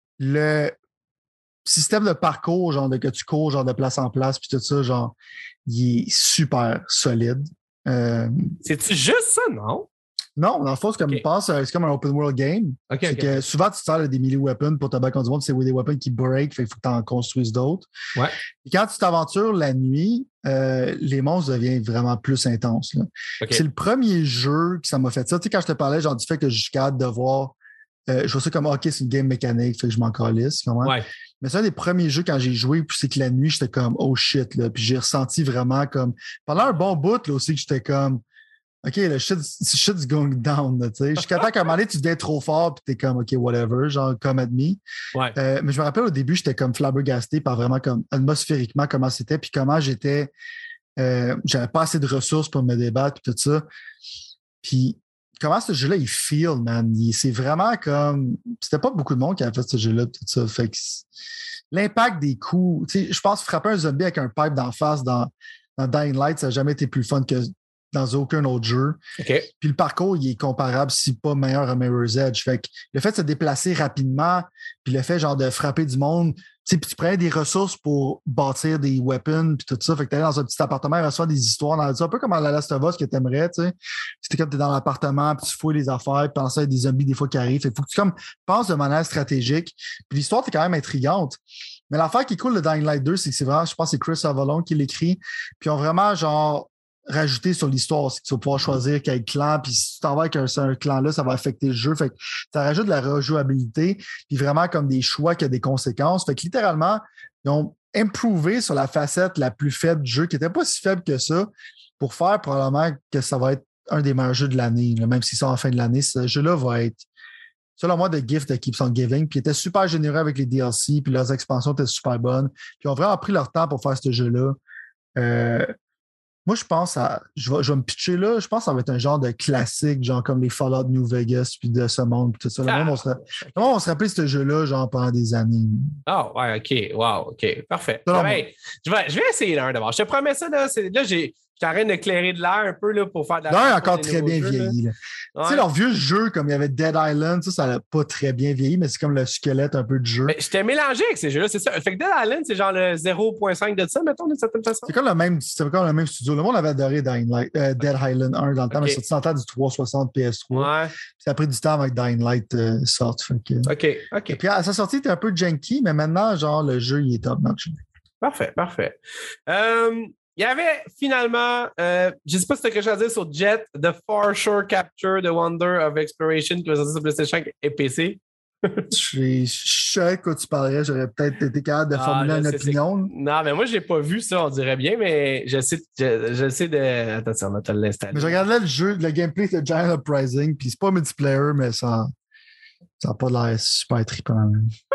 Le système de parcours, genre de que tu cours genre de place en place, puis tout ça, genre, il est super solide. Euh, C'est-tu juste ça, non? Non, dans le fond, c'est comme, okay. pense, c'est comme un open world game. Okay, c'est okay. que souvent, tu te sers des melee weapons pour te battre contre du monde, c'est des weapons qui break, fait qu'il faut que tu en construises d'autres. Ouais. Et quand tu t'aventures la nuit, euh, les monstres deviennent vraiment plus intenses. Là. Okay. C'est le premier jeu que ça m'a fait ça. Tu sais, quand je te parlais, genre du fait que je suis capable de voir, euh, je vois ça comme, OK, c'est une game mécanique, fait que je m'en calisse. Ouais. Mais c'est un des premiers jeux quand j'ai joué, puis c'est que la nuit, j'étais comme, oh shit, là. Puis j'ai ressenti vraiment comme, pendant un bon bout, là aussi, que j'étais comme, OK, le shit, shit's going down, tu sais. Jusqu'à temps qu'à un moment donné, tu deviens trop fort, puis t'es comme, OK, whatever, genre, come at me. Ouais. Euh, mais je me rappelle au début, j'étais comme flabbergasté par vraiment comme atmosphériquement comment c'était, puis comment j'étais, euh, j'avais pas assez de ressources pour me débattre, puis tout ça. Puis comment ce jeu-là, il feel, man. Il, c'est vraiment comme, c'était pas beaucoup de monde qui a fait ce jeu-là, tout ça. Fait que l'impact des coups, tu sais, je pense frapper un zombie avec un pipe d'en face dans, dans Dying Light, ça n'a jamais été plus fun que dans aucun autre jeu. Okay. Puis le parcours, il est comparable, si pas meilleur à Mirror's Edge. Fait que le fait de se déplacer rapidement, puis le fait genre de frapper du monde, tu sais, puis tu prenais des ressources pour bâtir des weapons, puis tout ça. Fait que t'allais dans un petit appartement et recevoir des histoires dans ça, un peu comme à la Last of Us que t'aimerais, tu sais. C'était comme t'es dans l'appartement, puis tu fouilles les affaires, puis pendant ça, il y a des zombies des fois qui arrivent. Fait que faut que tu comme penses de manière stratégique. Puis l'histoire, t'es quand même intrigante. Mais l'affaire qui est cool de Dying Light deux, c'est que c'est vraiment, je pense que c'est Chris Avallone qui l'écrit. Puis ils ont vraiment genre rajouter sur l'histoire. C'est que tu vas pouvoir choisir quel clan, puis si tu t'en vas avec un, un clan-là, ça va affecter le jeu. Fait que ça rajoute de la rejouabilité, puis vraiment comme des choix qui ont des conséquences. Fait que littéralement, ils ont improuvé sur la facette la plus faible du jeu, qui n'était pas si faible que ça, pour faire probablement que ça va être un des meilleurs jeux de l'année. Là, même si c'est en fin de l'année, ce jeu-là va être, selon moi, The Gift that Keeps on Giving. Puis ils étaient super généreux avec les D L C, puis leurs expansions étaient super bonnes. Puis ils ont vraiment pris leur temps pour faire ce jeu-là. Euh, moi, je pense à. Je vais, je vais me pitcher là. Je pense que ça va être un genre de classique, genre comme les Fallout New Vegas, puis de ce monde, puis tout ça. Le Ah. monde, on se, le monde, on se rappelle ce jeu-là, genre pendant des années. Ah, oh, ouais, OK. Wow, OK. Parfait. Non, Ouais, je, vais, je vais essayer l'un d'abord. Je te promets ça, là. C'est, là, j'ai. Je suis en train de clairer de l'air un peu là, pour faire de la. L'un est encore très bien jeux, vieilli. Là. Ouais. Tu sais, leur vieux jeu, comme il y avait Dead Island, ça, ça n'a pas très bien vieilli, mais c'est comme le squelette un peu du jeu. Mais je t'ai mélangé avec ces jeux-là, c'est ça. Fait que Dead Island, c'est genre le zéro virgule cinq de ça, mettons, d'une certaine façon. C'est comme le même, c'est comme le même studio. Le monde avait adoré Dying Light, euh, Dead Island un dans le temps, okay. Mais c'est sorti en temps du trois cent soixante P S trois. Ouais. Puis ça a pris du temps avec Dying Light euh, sorte. Fait que... OK, OK. Et puis à sa sortie, il était un peu janky, mais maintenant, genre, le jeu, il est top notch. Parfait, parfait. Euh... Il y avait finalement, euh, je ne sais pas si tu as quelque chose à dire sur Jet, The Far Shore Capture, The Wonder of Exploration, qui va sortir sur PlayStation cinq et P C. Je sais que tu parlerais, j'aurais peut-être été capable de formuler ah, une sais, opinion. Non, mais moi, je n'ai pas vu ça, on dirait bien, mais je sais, je, je sais de. Attends, on va te l'installer. Mais je regardais le jeu, le gameplay de Giant Uprising, puis c'est pas multiplayer, mais ça n'a pas l'air super trippant.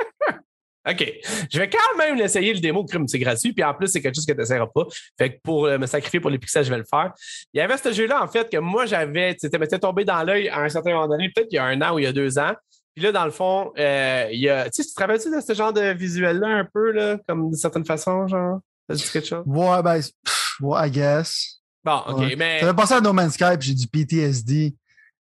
OK. Je vais quand même l'essayer, le démo, crime, c'est gratuit. Puis en plus, c'est quelque chose que tu n'essaieras pas. Fait que pour euh, me sacrifier pour les pixels, je vais le faire. Il y avait ce jeu-là, en fait, que moi, j'avais, tu sais, m'était tombé dans l'œil à un certain moment donné, peut-être il y a un an ou il y a deux ans. Puis là, dans le fond, euh, il y a. Tu sais, tu te rappelles-tu de ce genre de visuel-là un peu, là, comme d'une certaine façon, genre? Ça dit quelque chose? Ouais, ben, pff, ouais, I guess. Bon, OK, ouais. Mais. Ça fait penser à No Man's Sky, puis j'ai du P T S D.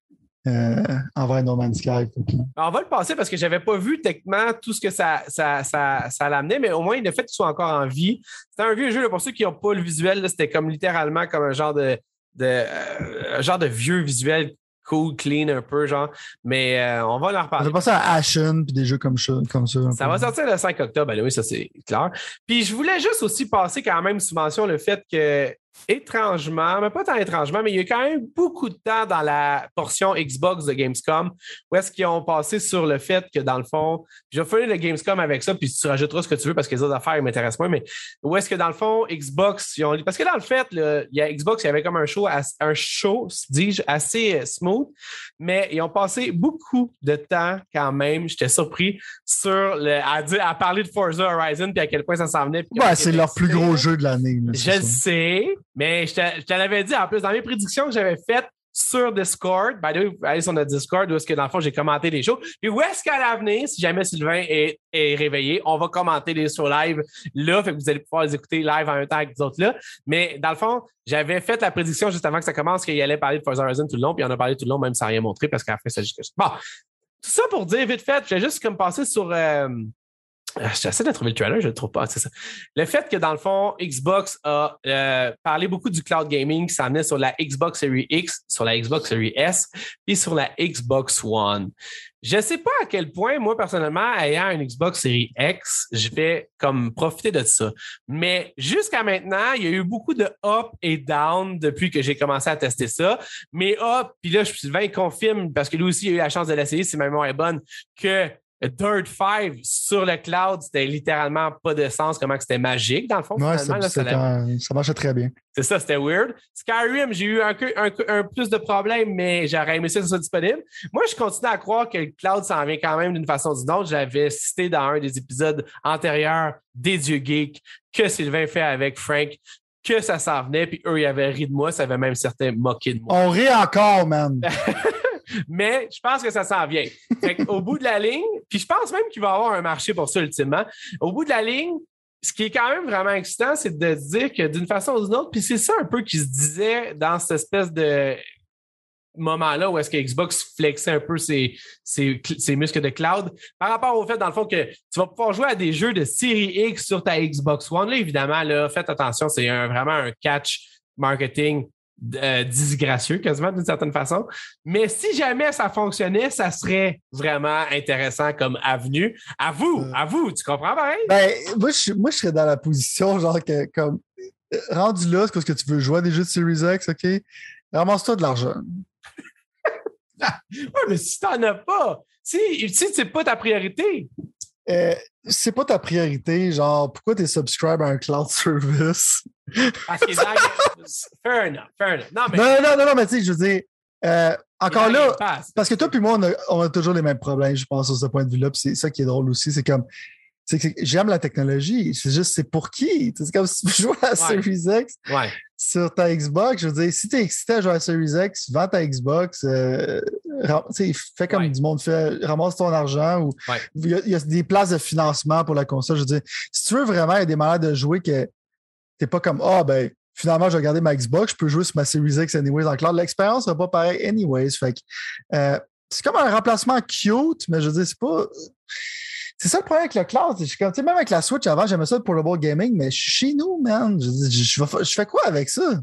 Euh, envers No Man's Sky. Okay. On va le passer parce que je n'avais pas vu techniquement tout ce que ça, ça, ça, ça l'amenait, mais au moins le fait qu'il soit encore en vie. C'était un vieux jeu, là, pour ceux qui n'ont pas le visuel, là, c'était comme littéralement comme un genre de, de, euh, un genre de vieux visuel cool, clean un peu, genre. Mais euh, on va en reparler. On va passer à Ashen puis des jeux comme ça. Comme ça, ça va sortir le cinq octobre, ben oui, ça c'est clair. Puis je voulais juste aussi passer quand même sous mention le fait que étrangement, mais pas tant étrangement, mais il y a quand même beaucoup de temps dans la portion Xbox de Gamescom où est-ce qu'ils ont passé sur le fait que, dans le fond, je vais finir le Gamescom avec ça, puis tu rajouteras ce que tu veux parce que les autres affaires m'intéressent moins, mais où est-ce que, dans le fond, Xbox, ils ont... parce que dans le fait, là, il y a Xbox, il y avait comme un show, un show, dis-je, assez smooth, mais ils ont passé beaucoup de temps quand même, j'étais surpris, sur le, à, dire, à parler de Forza Horizon puis à quel point ça s'en venait. Ouais, c'est leur plus gros jeu de l'année. Là, je le sais. Mais je te, je te l'avais dit, en plus, dans mes prédictions que j'avais faites sur Discord, by the way, vous pouvez aller sur notre Discord où est-ce que, dans le fond, j'ai commenté des shows. Puis où est-ce qu'à l'avenir, si jamais Sylvain est, est réveillé, on va commenter les shows live là, fait que vous allez pouvoir les écouter live en même temps que les autres là. Mais dans le fond, j'avais fait la prédiction juste avant que ça commence qu'il allait parler de Forza Horizon tout le long, puis il en a parlé tout le long, même sans rien montrer, parce qu'à la fin, c'est juste que... Bon, tout ça pour dire, vite fait, je vais juste comme passer sur... Euh, J'essaie de trouver le trailer, je ne le trouve pas. C'est ça. Le fait que, dans le fond, Xbox a euh, parlé beaucoup du cloud gaming qui s'en est sur la Xbox Series X, sur la Xbox Series S, puis sur la Xbox One. Je ne sais pas à quel point, moi, personnellement, ayant une Xbox Series X, je vais comme profiter de ça. Mais jusqu'à maintenant, il y a eu beaucoup de up et down depuis que j'ai commencé à tester ça. Mais up, puis là, Sylvain confirme, parce que lui aussi, il a eu la chance de l'essayer, si ma mémoire est bonne, que Dirt cinq sur le cloud, c'était littéralement pas de sens, comment que c'était magique, dans le fond. Ouais, ça, là, ça, un, ça marchait très bien. C'est ça, c'était weird. Skyrim, j'ai eu un, un, un plus de problèmes, mais j'aurais aimé ça que ça soit disponible. Moi, je continue à croire que le cloud s'en vient quand même d'une façon ou d'une autre. J'avais cité dans un des épisodes antérieurs des Dieux Geeks que Sylvain fait avec Frank, que ça s'en venait, puis eux, ils avaient ri de moi, ça avait même certains moqué de moi. On rit encore, man! Mais je pense que ça s'en vient. Fait au bout de la ligne, puis je pense même qu'il va y avoir un marché pour ça ultimement. Au bout de la ligne, ce qui est quand même vraiment excitant, c'est de se dire que d'une façon ou d'une autre, puis c'est ça un peu qui se disait dans cette espèce de moment-là où est-ce que Xbox flexait un peu ses, ses, ses muscles de cloud par rapport au fait, dans le fond, que tu vas pouvoir jouer à des jeux de série X sur ta Xbox One. Là, évidemment, là, faites attention, c'est un, vraiment un catch marketing Euh, disgracieux quasiment d'une certaine façon. Mais si jamais ça fonctionnait, ça serait vraiment intéressant comme avenue. À vous, euh, à vous, tu comprends pareil? Ben, moi je, moi, je serais dans la position genre que comme rendu là, c'est parce que tu veux jouer à des jeux de Series X, OK? Ramasse-toi de l'argent. Oui, mais si t'en as pas, si, si c'est pas ta priorité. Euh, c'est pas ta priorité, genre, pourquoi t'es subscribe à un cloud service? Parce que dans... Fair enough, fair enough. Non, mais... non, non, non, non, mais tu sais, je veux dire, euh, encore là, parce que toi puis moi, on a, on a toujours les mêmes problèmes, je pense, sur ce point de vue-là, puis c'est ça qui est drôle aussi, c'est comme, c'est que j'aime la technologie, c'est juste, c'est pour qui? C'est comme si tu jouais à la ouais. Series X ouais. sur ta Xbox, je veux dire, si t'es excité à jouer à la Series X, vends ta Xbox, euh, fais comme ouais. du monde fait, ramasse ton argent, ou il ouais. y, y a des places de financement pour la console, je veux dire, si tu veux vraiment, il y a des manières de jouer que t'es pas comme, ah, oh, ben, finalement, je vais regarder ma Xbox, je peux jouer sur ma Series X anyways. Donc, là, l'expérience sera pas pareille anyways. Fait que, euh, c'est comme un remplacement cute, mais je veux dire, c'est pas... C'est ça le problème avec le cloud. Je, comme, même avec la Switch, avant, j'aimais ça pour le mobile gaming, mais chez nous, man, je, je, je, je fais quoi avec ça?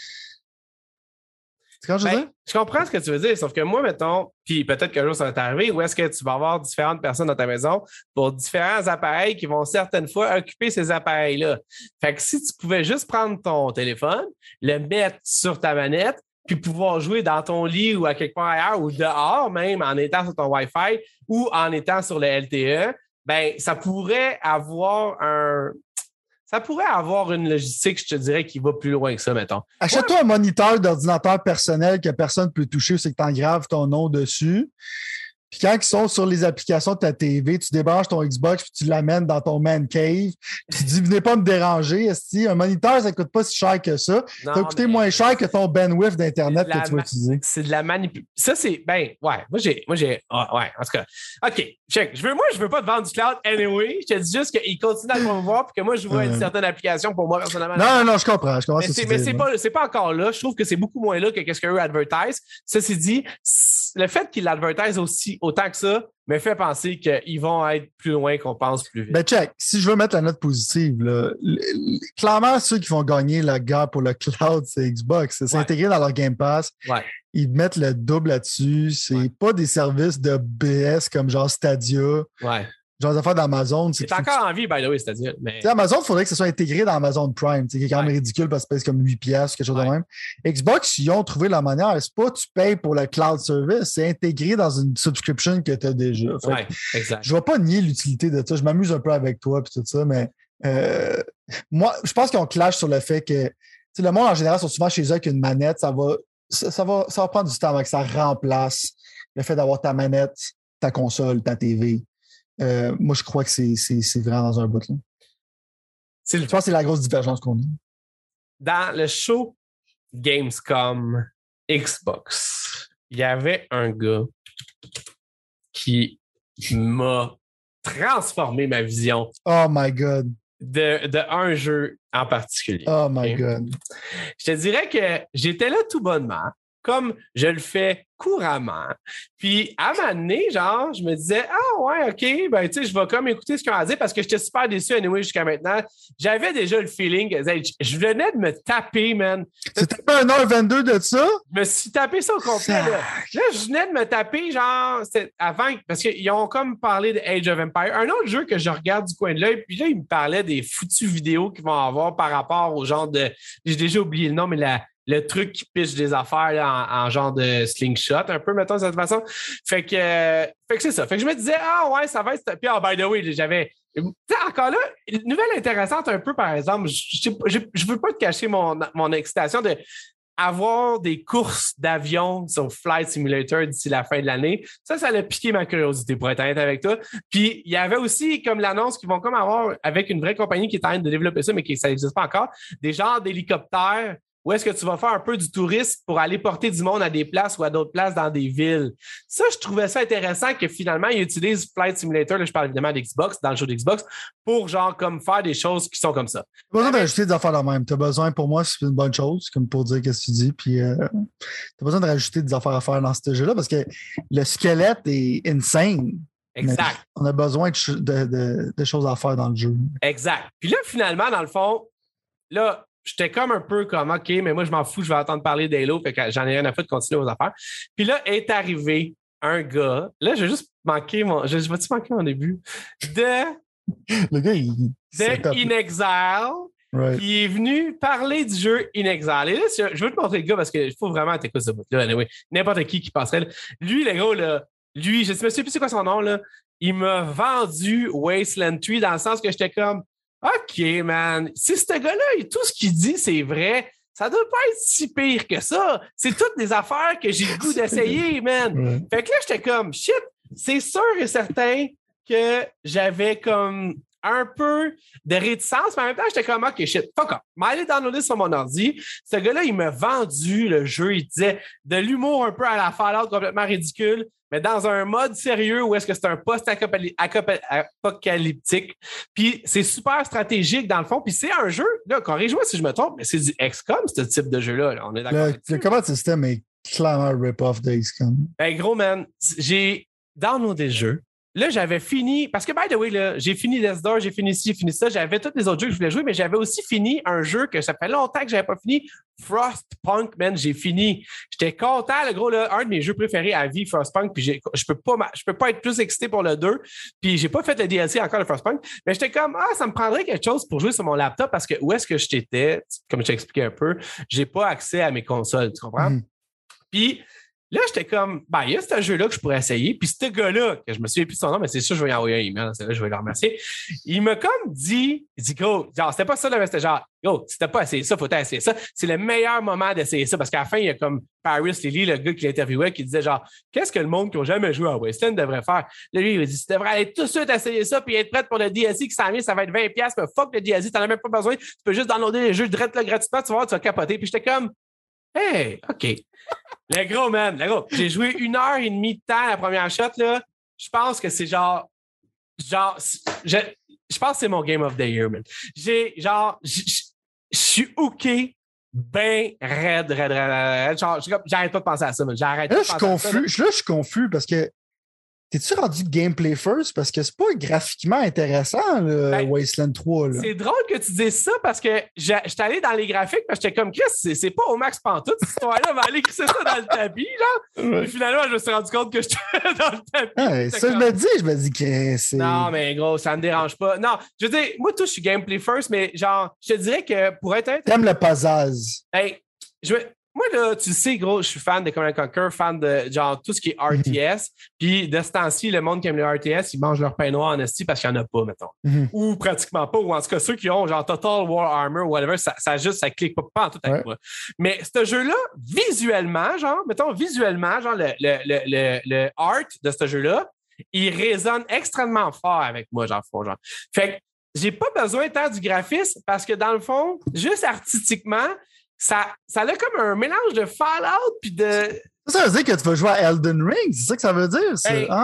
C'est quand je ben, veux dire? Je comprends ce que tu veux dire, sauf que moi, mettons, puis peut-être qu'un jour ça va t'arriver, où est-ce que tu vas avoir différentes personnes dans ta maison pour différents appareils qui vont certaines fois occuper ces appareils-là. Fait que si tu pouvais juste prendre ton téléphone, le mettre sur ta manette, puis pouvoir jouer dans ton lit ou à quelque part ailleurs, ou dehors même, en étant sur ton Wi-Fi ou en étant sur le L T E, ben ça pourrait avoir un... Ça pourrait avoir une logistique, je te dirais, qui va plus loin que ça, mettons. Achète-toi ouais. un moniteur d'ordinateur personnel que personne ne peut toucher, c'est que tu engraves ton nom dessus. Puis quand ils sont sur les applications de ta T V, tu débranches ton Xbox puis tu l'amènes dans ton man cave. Puis tu dis, venez pas me déranger. Esti. Un moniteur, ça coûte pas si cher que ça. Non, ça va coûter moins cher que ton bandwidth d'Internet que tu vas ma- utiliser. C'est de la manipulation. Ça, c'est... Ben, ouais. Moi, j'ai... Moi, j'ai... Oh, ouais, en tout cas. OK, check. Je veux, moi, je veux pas te vendre du cloud anyway. Je te dis juste qu'il continue à le promouvoir puis que moi, je vois euh... une certaine application pour moi, personnellement. Non, non, je comprends. Je comprends mais c'est, mais c'est, pas, c'est pas encore là. Je trouve que c'est beaucoup moins là que qu'est-ce qu'eux advertisent. Ceci dit, le fait qu'ils l'advertisent aussi autant que ça me fait penser qu'ils vont être plus loin qu'on pense plus vite. Ben check, si je veux mettre la note positive, là, clairement, ceux qui vont gagner la guerre pour le cloud, c'est Xbox. C'est ouais. intégré dans leur Game Pass. Ouais. Ils mettent le double là-dessus. C'est ouais. pas des services de B S comme genre Stadia. Ouais. Genre des affaires d'Amazon. C'est, c'est encore tu... en vie, by the way, c'est-à-dire. Mais... Amazon, il faudrait que ce soit intégré dans Amazon Prime, qui est quand même ouais. ridicule parce que ça pèse comme huit piastres, quelque chose ouais. de même. Xbox, ils ont trouvé la manière. C'est pas tu payes pour le cloud service, c'est intégré dans une subscription que tu as déjà. Fait ouais, exact. Je ne vais pas nier l'utilité de ça. Je m'amuse un peu avec toi et tout ça, mais euh, moi, je pense qu'on clash sur le fait que le monde en général sont souvent chez eux avec une manette. Ça va, ça, ça va, ça va prendre du temps avant que ça remplace le fait d'avoir ta manette, ta console, ta T V. Euh, moi, je crois que c'est, c'est, c'est vraiment dans un bout. Là. C'est, je pense que c'est la grosse divergence qu'on a. Dans le show Gamescom Xbox, il y avait un gars qui m'a transformé ma vision. Oh my God. De, de un jeu en particulier. Oh my okay? God. Je te dirais que j'étais là tout bonnement, comme je le fais couramment. Puis, à un moment donné, genre, je me disais, ah ouais, OK, ben, tu sais, je vais comme écouter ce qu'ils ont à dire parce que j'étais super déçu anyway jusqu'à maintenant. J'avais déjà le feeling que je venais de me taper, man. C'était pas une heure vingt-deux de ça? Je me suis tapé ça au complet, là. Là, je venais de me taper, genre, c'était avant, parce qu'ils ont comme parlé de Age of Empires. Un autre jeu que je regarde du coin de l'œil, puis là, ils me parlaient des foutues vidéos qu'ils vont avoir par rapport au genre de, j'ai déjà oublié le nom, mais la, le truc qui piche des affaires là, en, en genre de slingshot, un peu, mettons, de cette façon. Fait que, euh, fait que c'est ça. Fait que je me disais, ah ouais, ça va être... Puis, oh, by the way, j'avais... Tu sais, encore là, une nouvelle intéressante un peu, par exemple, je ne veux pas te cacher mon, mon excitation de avoir des courses d'avion sur Flight Simulator d'ici la fin de l'année. Ça, ça a piqué ma curiosité, pour être honnête avec toi. Puis, il y avait aussi comme l'annonce qu'ils vont comme avoir avec une vraie compagnie qui est en train de développer ça, mais qui ça n'existe pas encore, des genres d'hélicoptères. Où est-ce que tu vas faire un peu du tourisme pour aller porter du monde à des places ou à d'autres places dans des villes? Ça, je trouvais ça intéressant que finalement, ils utilisent Flight Simulator, là, je parle évidemment d'Xbox, dans le jeu d'Xbox, pour genre comme faire des choses qui sont comme ça. Tu as besoin d'ajouter des affaires là même. Tu as besoin, pour moi, c'est une bonne chose, comme pour dire ce que tu dis. Puis, euh, tu as besoin de rajouter des affaires à faire dans ce jeu-là parce que le squelette est insane. Exact. On a besoin de, de, de, de choses à faire dans le jeu. Exact. Puis là, finalement, dans le fond, là, j'étais comme un peu comme, OK, mais moi, je m'en fous, je vais attendre parler d'Halo, fait que j'en ai rien à foutre de continuer aux affaires. Puis là, est arrivé un gars, là, j'ai juste manqué mon, je, je vais-tu manquer mon début, de, le gars, il, de In Exile, Right. Qui est venu parler du jeu In Exile. Et là, je veux te montrer le gars parce qu'il faut vraiment t'écouter ce bout-là. Anyway, n'importe qui qui passerait. Là. Lui, le gars, là, lui, je ne me souviens plus c'est quoi son nom, là. Il m'a vendu Wasteland trois dans le sens que j'étais comme OK, man, si ce gars-là, tout ce qu'il dit, c'est vrai, ça doit pas être si pire que ça. C'est toutes des affaires que j'ai le goût d'essayer, man. Ouais. Fait que là, j'étais comme shit, c'est sûr et certain que j'avais comme un peu de réticence, mais en même temps, j'étais comme, OK, shit, fuck off. M'aller downloader sur mon ordi. Ce gars-là, il m'a vendu le jeu. Il disait de l'humour un peu à la Fallout complètement ridicule, mais dans un mode sérieux où est-ce que c'est un post-apocalyptique. Puis c'est super stratégique dans le fond. Puis c'est un jeu, là, corrige-moi si je me trompe, mais c'est du X COM, ce type de jeu-là. Là. On est d'accord. Le, le combat système est clairement un rip-off de X COM. Ben, gros, man, j'ai downloadé le jeu. Là, j'avais fini, parce que, by the way, là, j'ai fini Death's Door, j'ai fini ci, j'ai fini ça, j'avais tous les autres jeux que je voulais jouer, mais j'avais aussi fini un jeu que ça fait longtemps que j'avais pas fini, Frostpunk, man, j'ai fini. J'étais content, le gros, là, un de mes jeux préférés à vie, Frostpunk, puis j'ai, je peux pas, je peux pas être plus excité pour le deux, puis j'ai pas fait le D L C encore de Frostpunk, mais j'étais comme, ah, ça me prendrait quelque chose pour jouer sur mon laptop, parce que où est-ce que j'étais, comme je t'ai expliqué un peu, j'ai pas accès à mes consoles, tu comprends? Mm. Puis, là, j'étais comme, ben, il y a ce jeu-là que je pourrais essayer. Puis, ce gars-là, que je me souviens plus de son nom, mais c'est sûr, je vais lui envoyer un email. C'est là, je vais le remercier. Il m'a comme dit, il dit, go, genre, c'était pas ça, là, mais c'était genre, go, si t'as pas essayé ça, faut essayer ça. C'est le meilleur moment d'essayer ça. Parce qu'à la fin, il y a comme Paris Lilly, le gars qui l'interviewait, qui disait, genre, qu'est-ce que le monde qui n'a jamais joué à Wasteland devrait faire? Là, lui, il m'a dit, tu devrais aller tout de suite essayer ça, puis être prêt pour le D L C qui s'en vient, ça va être vingt dollars, mais fuck le D L C, t'en as même pas besoin. Tu peux juste downloader les jeux direct là, gratuitement, tu vas voir, tu vas capoter. Puis, j'étais comme, hey, OK. Le gros, man, le gros. J'ai joué une heure et demie de temps la première shot, là. Je pense que c'est genre. Genre. Je, je pense que c'est mon Game of the Year, man. J'ai, genre. Je suis hooké ben raide, raide, raide, raide. Genre, j'arrête pas de penser à ça, man. J'arrête là, pas de penser confus, à ça. Là, je suis confus parce que. T'es-tu rendu gameplay first? Parce que c'est pas graphiquement intéressant, le ben, Wasteland trois. Là. C'est drôle que tu dises ça parce que j'étais allé dans les graphiques parce que j'étais comme Chris, c'est, c'est pas au max pantoute, cette histoire-là, va aller glisser ça dans le tapis, genre. Ouais. Et finalement, je me suis rendu compte que j'étais dans le tapis. Ouais, ça, comme... je me dis, je me dis que c'est. Non, mais gros, ça me dérange pas. Non, je veux dire, moi, tout, je suis gameplay first, mais genre, je te dirais que pour être. T'aimes le puzzle. Hey, je veux. Moi, là, tu sais, gros, je suis fan de Command and Conquer, fan de genre tout ce qui est R T S. Mm-hmm. Puis de ce temps-ci, le monde qui aime le R T S, ils mangent leur pain noir en esti parce qu'il n'y en a pas, mettons. Mm-hmm. Ou pratiquement pas. Ou en tout cas, ceux qui ont genre Total War Armor ou whatever, ça, ça juste, ça clique pas, pas en tout avec ouais. moi. Mais ce jeu-là, visuellement, genre, mettons, visuellement, genre, le, le, le, le, le art de ce jeu-là, il résonne extrêmement fort avec moi, genre, genre. Fait que j'ai pas besoin tant du graphisme parce que dans le fond, juste artistiquement, Ça, ça a comme un mélange de Fallout puis de. Ça, ça veut dire que tu vas jouer à Elden Ring, c'est ça que ça veut dire? Ça? Hey,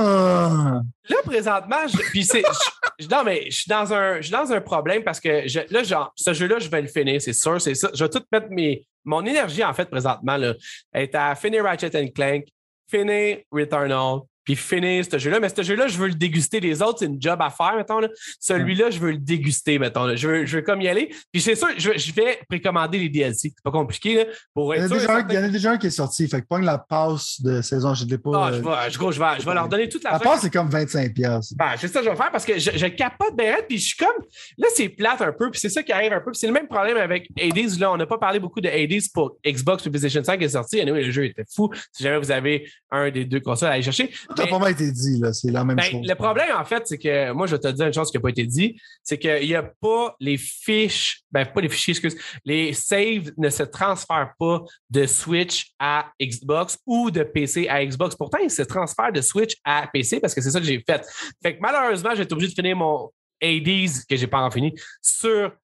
ah! Là, présentement, je, puis c'est, je, non, mais je suis dans un, je suis dans un problème parce que je, là, genre, ce jeu-là, je vais le finir, c'est sûr, c'est ça. Je vais tout mettre mes, mon énergie, en fait, présentement, là, est à finir Ratchet and Clank, finir Returnal, puis finir ce jeu-là. Mais ce jeu-là, je veux le déguster. Les autres, c'est une job à faire, mettons. Là. Celui-là, je veux le déguster, mettons. Là. Je, veux, je veux comme y aller. Puis c'est sûr, je, je vais précommander les D L C. C'est pas compliqué. Là, pour il, y être sûr, sûr, un, il y en a déjà un qui est sorti. Fait que pogne la passe de saison. Je ne l'ai pas. Ah, je vais, je, gros, je vais, je vais leur donner toute la La passe, c'est comme vingt-cinq dollars. Ben, c'est ça que je vais faire parce que je, je capote bien. Puis je suis comme. Là, c'est plate un peu. Puis c'est ça qui arrive un peu. Puis c'est le même problème avec Hades. Là, on n'a pas parlé beaucoup de Hades pour Xbox ou PlayStation cinq qui est sorti. Anyway, le jeu était fou. Si jamais vous avez un des deux consoles à aller chercher. Ça n'a pas mal été dit. Là, c'est la même ben, chose. Le problème, en fait, c'est que moi, je vais te dire une chose qui n'a pas été dit, c'est qu'il n'y a pas les fiches, ben pas les fichiers, excuse, les saves ne se transfèrent pas de Switch à Xbox ou de P C à Xbox. Pourtant, ils se transfèrent de Switch à P C parce que c'est ça que j'ai fait. Fait que malheureusement, j'ai été obligé de finir mon Hades, que j'ai pas encore fini, sur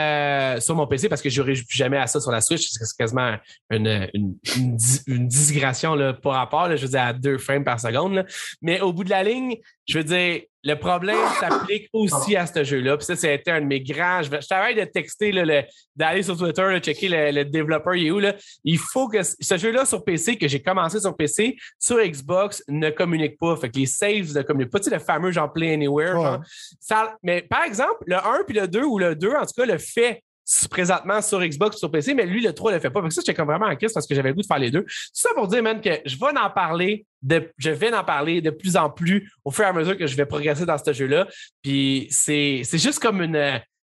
La, sur mon P C parce que je n'aurais plus jamais à ça sur la Switch. C'est quasiment une, une, une, une digression là, par rapport, là, je veux dire, à deux frames par seconde. Là. Mais au bout de la ligne, je veux dire, le problème s'applique aussi à ce jeu-là. Puis ça, c'était un de mes grands. Je, je travaille de texter, là, le, d'aller sur Twitter, là, checker le, le développeur, il est où. Là. Il faut que ce jeu-là sur P C, que j'ai commencé sur P C, sur Xbox, ne communique pas. Fait que les saves ne communiquent pas. Tu sais, le fameux genre Play Anywhere. Ouais. Genre, ça, mais par exemple, le un puis le deux, ou le deux, en tout cas, le fait présentement sur Xbox sur P C, mais lui, le trois, le fait pas. Fait que ça, j'étais comme vraiment en crise parce que j'avais le goût de faire les deux. C'est ça pour dire, man, que je vais en parler, de, je vais en parler de plus en plus au fur et à mesure que je vais progresser dans ce jeu-là. Puis c'est, c'est juste comme une,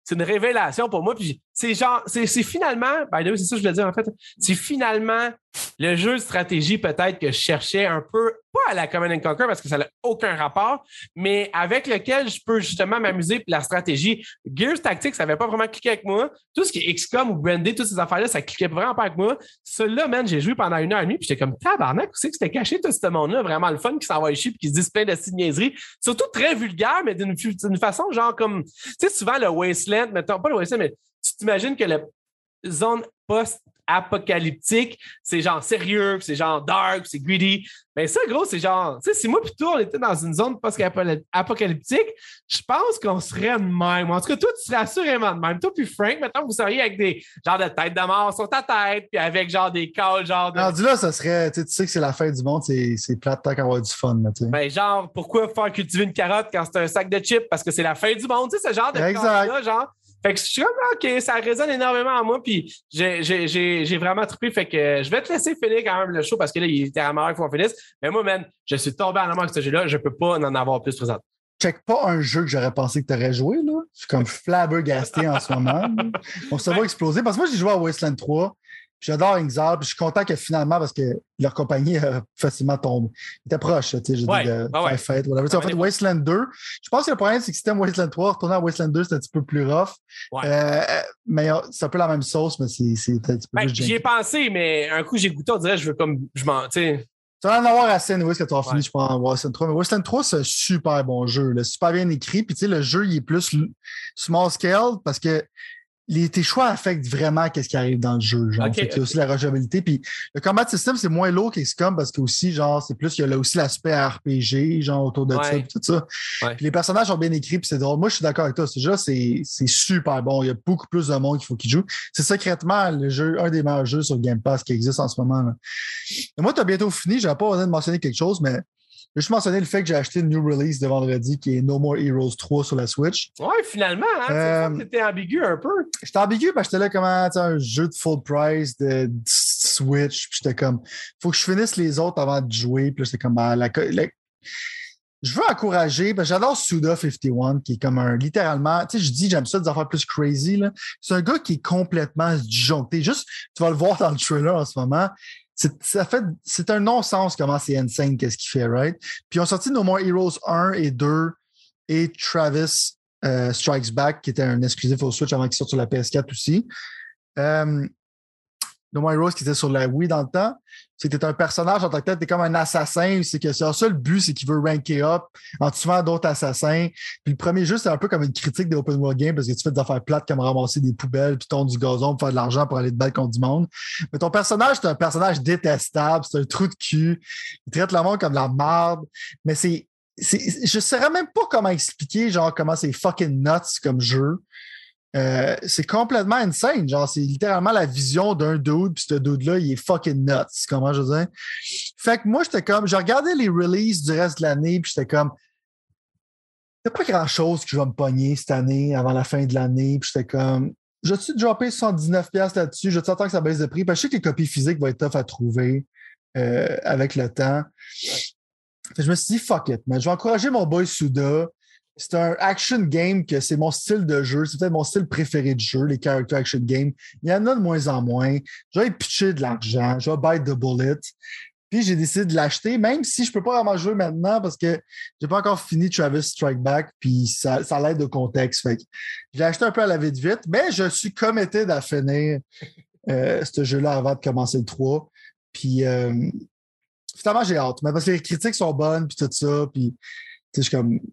c'est une révélation pour moi. Puis c'est genre, c'est, c'est finalement, by the way, c'est ça que je voulais dire en fait, c'est finalement le jeu de stratégie peut-être que je cherchais un peu, pas à la Command and Conquer parce que ça n'a aucun rapport, mais avec lequel je peux justement m'amuser. Puis la stratégie, Gears Tactics, ça n'avait pas vraiment cliqué avec moi. Tout ce qui est X COM ou Branded, toutes ces affaires-là, ça cliquait vraiment pas avec moi. Celui-là, man, j'ai joué pendant une heure et demie, puis j'étais comme tabarnak, où c'est que c'était caché tout ce monde-là, vraiment le fun qui s'en va chier puis qui se disent plein de petites niaiseries, surtout très vulgaire, mais d'une, d'une façon genre comme, tu sais, souvent le Wasteland, mettons, pas le Wasteland, mais tu t'imagines que la zone post-apocalyptique, c'est genre sérieux, c'est genre dark, c'est greedy. Mais ça, gros, c'est genre, tu sais, si moi pis toi, on était dans une zone post-apocalyptique, je pense qu'on serait de même. En tout cas, toi, tu serais assurément de même. Toi puis Frank, maintenant, vous seriez avec des genres de têtes de mort sur ta tête, puis avec genre des calls, genre de... Non, dis là, ça serait, tu sais que c'est la fin du monde, c'est, c'est plate tant qu'on va avoir du fun, là, tu sais. Ben, genre, pourquoi faire cultiver une carotte quand c'est un sac de chips? Parce que c'est la fin du monde, tu sais, ce genre de là genre. Fait que je suis comme, OK, ça résonne énormément à moi, puis j'ai, j'ai, j'ai, j'ai vraiment trippé. Fait que je vais te laisser finir quand même le show parce que là, il était à l'heure qu'il faut qu'on finisse. Mais moi, man, je suis tombé en amour avec ce jeu-là. Je peux pas en avoir plus présent. Check pas un jeu que j'aurais pensé que tu aurais joué, là. Je suis comme flabbergasté en ce moment. On se va exploser. Parce que moi, j'ai joué à Wasteland trois. J'adore Inxal, puis je suis content que finalement, parce que leur compagnie a facilement tombé. Ils étaient proches, tu sais, je ouais, dis, de ouais, ouais. fête, whatever. En fait, Wasteland deux, je pense que le problème, c'est que si t'aimes Wasteland trois, retourner à Wasteland deux, c'est un petit peu plus rough. Ouais. Euh, mais c'est un peu la même sauce, mais c'est, c'est un petit peu ben, plus j'y ai pensé, mais un coup, j'ai goûté, on dirait, je veux comme, je m'en, tu sais. Tu vas en avoir assez, oui, que tu as fini, ouais. je pense, en Wasteland trois. Mais Wasteland trois, c'est un super bon jeu, là, super bien écrit. Puis, tu sais, le jeu, il est plus small scale parce que les, tes choix affectent vraiment qu'est-ce qui arrive dans le jeu. Genre. Okay, fait qu'il y a okay. aussi la rejouabilité. Puis le combat system, c'est moins lourd qu'X COM parce que aussi, genre, c'est plus, il y a aussi l'aspect R P G, genre, autour de ouais. ça, puis tout ça. Ouais. Puis les personnages sont bien écrits, puis c'est drôle. Moi, je suis d'accord avec toi. Ce jeu, c'est, c'est super bon. Il y a beaucoup plus de monde qu'il faut qu'il joue. C'est secrètement le jeu, un des meilleurs jeux sur Game Pass qui existe en ce moment. Là. Et moi, tu as bientôt fini. Je n'avais pas besoin de mentionner quelque chose, mais je vais juste mentionner le fait que j'ai acheté une new release de vendredi qui est No More Heroes trois sur la Switch. Ouais, finalement, hein, euh, c'est ça que t'étais ambigu un peu. J'étais ambigu parce que j'étais là comme un jeu de full price de, de Switch. Puis j'étais comme, faut que je finisse les autres avant de jouer. Puis là, j'étais comme, ah, la, la, je veux encourager, parce que j'adore Suda cinquante et un, qui est comme un, littéralement, tu sais, je dis, j'aime ça des affaires plus crazy, là. C'est un gars qui est complètement disjoncté. Juste, tu vas le voir dans le trailer en ce moment. C'est, ça fait, c'est un non-sens comment c'est insane qu'est-ce qu'il fait, right? Puis ils ont sorti No More Heroes un et deux et Travis euh, Strikes Back, qui était un exclusif au Switch avant qu'il sorte sur la P S quatre aussi. Euh, No More Heroes qui était sur la Wii dans le temps, c'est que t'es un personnage en tant que tel, t'es comme un assassin, c'est que c'est ça le but, c'est qu'il veut ranker up en tuant d'autres assassins. Puis le premier jeu, c'est un peu comme une critique des open world games parce que tu fais des affaires plates comme ramasser des poubelles puis tondre du gazon pour faire de l'argent pour aller te battre contre du monde. Mais ton personnage, c'est un personnage détestable, c'est un trou de cul, il traite le monde comme de la merde, mais c'est, c'est je saurais même pas comment expliquer genre comment c'est fucking nuts comme jeu. Euh, c'est complètement insane. Genre, c'est littéralement la vision d'un dude, puis ce dude-là, il est fucking nuts. Comment je veux dire? Fait que moi, j'étais comme, j'ai regardé les releases du reste de l'année, puis j'étais comme, il n'y a pas grand-chose que je vais me pogner cette année, avant la fin de l'année, puis j'étais comme, je vais-tu dropper soixante-dix-neuf dollars là-dessus? Je vais-tu attendre que ça baisse de prix? Parce que je sais que les copies physiques vont être tough à trouver euh, avec le temps. Fait que je me suis dit, fuck it, mais je vais encourager mon boy Suda. C'est un action game que c'est mon style de jeu. C'est peut-être mon style préféré de jeu, les character action games. Il y en a de moins en moins. Je vais pitcher de l'argent. Je vais bite the bullet. Puis j'ai décidé de l'acheter, même si je peux pas vraiment jouer maintenant parce que j'ai pas encore fini Travis Strike Back, puis ça, ça l'aide au contexte. Fait que je l'ai acheté un peu à la vite-vite, mais je suis committed à finir euh, ce jeu-là avant de commencer le trois. Puis euh, finalement, j'ai hâte. Mais parce que les critiques sont bonnes, puis tout ça. Puis je suis comme...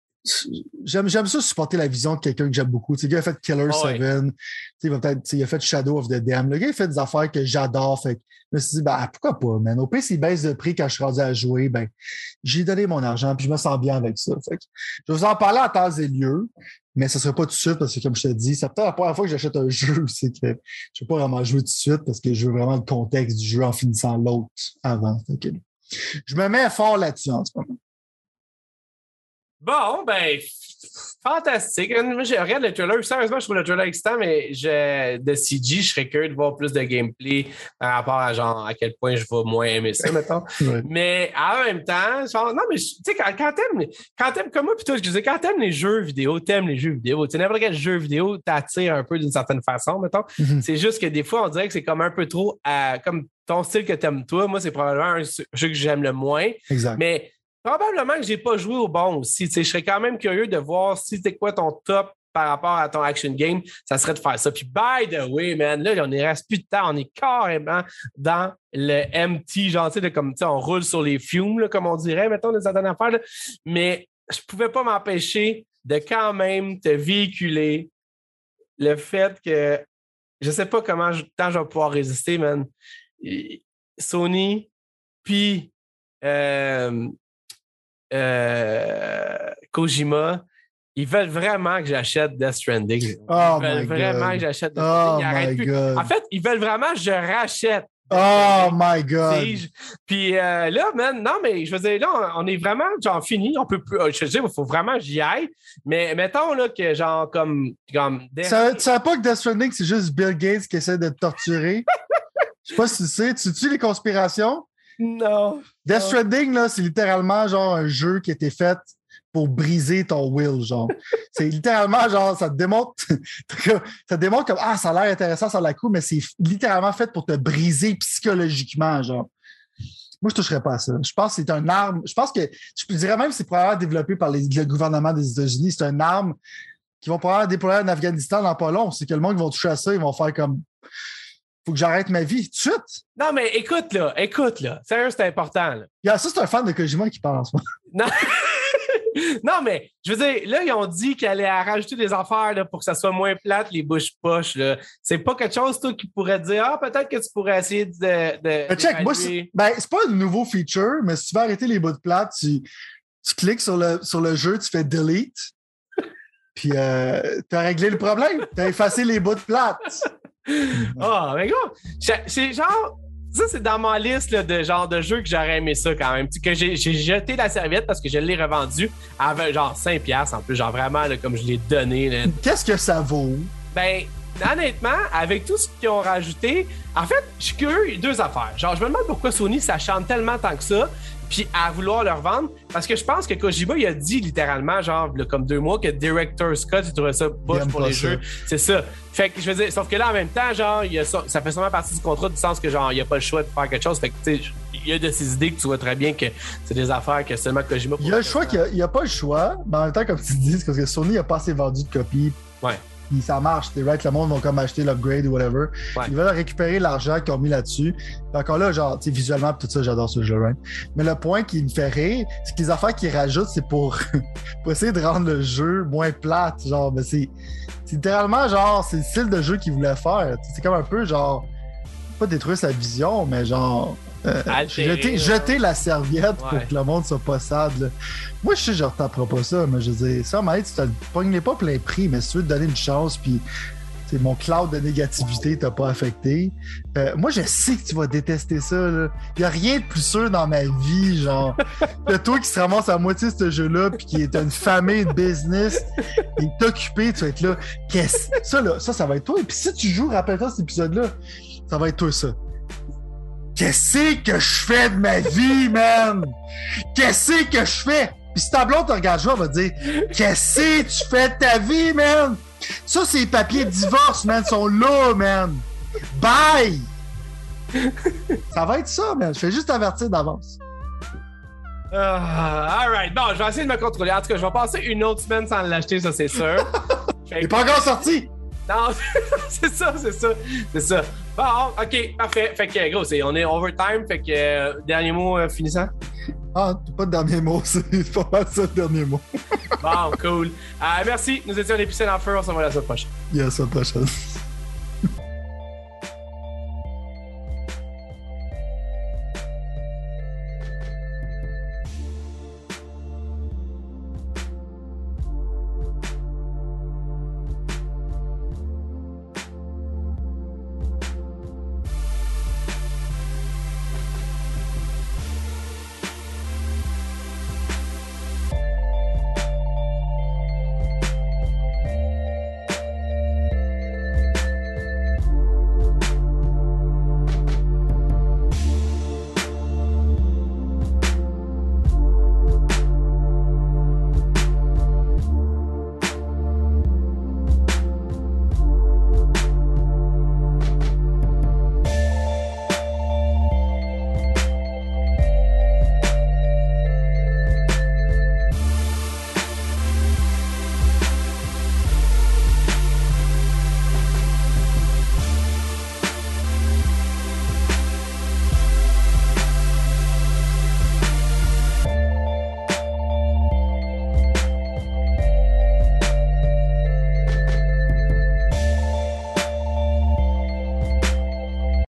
J'aime, j'aime ça supporter la vision de quelqu'un que j'aime beaucoup. T'sais, le gars a fait Killer oh, sept. Ouais. Il, va peut-être, il a fait Shadow of the Dam. Le gars, il fait des affaires que j'adore. Fait que je me suis dit, ben, pourquoi pas, man? Au pire, s'il baisse de prix quand je suis rendu à jouer, ben, j'ai donné mon argent puis je me sens bien avec ça. Fait que je vais vous en parler en temps et lieu, mais ce ne sera pas tout de suite parce que, comme je te dis, c'est peut-être la première fois que j'achète un jeu, c'est que je ne vais pas vraiment jouer tout de suite parce que je veux vraiment le contexte du jeu en finissant l'autre avant. Fait que je me mets fort là-dessus en ce moment. Bon, ben, fantastique. Moi, je regarde le trailer. Sérieusement, je trouve le trailer excitant, mais je, de C G, je serais curieux de voir plus de gameplay par rapport à genre à quel point je vais moins aimer ça, mettons. Ouais. Mais en même temps, genre, non, mais tu sais, quand, quand t'aimes, quand t'aimes comme moi, puis toi, je disais, quand t'aimes les jeux vidéo, t'aimes les jeux vidéo. Tu sais, n'importe quel jeu vidéo t'attire un peu d'une certaine façon, mettons. Mm-hmm. C'est juste que des fois, on dirait que c'est comme un peu trop, à, comme ton style que t'aimes toi. Moi, c'est probablement un jeu que j'aime le moins. Exact. Mais probablement que j'ai pas joué au bon aussi. T'sais, je serais quand même curieux de voir si c'était quoi ton top par rapport à ton action game. Ça serait de faire ça. Puis, by the way, man, là, on ne reste plus de temps. On est carrément dans le M T, genre, tu sais, comme, tu sais, on roule sur les fumes, là, comme on dirait, mettons, de certaines affaires. Là. Mais je pouvais pas m'empêcher de quand même te véhiculer le fait que je sais pas comment je, tant je vais pouvoir résister, man. Sony, puis euh, Euh, Kojima, ils veulent vraiment que j'achète Death Stranding. Oh ils veulent vraiment God. que j'achète Death Oh Stranding. Plus. En fait, ils veulent vraiment que je rachète. Oh my God. Puis euh, là, man, non, mais je veux dire, là, on, on est vraiment, genre, fini. On peut plus. Je veux dire, il faut vraiment que j'y aille. Mais mettons, là, que genre, comme. comme Death... Ça, tu savais pas que Death Stranding, c'est juste Bill Gates qui essaie de te torturer? Je sais pas si tu sais. Tu sais les conspirations? Non. Death Stranding, là, c'est littéralement genre un jeu qui a été fait pour briser ton will, genre. C'est littéralement genre, ça te démontre, ça te démontre comme, ah, ça a l'air intéressant, ça a l'air cool, mais c'est littéralement fait pour te briser psychologiquement, genre. Moi, je toucherais pas à ça. Je pense que c'est une arme, je pense que, je dirais même que c'est probablement développé par les, le gouvernement des États-Unis. C'est une arme qu'ils vont probablement déployer en Afghanistan dans pas long. C'est que le monde qui va toucher à ça, ils vont faire comme, faut que j'arrête ma vie tout de suite. Non, mais écoute, là, écoute, là. Sérieux, c'est important, là. Yeah, ça, c'est un fan de Kojima qui parle en ce moment. Non. Non, mais je veux dire, là, ils ont dit qu'ils allaient rajouter des affaires là, pour que ça soit moins plate, les bouches-poches. Là. C'est pas quelque chose, toi, qui pourrait dire, ah, peut-être que tu pourrais essayer de. de mais check, moi, c'est, ben, c'est pas un nouveau feature, mais si tu veux arrêter les bouts de plate, tu, tu cliques sur le, sur le jeu, tu fais delete, puis euh, tu as réglé le problème. Tu as effacé les bouts de plate. Ah, oh, mais gars, c'est genre. Ça, c'est dans ma liste là, de genre de jeux que j'aurais aimé ça quand même. Que j'ai, j'ai jeté la serviette parce que je l'ai revendu à genre cinq dollars en plus. Genre vraiment, là, comme je l'ai donné. Là. Qu'est-ce que ça vaut? Ben, honnêtement, avec tout ce qu'ils ont rajouté, en fait, je suis curieux, deux affaires. Genre, je me demande pourquoi Sony s'acharne tellement tant que ça, puis à vouloir leur vendre, parce que je pense que Kojima, il a dit littéralement, genre, là, comme deux mois, que Director Scott, il trouvait ça boche pour les ça. Jeux. C'est ça. Fait que, je veux dire, sauf que là, en même temps, genre, il y a ça, ça fait sûrement partie du contrat, du sens que, genre, il n'y a pas le choix de faire quelque chose. Fait que, tu sais, il y a de ces idées que tu vois très bien que c'est des affaires que seulement Kojima... Il y a le choix qu'il n'y a, a pas le choix, mais en même temps, comme tu dis, c'est parce que Sony n'a pas assez vendu de copies. Ouais. Puis ça marche, t'es right, le monde va comme acheter l'upgrade ou whatever. Ouais. Ils veulent récupérer l'argent qu'ils ont mis là-dessus. Puis encore là, genre, tu sais, visuellement, tout ça, j'adore ce jeu, right? Mais le point qui me fait rire, c'est que les affaires qu'ils rajoutent, c'est pour, pour essayer de rendre le jeu moins plate. Genre, mais c'est, c'est littéralement, genre, c'est le style de jeu qu'ils voulaient faire. C'est comme un peu, genre, pas détruire sa vision, mais genre, euh, jeter, jeter la serviette ouais. pour que le monde soit pas sad, là. Moi, je sais que je ne retaperai pas ça, mais je veux dire, ça, Maït, tu te pognes pas plein prix, mais si tu veux te donner une chance, puis mon cloud de négativité t'a pas affecté, euh, moi, je sais que tu vas détester ça. Il n'y a rien de plus sûr dans ma vie, genre, que toi qui se ramasse à moitié ce jeu-là, puis qui est une famille de business, et t'occuper, tu vas être là. Qu'est-ce ça, là, ça, ça va être toi. Et puis si tu joues, rappelle-toi cet épisode-là, ça va être toi, ça. Qu'est-ce que je fais de ma vie, man? Qu'est-ce que je fais? Puis si ta blonde te regarde jouer, elle va te dire qu'est-ce que tu fais de ta vie, man? Ça, c'est les papiers de divorce, man, sont là, man. Bye! Ça va être ça, man. Je fais juste t'avertir d'avance. Uh, all right. Bon, je vais essayer de me contrôler. En tout cas, je vais passer une autre semaine sans l'acheter, ça, c'est sûr. Il n'est pas encore sorti! Non, c'est ça, c'est ça, c'est ça. Bon, OK, parfait. Fait que, gros, c'est, on est overtime. Fait que, euh, dernier mot euh, finissant? Ah, pas de dernier mot, c'est pas mal ça le dernier mot. Bon, cool. Euh, merci, nous étions les Piscines en feu. On se revoit la semaine prochaine. Yeah, la semaine prochaine.